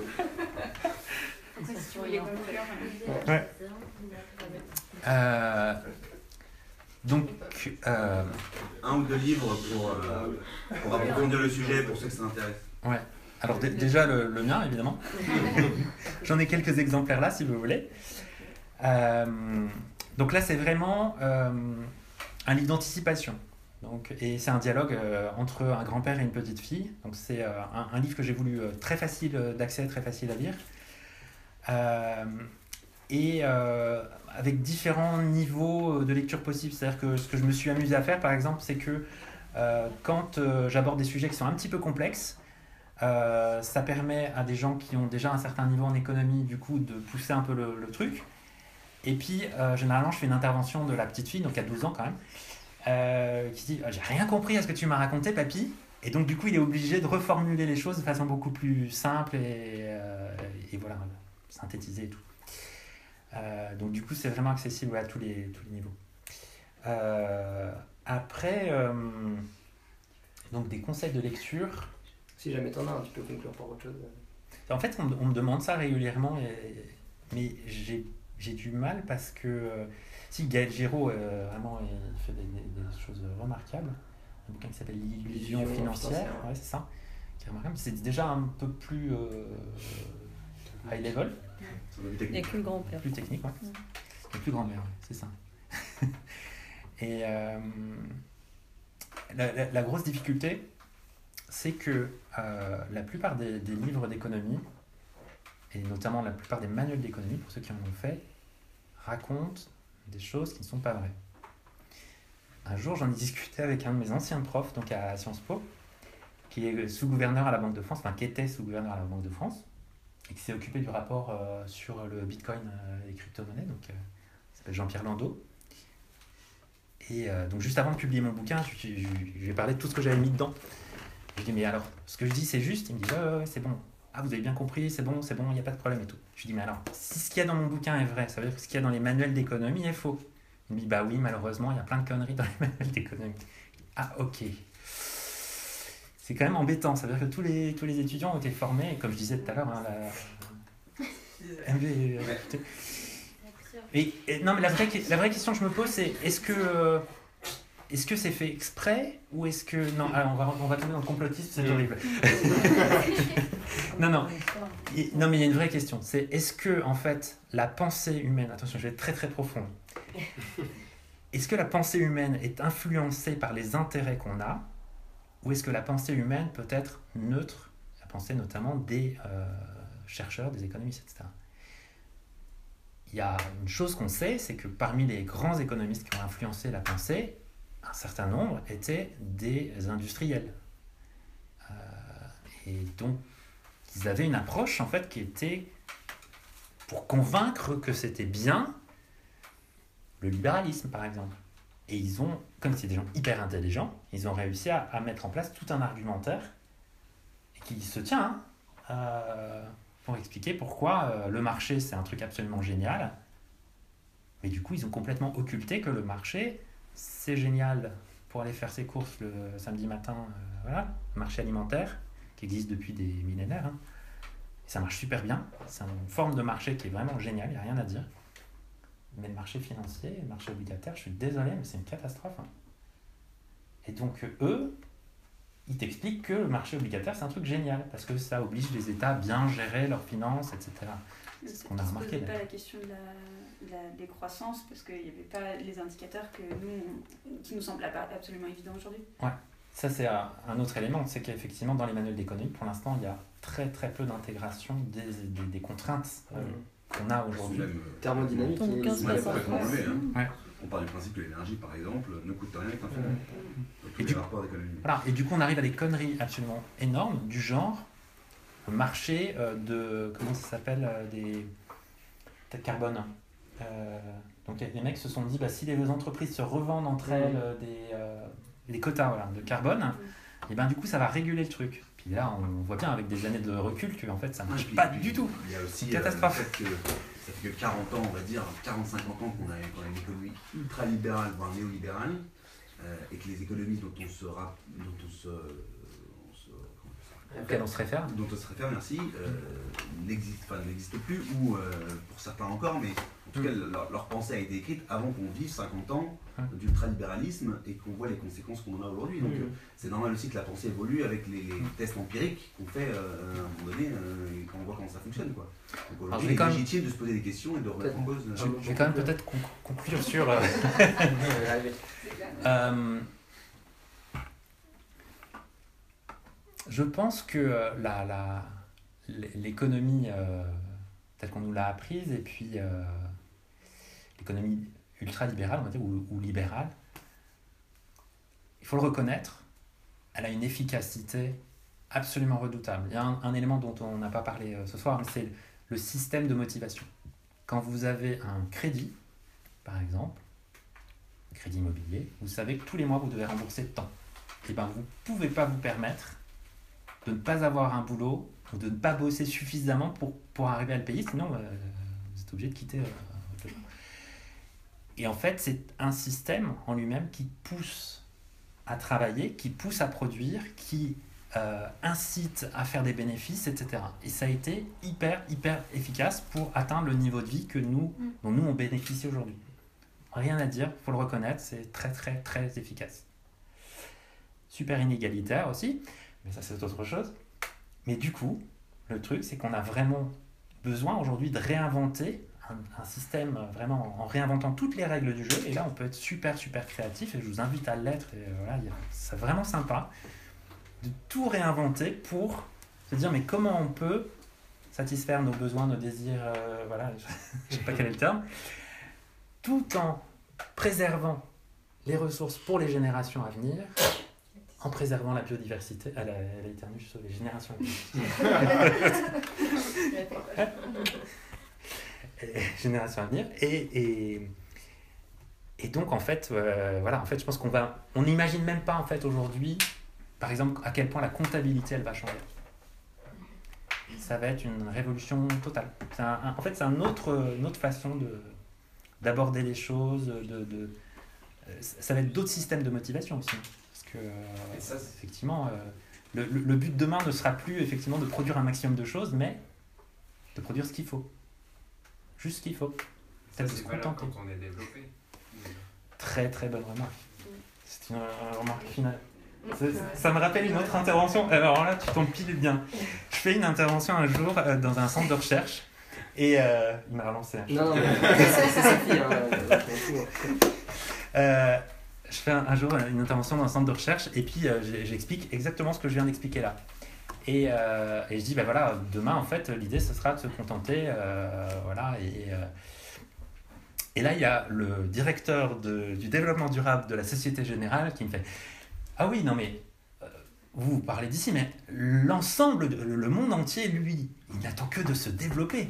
Ouais. Euh, donc, euh,
un ou deux livres pour, euh, pour approfondir le sujet pour ceux que ça intéresse.
Ouais. Alors d- déjà le, le mien évidemment. J'en ai quelques exemplaires là si vous voulez. Euh, donc là c'est vraiment euh, un livre d'anticipation. Donc, et c'est un dialogue euh, entre un grand-père et une petite fille. Donc c'est euh, un, un livre que j'ai voulu euh, très facile d'accès, très facile à lire. Euh, et euh, avec différents niveaux de lecture possibles. C'est-à-dire que ce que je me suis amusé à faire, par exemple, c'est que euh, quand euh, j'aborde des sujets qui sont un petit peu complexes, euh, ça permet à des gens qui ont déjà un certain niveau en économie, du coup, de pousser un peu le, le truc. Et puis, euh, généralement, je fais une intervention de la petite fille, donc il y a douze ans quand même, euh, qui dit « J'ai rien compris à ce que tu m'as raconté, papy ». Et donc, du coup, il est obligé de reformuler les choses de façon beaucoup plus simple et, euh, et voilà, synthétiser et tout. Euh, donc du coup c'est vraiment accessible à tous les, tous les niveaux. Euh, après, euh, donc des conseils de lecture.
Si jamais t'en as un, tu peux conclure par autre chose.
En fait on, on me demande ça régulièrement, et, mais j'ai, j'ai du mal parce que euh, si Gaël Giraud euh, vraiment il fait des, des, des choses remarquables. Un bouquin qui s'appelle L'illusion financière, financière. Ouais, c'est ça, qui est remarquable. C'est déjà un peu plus euh, high level.
Il n'y a que le grand-père.
Plus technique, ouais. Il n'y a plus grand-mère, ouais, c'est ça. Et euh, la, la, la grosse difficulté, c'est que euh, la plupart des, des livres d'économie, et notamment la plupart des manuels d'économie, pour ceux qui en ont fait, racontent des choses qui ne sont pas vraies. Un jour, j'en ai discuté avec un de mes anciens profs, donc à Sciences Po, qui est sous-gouverneur à la Banque de France, enfin qui était sous-gouverneur à la Banque de France, et qui s'est occupé du rapport euh, sur le Bitcoin euh, et les crypto-monnaies, donc euh, il s'appelle Jean-Pierre Landau. Et euh, donc juste avant de publier mon bouquin, je, je, je, je lui ai parlé de tout ce que j'avais mis dedans. Je lui ai dit, mais alors, ce que je dis c'est juste? Il me dit, ouais, ouais, ouais, c'est bon. Ah, vous avez bien compris, c'est bon, c'est bon, il n'y a pas de problème et tout. Je lui ai dit, mais alors, si ce qu'il y a dans mon bouquin est vrai, ça veut dire que ce qu'il y a dans les manuels d'économie est faux. Il me dit, bah oui, malheureusement, il y a plein de conneries dans les manuels d'économie. Ah, ok. C'est quand même embêtant, ça veut dire que tous les, tous les étudiants ont été formés, comme je disais tout à l'heure, hein, la... M V... Et, et non, mais la vraie, la vraie question que je me pose, c'est est-ce que euh, est-ce que c'est fait exprès ou est-ce que non, alors on va on va tomber dans le complotisme, c'est horrible. non non. Et, non mais il y a une vraie question, c'est est-ce que en fait la pensée humaine, attention, je vais être très très profonde. Est-ce que la pensée humaine est influencée par les intérêts qu'on a ou est-ce que la pensée humaine peut être neutre, la pensée notamment des euh, chercheurs, des économistes, et cetera. Il y a une chose qu'on sait, c'est que parmi les grands économistes qui ont influencé la pensée, un certain nombre étaient des industriels. Euh, et donc, ils avaient une approche en fait qui était pour convaincre que c'était bien le libéralisme, par exemple. Et ils ont, comme c'est des gens hyper intelligents, ils ont réussi à, à mettre en place tout un argumentaire qui se tient hein, euh, pour expliquer pourquoi euh, le marché c'est un truc absolument génial. Mais du coup, ils ont complètement occulté que le marché c'est génial pour aller faire ses courses le samedi matin, euh, voilà, le marché alimentaire qui existe depuis des millénaires. Hein. Et ça marche super bien. C'est une forme de marché qui est vraiment géniale, il n'y a rien à dire. Mais le marché financier, le marché obligataire, je suis désolé, mais c'est une catastrophe. Hein. Et donc, eux, ils t'expliquent que le marché obligataire, c'est un truc génial, parce que ça oblige les États à bien gérer leurs finances, et cetera.
C'est
ce qu'on a remarqué.
Il n'y avait pas la question de la, de la décroissance, parce qu'il n'y avait pas les indicateurs que nous, on, qui nous semblent absolument évidents aujourd'hui.
Ouais, ça c'est un autre élément, c'est qu'effectivement, dans les manuels d'économie, pour l'instant, il y a très très peu d'intégration des, des, des contraintes euh, qu'on a aujourd'hui.
Thermodynamique,
on part du principe que l'énergie, par exemple, ne coûte rien avec l'infini. Tous les rapports d'économie.
Voilà, et du coup, on arrive à des conneries absolument énormes, du genre le marché euh, de. Comment ça s'appelle euh, des. Peut-être carbone. Euh, donc, les mecs se sont dit bah, si les entreprises se revendent entre elles euh, des, euh, des quotas voilà, de carbone, et ben du coup, ça va réguler le truc. Puis là, on voit bien avec des années de recul que en fait, ça ne marche pas du tout.
Il y a aussi
une catastrophe.
Euh, le fait que ça fait que quarante ans, on va dire, quarante à cinquante ans qu'on a, qu'on a une économie ultra-libérale, voire néolibérale, euh, et que les économies dont on se... Dont on se, on se
auquel on se réfère
dont on se réfère, merci, euh, n'existe, enfin, n'existe plus, ou euh, pour certains encore, mais en tout cas, leur, leur pensée a été écrite avant qu'on vive cinquante ans d'ultralibéralisme et qu'on voit les conséquences qu'on en a aujourd'hui. Donc, euh, c'est normal aussi que la pensée évolue avec les, les tests empiriques qu'on fait euh, à un moment donné euh, et quand on voit comment ça fonctionne. Quoi. Donc, aujourd'hui, il est légitime de se poser des questions et de remettre en cause.
Je, je vais quand même peut-être conclure sur. Euh, euh, je pense que la, la, l'économie euh, telle qu'on nous l'a apprise et puis euh, l'économie ultra-libérale, on va dire, ou, ou libérale, il faut le reconnaître, elle a une efficacité absolument redoutable. Il y a un, un élément dont on n'a pas parlé euh, ce soir, mais c'est le système de motivation. Quand vous avez un crédit, par exemple, un crédit immobilier, vous savez que tous les mois vous devez rembourser tant. Et ben, vous ne pouvez pas vous permettre de ne pas avoir un boulot ou de ne pas bosser suffisamment pour, pour arriver à le payer, sinon euh, vous êtes obligé de quitter euh, votre logement. Et en fait, c'est un système en lui-même qui pousse à travailler, qui pousse à produire, qui euh, incite à faire des bénéfices, et cetera. Et ça a été hyper, hyper efficace pour atteindre le niveau de vie que nous, dont nous on bénéficie aujourd'hui. Rien à dire, il faut le reconnaître, c'est très, très, très efficace. Super inégalitaire aussi, mais ça c'est autre chose. Mais du coup, le truc, c'est qu'on a vraiment besoin aujourd'hui de réinventer un, un système vraiment en réinventant toutes les règles du jeu. Et là, on peut être super, super créatif. Et je vous invite à l'être. Et voilà, c'est vraiment sympa de tout réinventer pour se dire, mais comment on peut satisfaire nos besoins, nos désirs, euh, voilà, je ne sais pas quel est le terme, tout en préservant les ressources pour les générations à venir, en préservant la biodiversité. Elle a, elle a éternué sur les générations à venir. et, générations à venir. Et, et, et donc, en fait, euh, voilà, en fait, je pense qu'on va... On n'imagine même pas, en fait, aujourd'hui, par exemple, à quel point la comptabilité, elle va changer. Ça va être une révolution totale. C'est un, un, en fait, c'est un autre, une autre façon de, d'aborder les choses, de... de ça va être d'autres systèmes de motivation aussi. Parce que, euh, ça, effectivement, euh, le, le, le but demain ne sera plus effectivement de produire un maximum de choses, mais de produire ce qu'il faut. Juste ce qu'il faut. peut-être se
valable
contenter.
quand on est développé.
Très très bonne remarque. C'est une euh, remarque finale. Ça, ça me rappelle une autre intervention. Alors là, tu tombes pile bien. Je fais une intervention un jour euh, dans un centre de recherche et euh, il m'a relancé. Hein.
Non, non, mais c'est sa fille. Hein,
euh, je fais un, un jour une intervention dans un centre de recherche et puis euh, j'explique exactement ce que je viens d'expliquer là. Et, euh, et je dis, ben voilà, demain en fait, l'idée ce sera de se contenter, euh, voilà. Et, euh, et là, il y a le directeur de, du développement durable de la Société Générale qui me fait. Ah oui, non mais, euh, vous parlez d'ici, mais l'ensemble, de, le monde entier, lui, il n'attend que de se développer.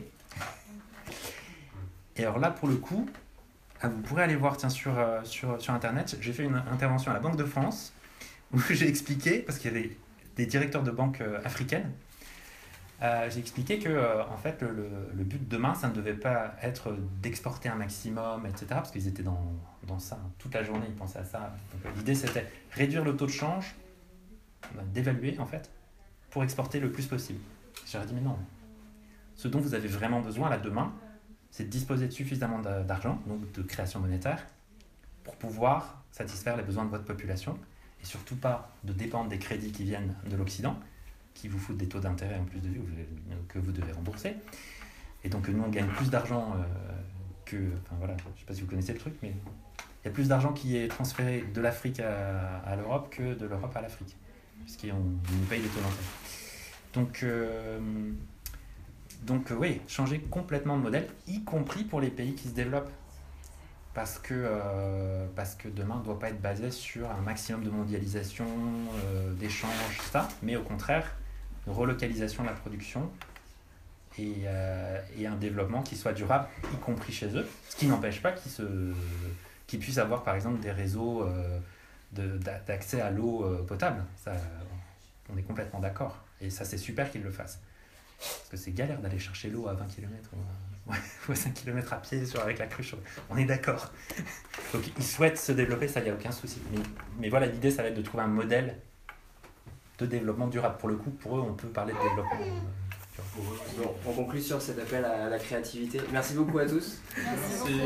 Et alors là, pour le coup, vous pourrez aller voir tiens, sur, euh, sur, sur Internet, j'ai fait une intervention à la Banque de France où j'ai expliqué, parce qu'il y avait des directeurs de banques euh, africaines, euh, j'ai expliqué que euh, en fait, le, le, le but de demain, ça ne devait pas être d'exporter un maximum, et cetera, parce qu'ils étaient dans, dans ça, toute la journée, ils pensaient à ça. Donc, l'idée, c'était réduire le taux de change, d'évaluer, en fait, pour exporter le plus possible. J'aurais dit, mais non. Ce dont vous avez vraiment besoin, là, demain, c'est de disposer de suffisamment d'argent, donc de création monétaire, pour pouvoir satisfaire les besoins de votre population, et surtout pas de dépendre des crédits qui viennent de l'Occident, qui vous foutent des taux d'intérêt en plus de vue que vous devez rembourser. Et donc nous, on gagne plus d'argent euh, que... Enfin voilà, je ne sais pas si vous connaissez le truc, mais il y a plus d'argent qui est transféré de l'Afrique à, à l'Europe que de l'Europe à l'Afrique, puisqu'on nous paye des taux d'intérêt. Donc, euh, donc euh, oui, changer complètement de modèle, y compris pour les pays qui se développent. Parce que, euh, parce que demain ne doit pas être basé sur un maximum de mondialisation, euh, d'échanges, ça, mais au contraire, une relocalisation de la production et, euh, et un développement qui soit durable, y compris chez eux, ce qui n'empêche pas qu'ils, se, qu'ils puissent avoir par exemple des réseaux euh, de, d'accès à l'eau euh, potable. Ça, on est complètement d'accord. Et ça, c'est super qu'ils le fassent. Parce que c'est galère d'aller chercher l'eau à vingt kilomètres ou à cinq kilomètres à pied sur, avec la cruche. On est d'accord. Donc ils souhaitent se développer, ça, il n'y a aucun souci. Mais, mais voilà, l'idée, ça va être de trouver un modèle de développement durable. Pour le coup, pour eux, on peut parler de développement durable.
Bon, on conclut sur cet appel à la créativité. Merci beaucoup à tous.
Merci.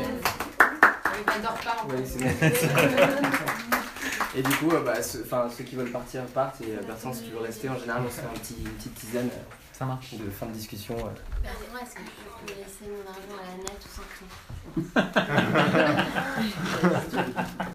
On dort pas en fait.
Oui, c'est bon. Et du coup, euh, bah, ceux, ceux qui veulent partir partent. Et euh, Bertrand, si tu veux rester, en général, on se fait un petit, une petite tisane. Euh,
Ça marche.
De fin de discussion. Euh.
Moi, est-ce que je peux laisser mon argent à la net ou sans prix?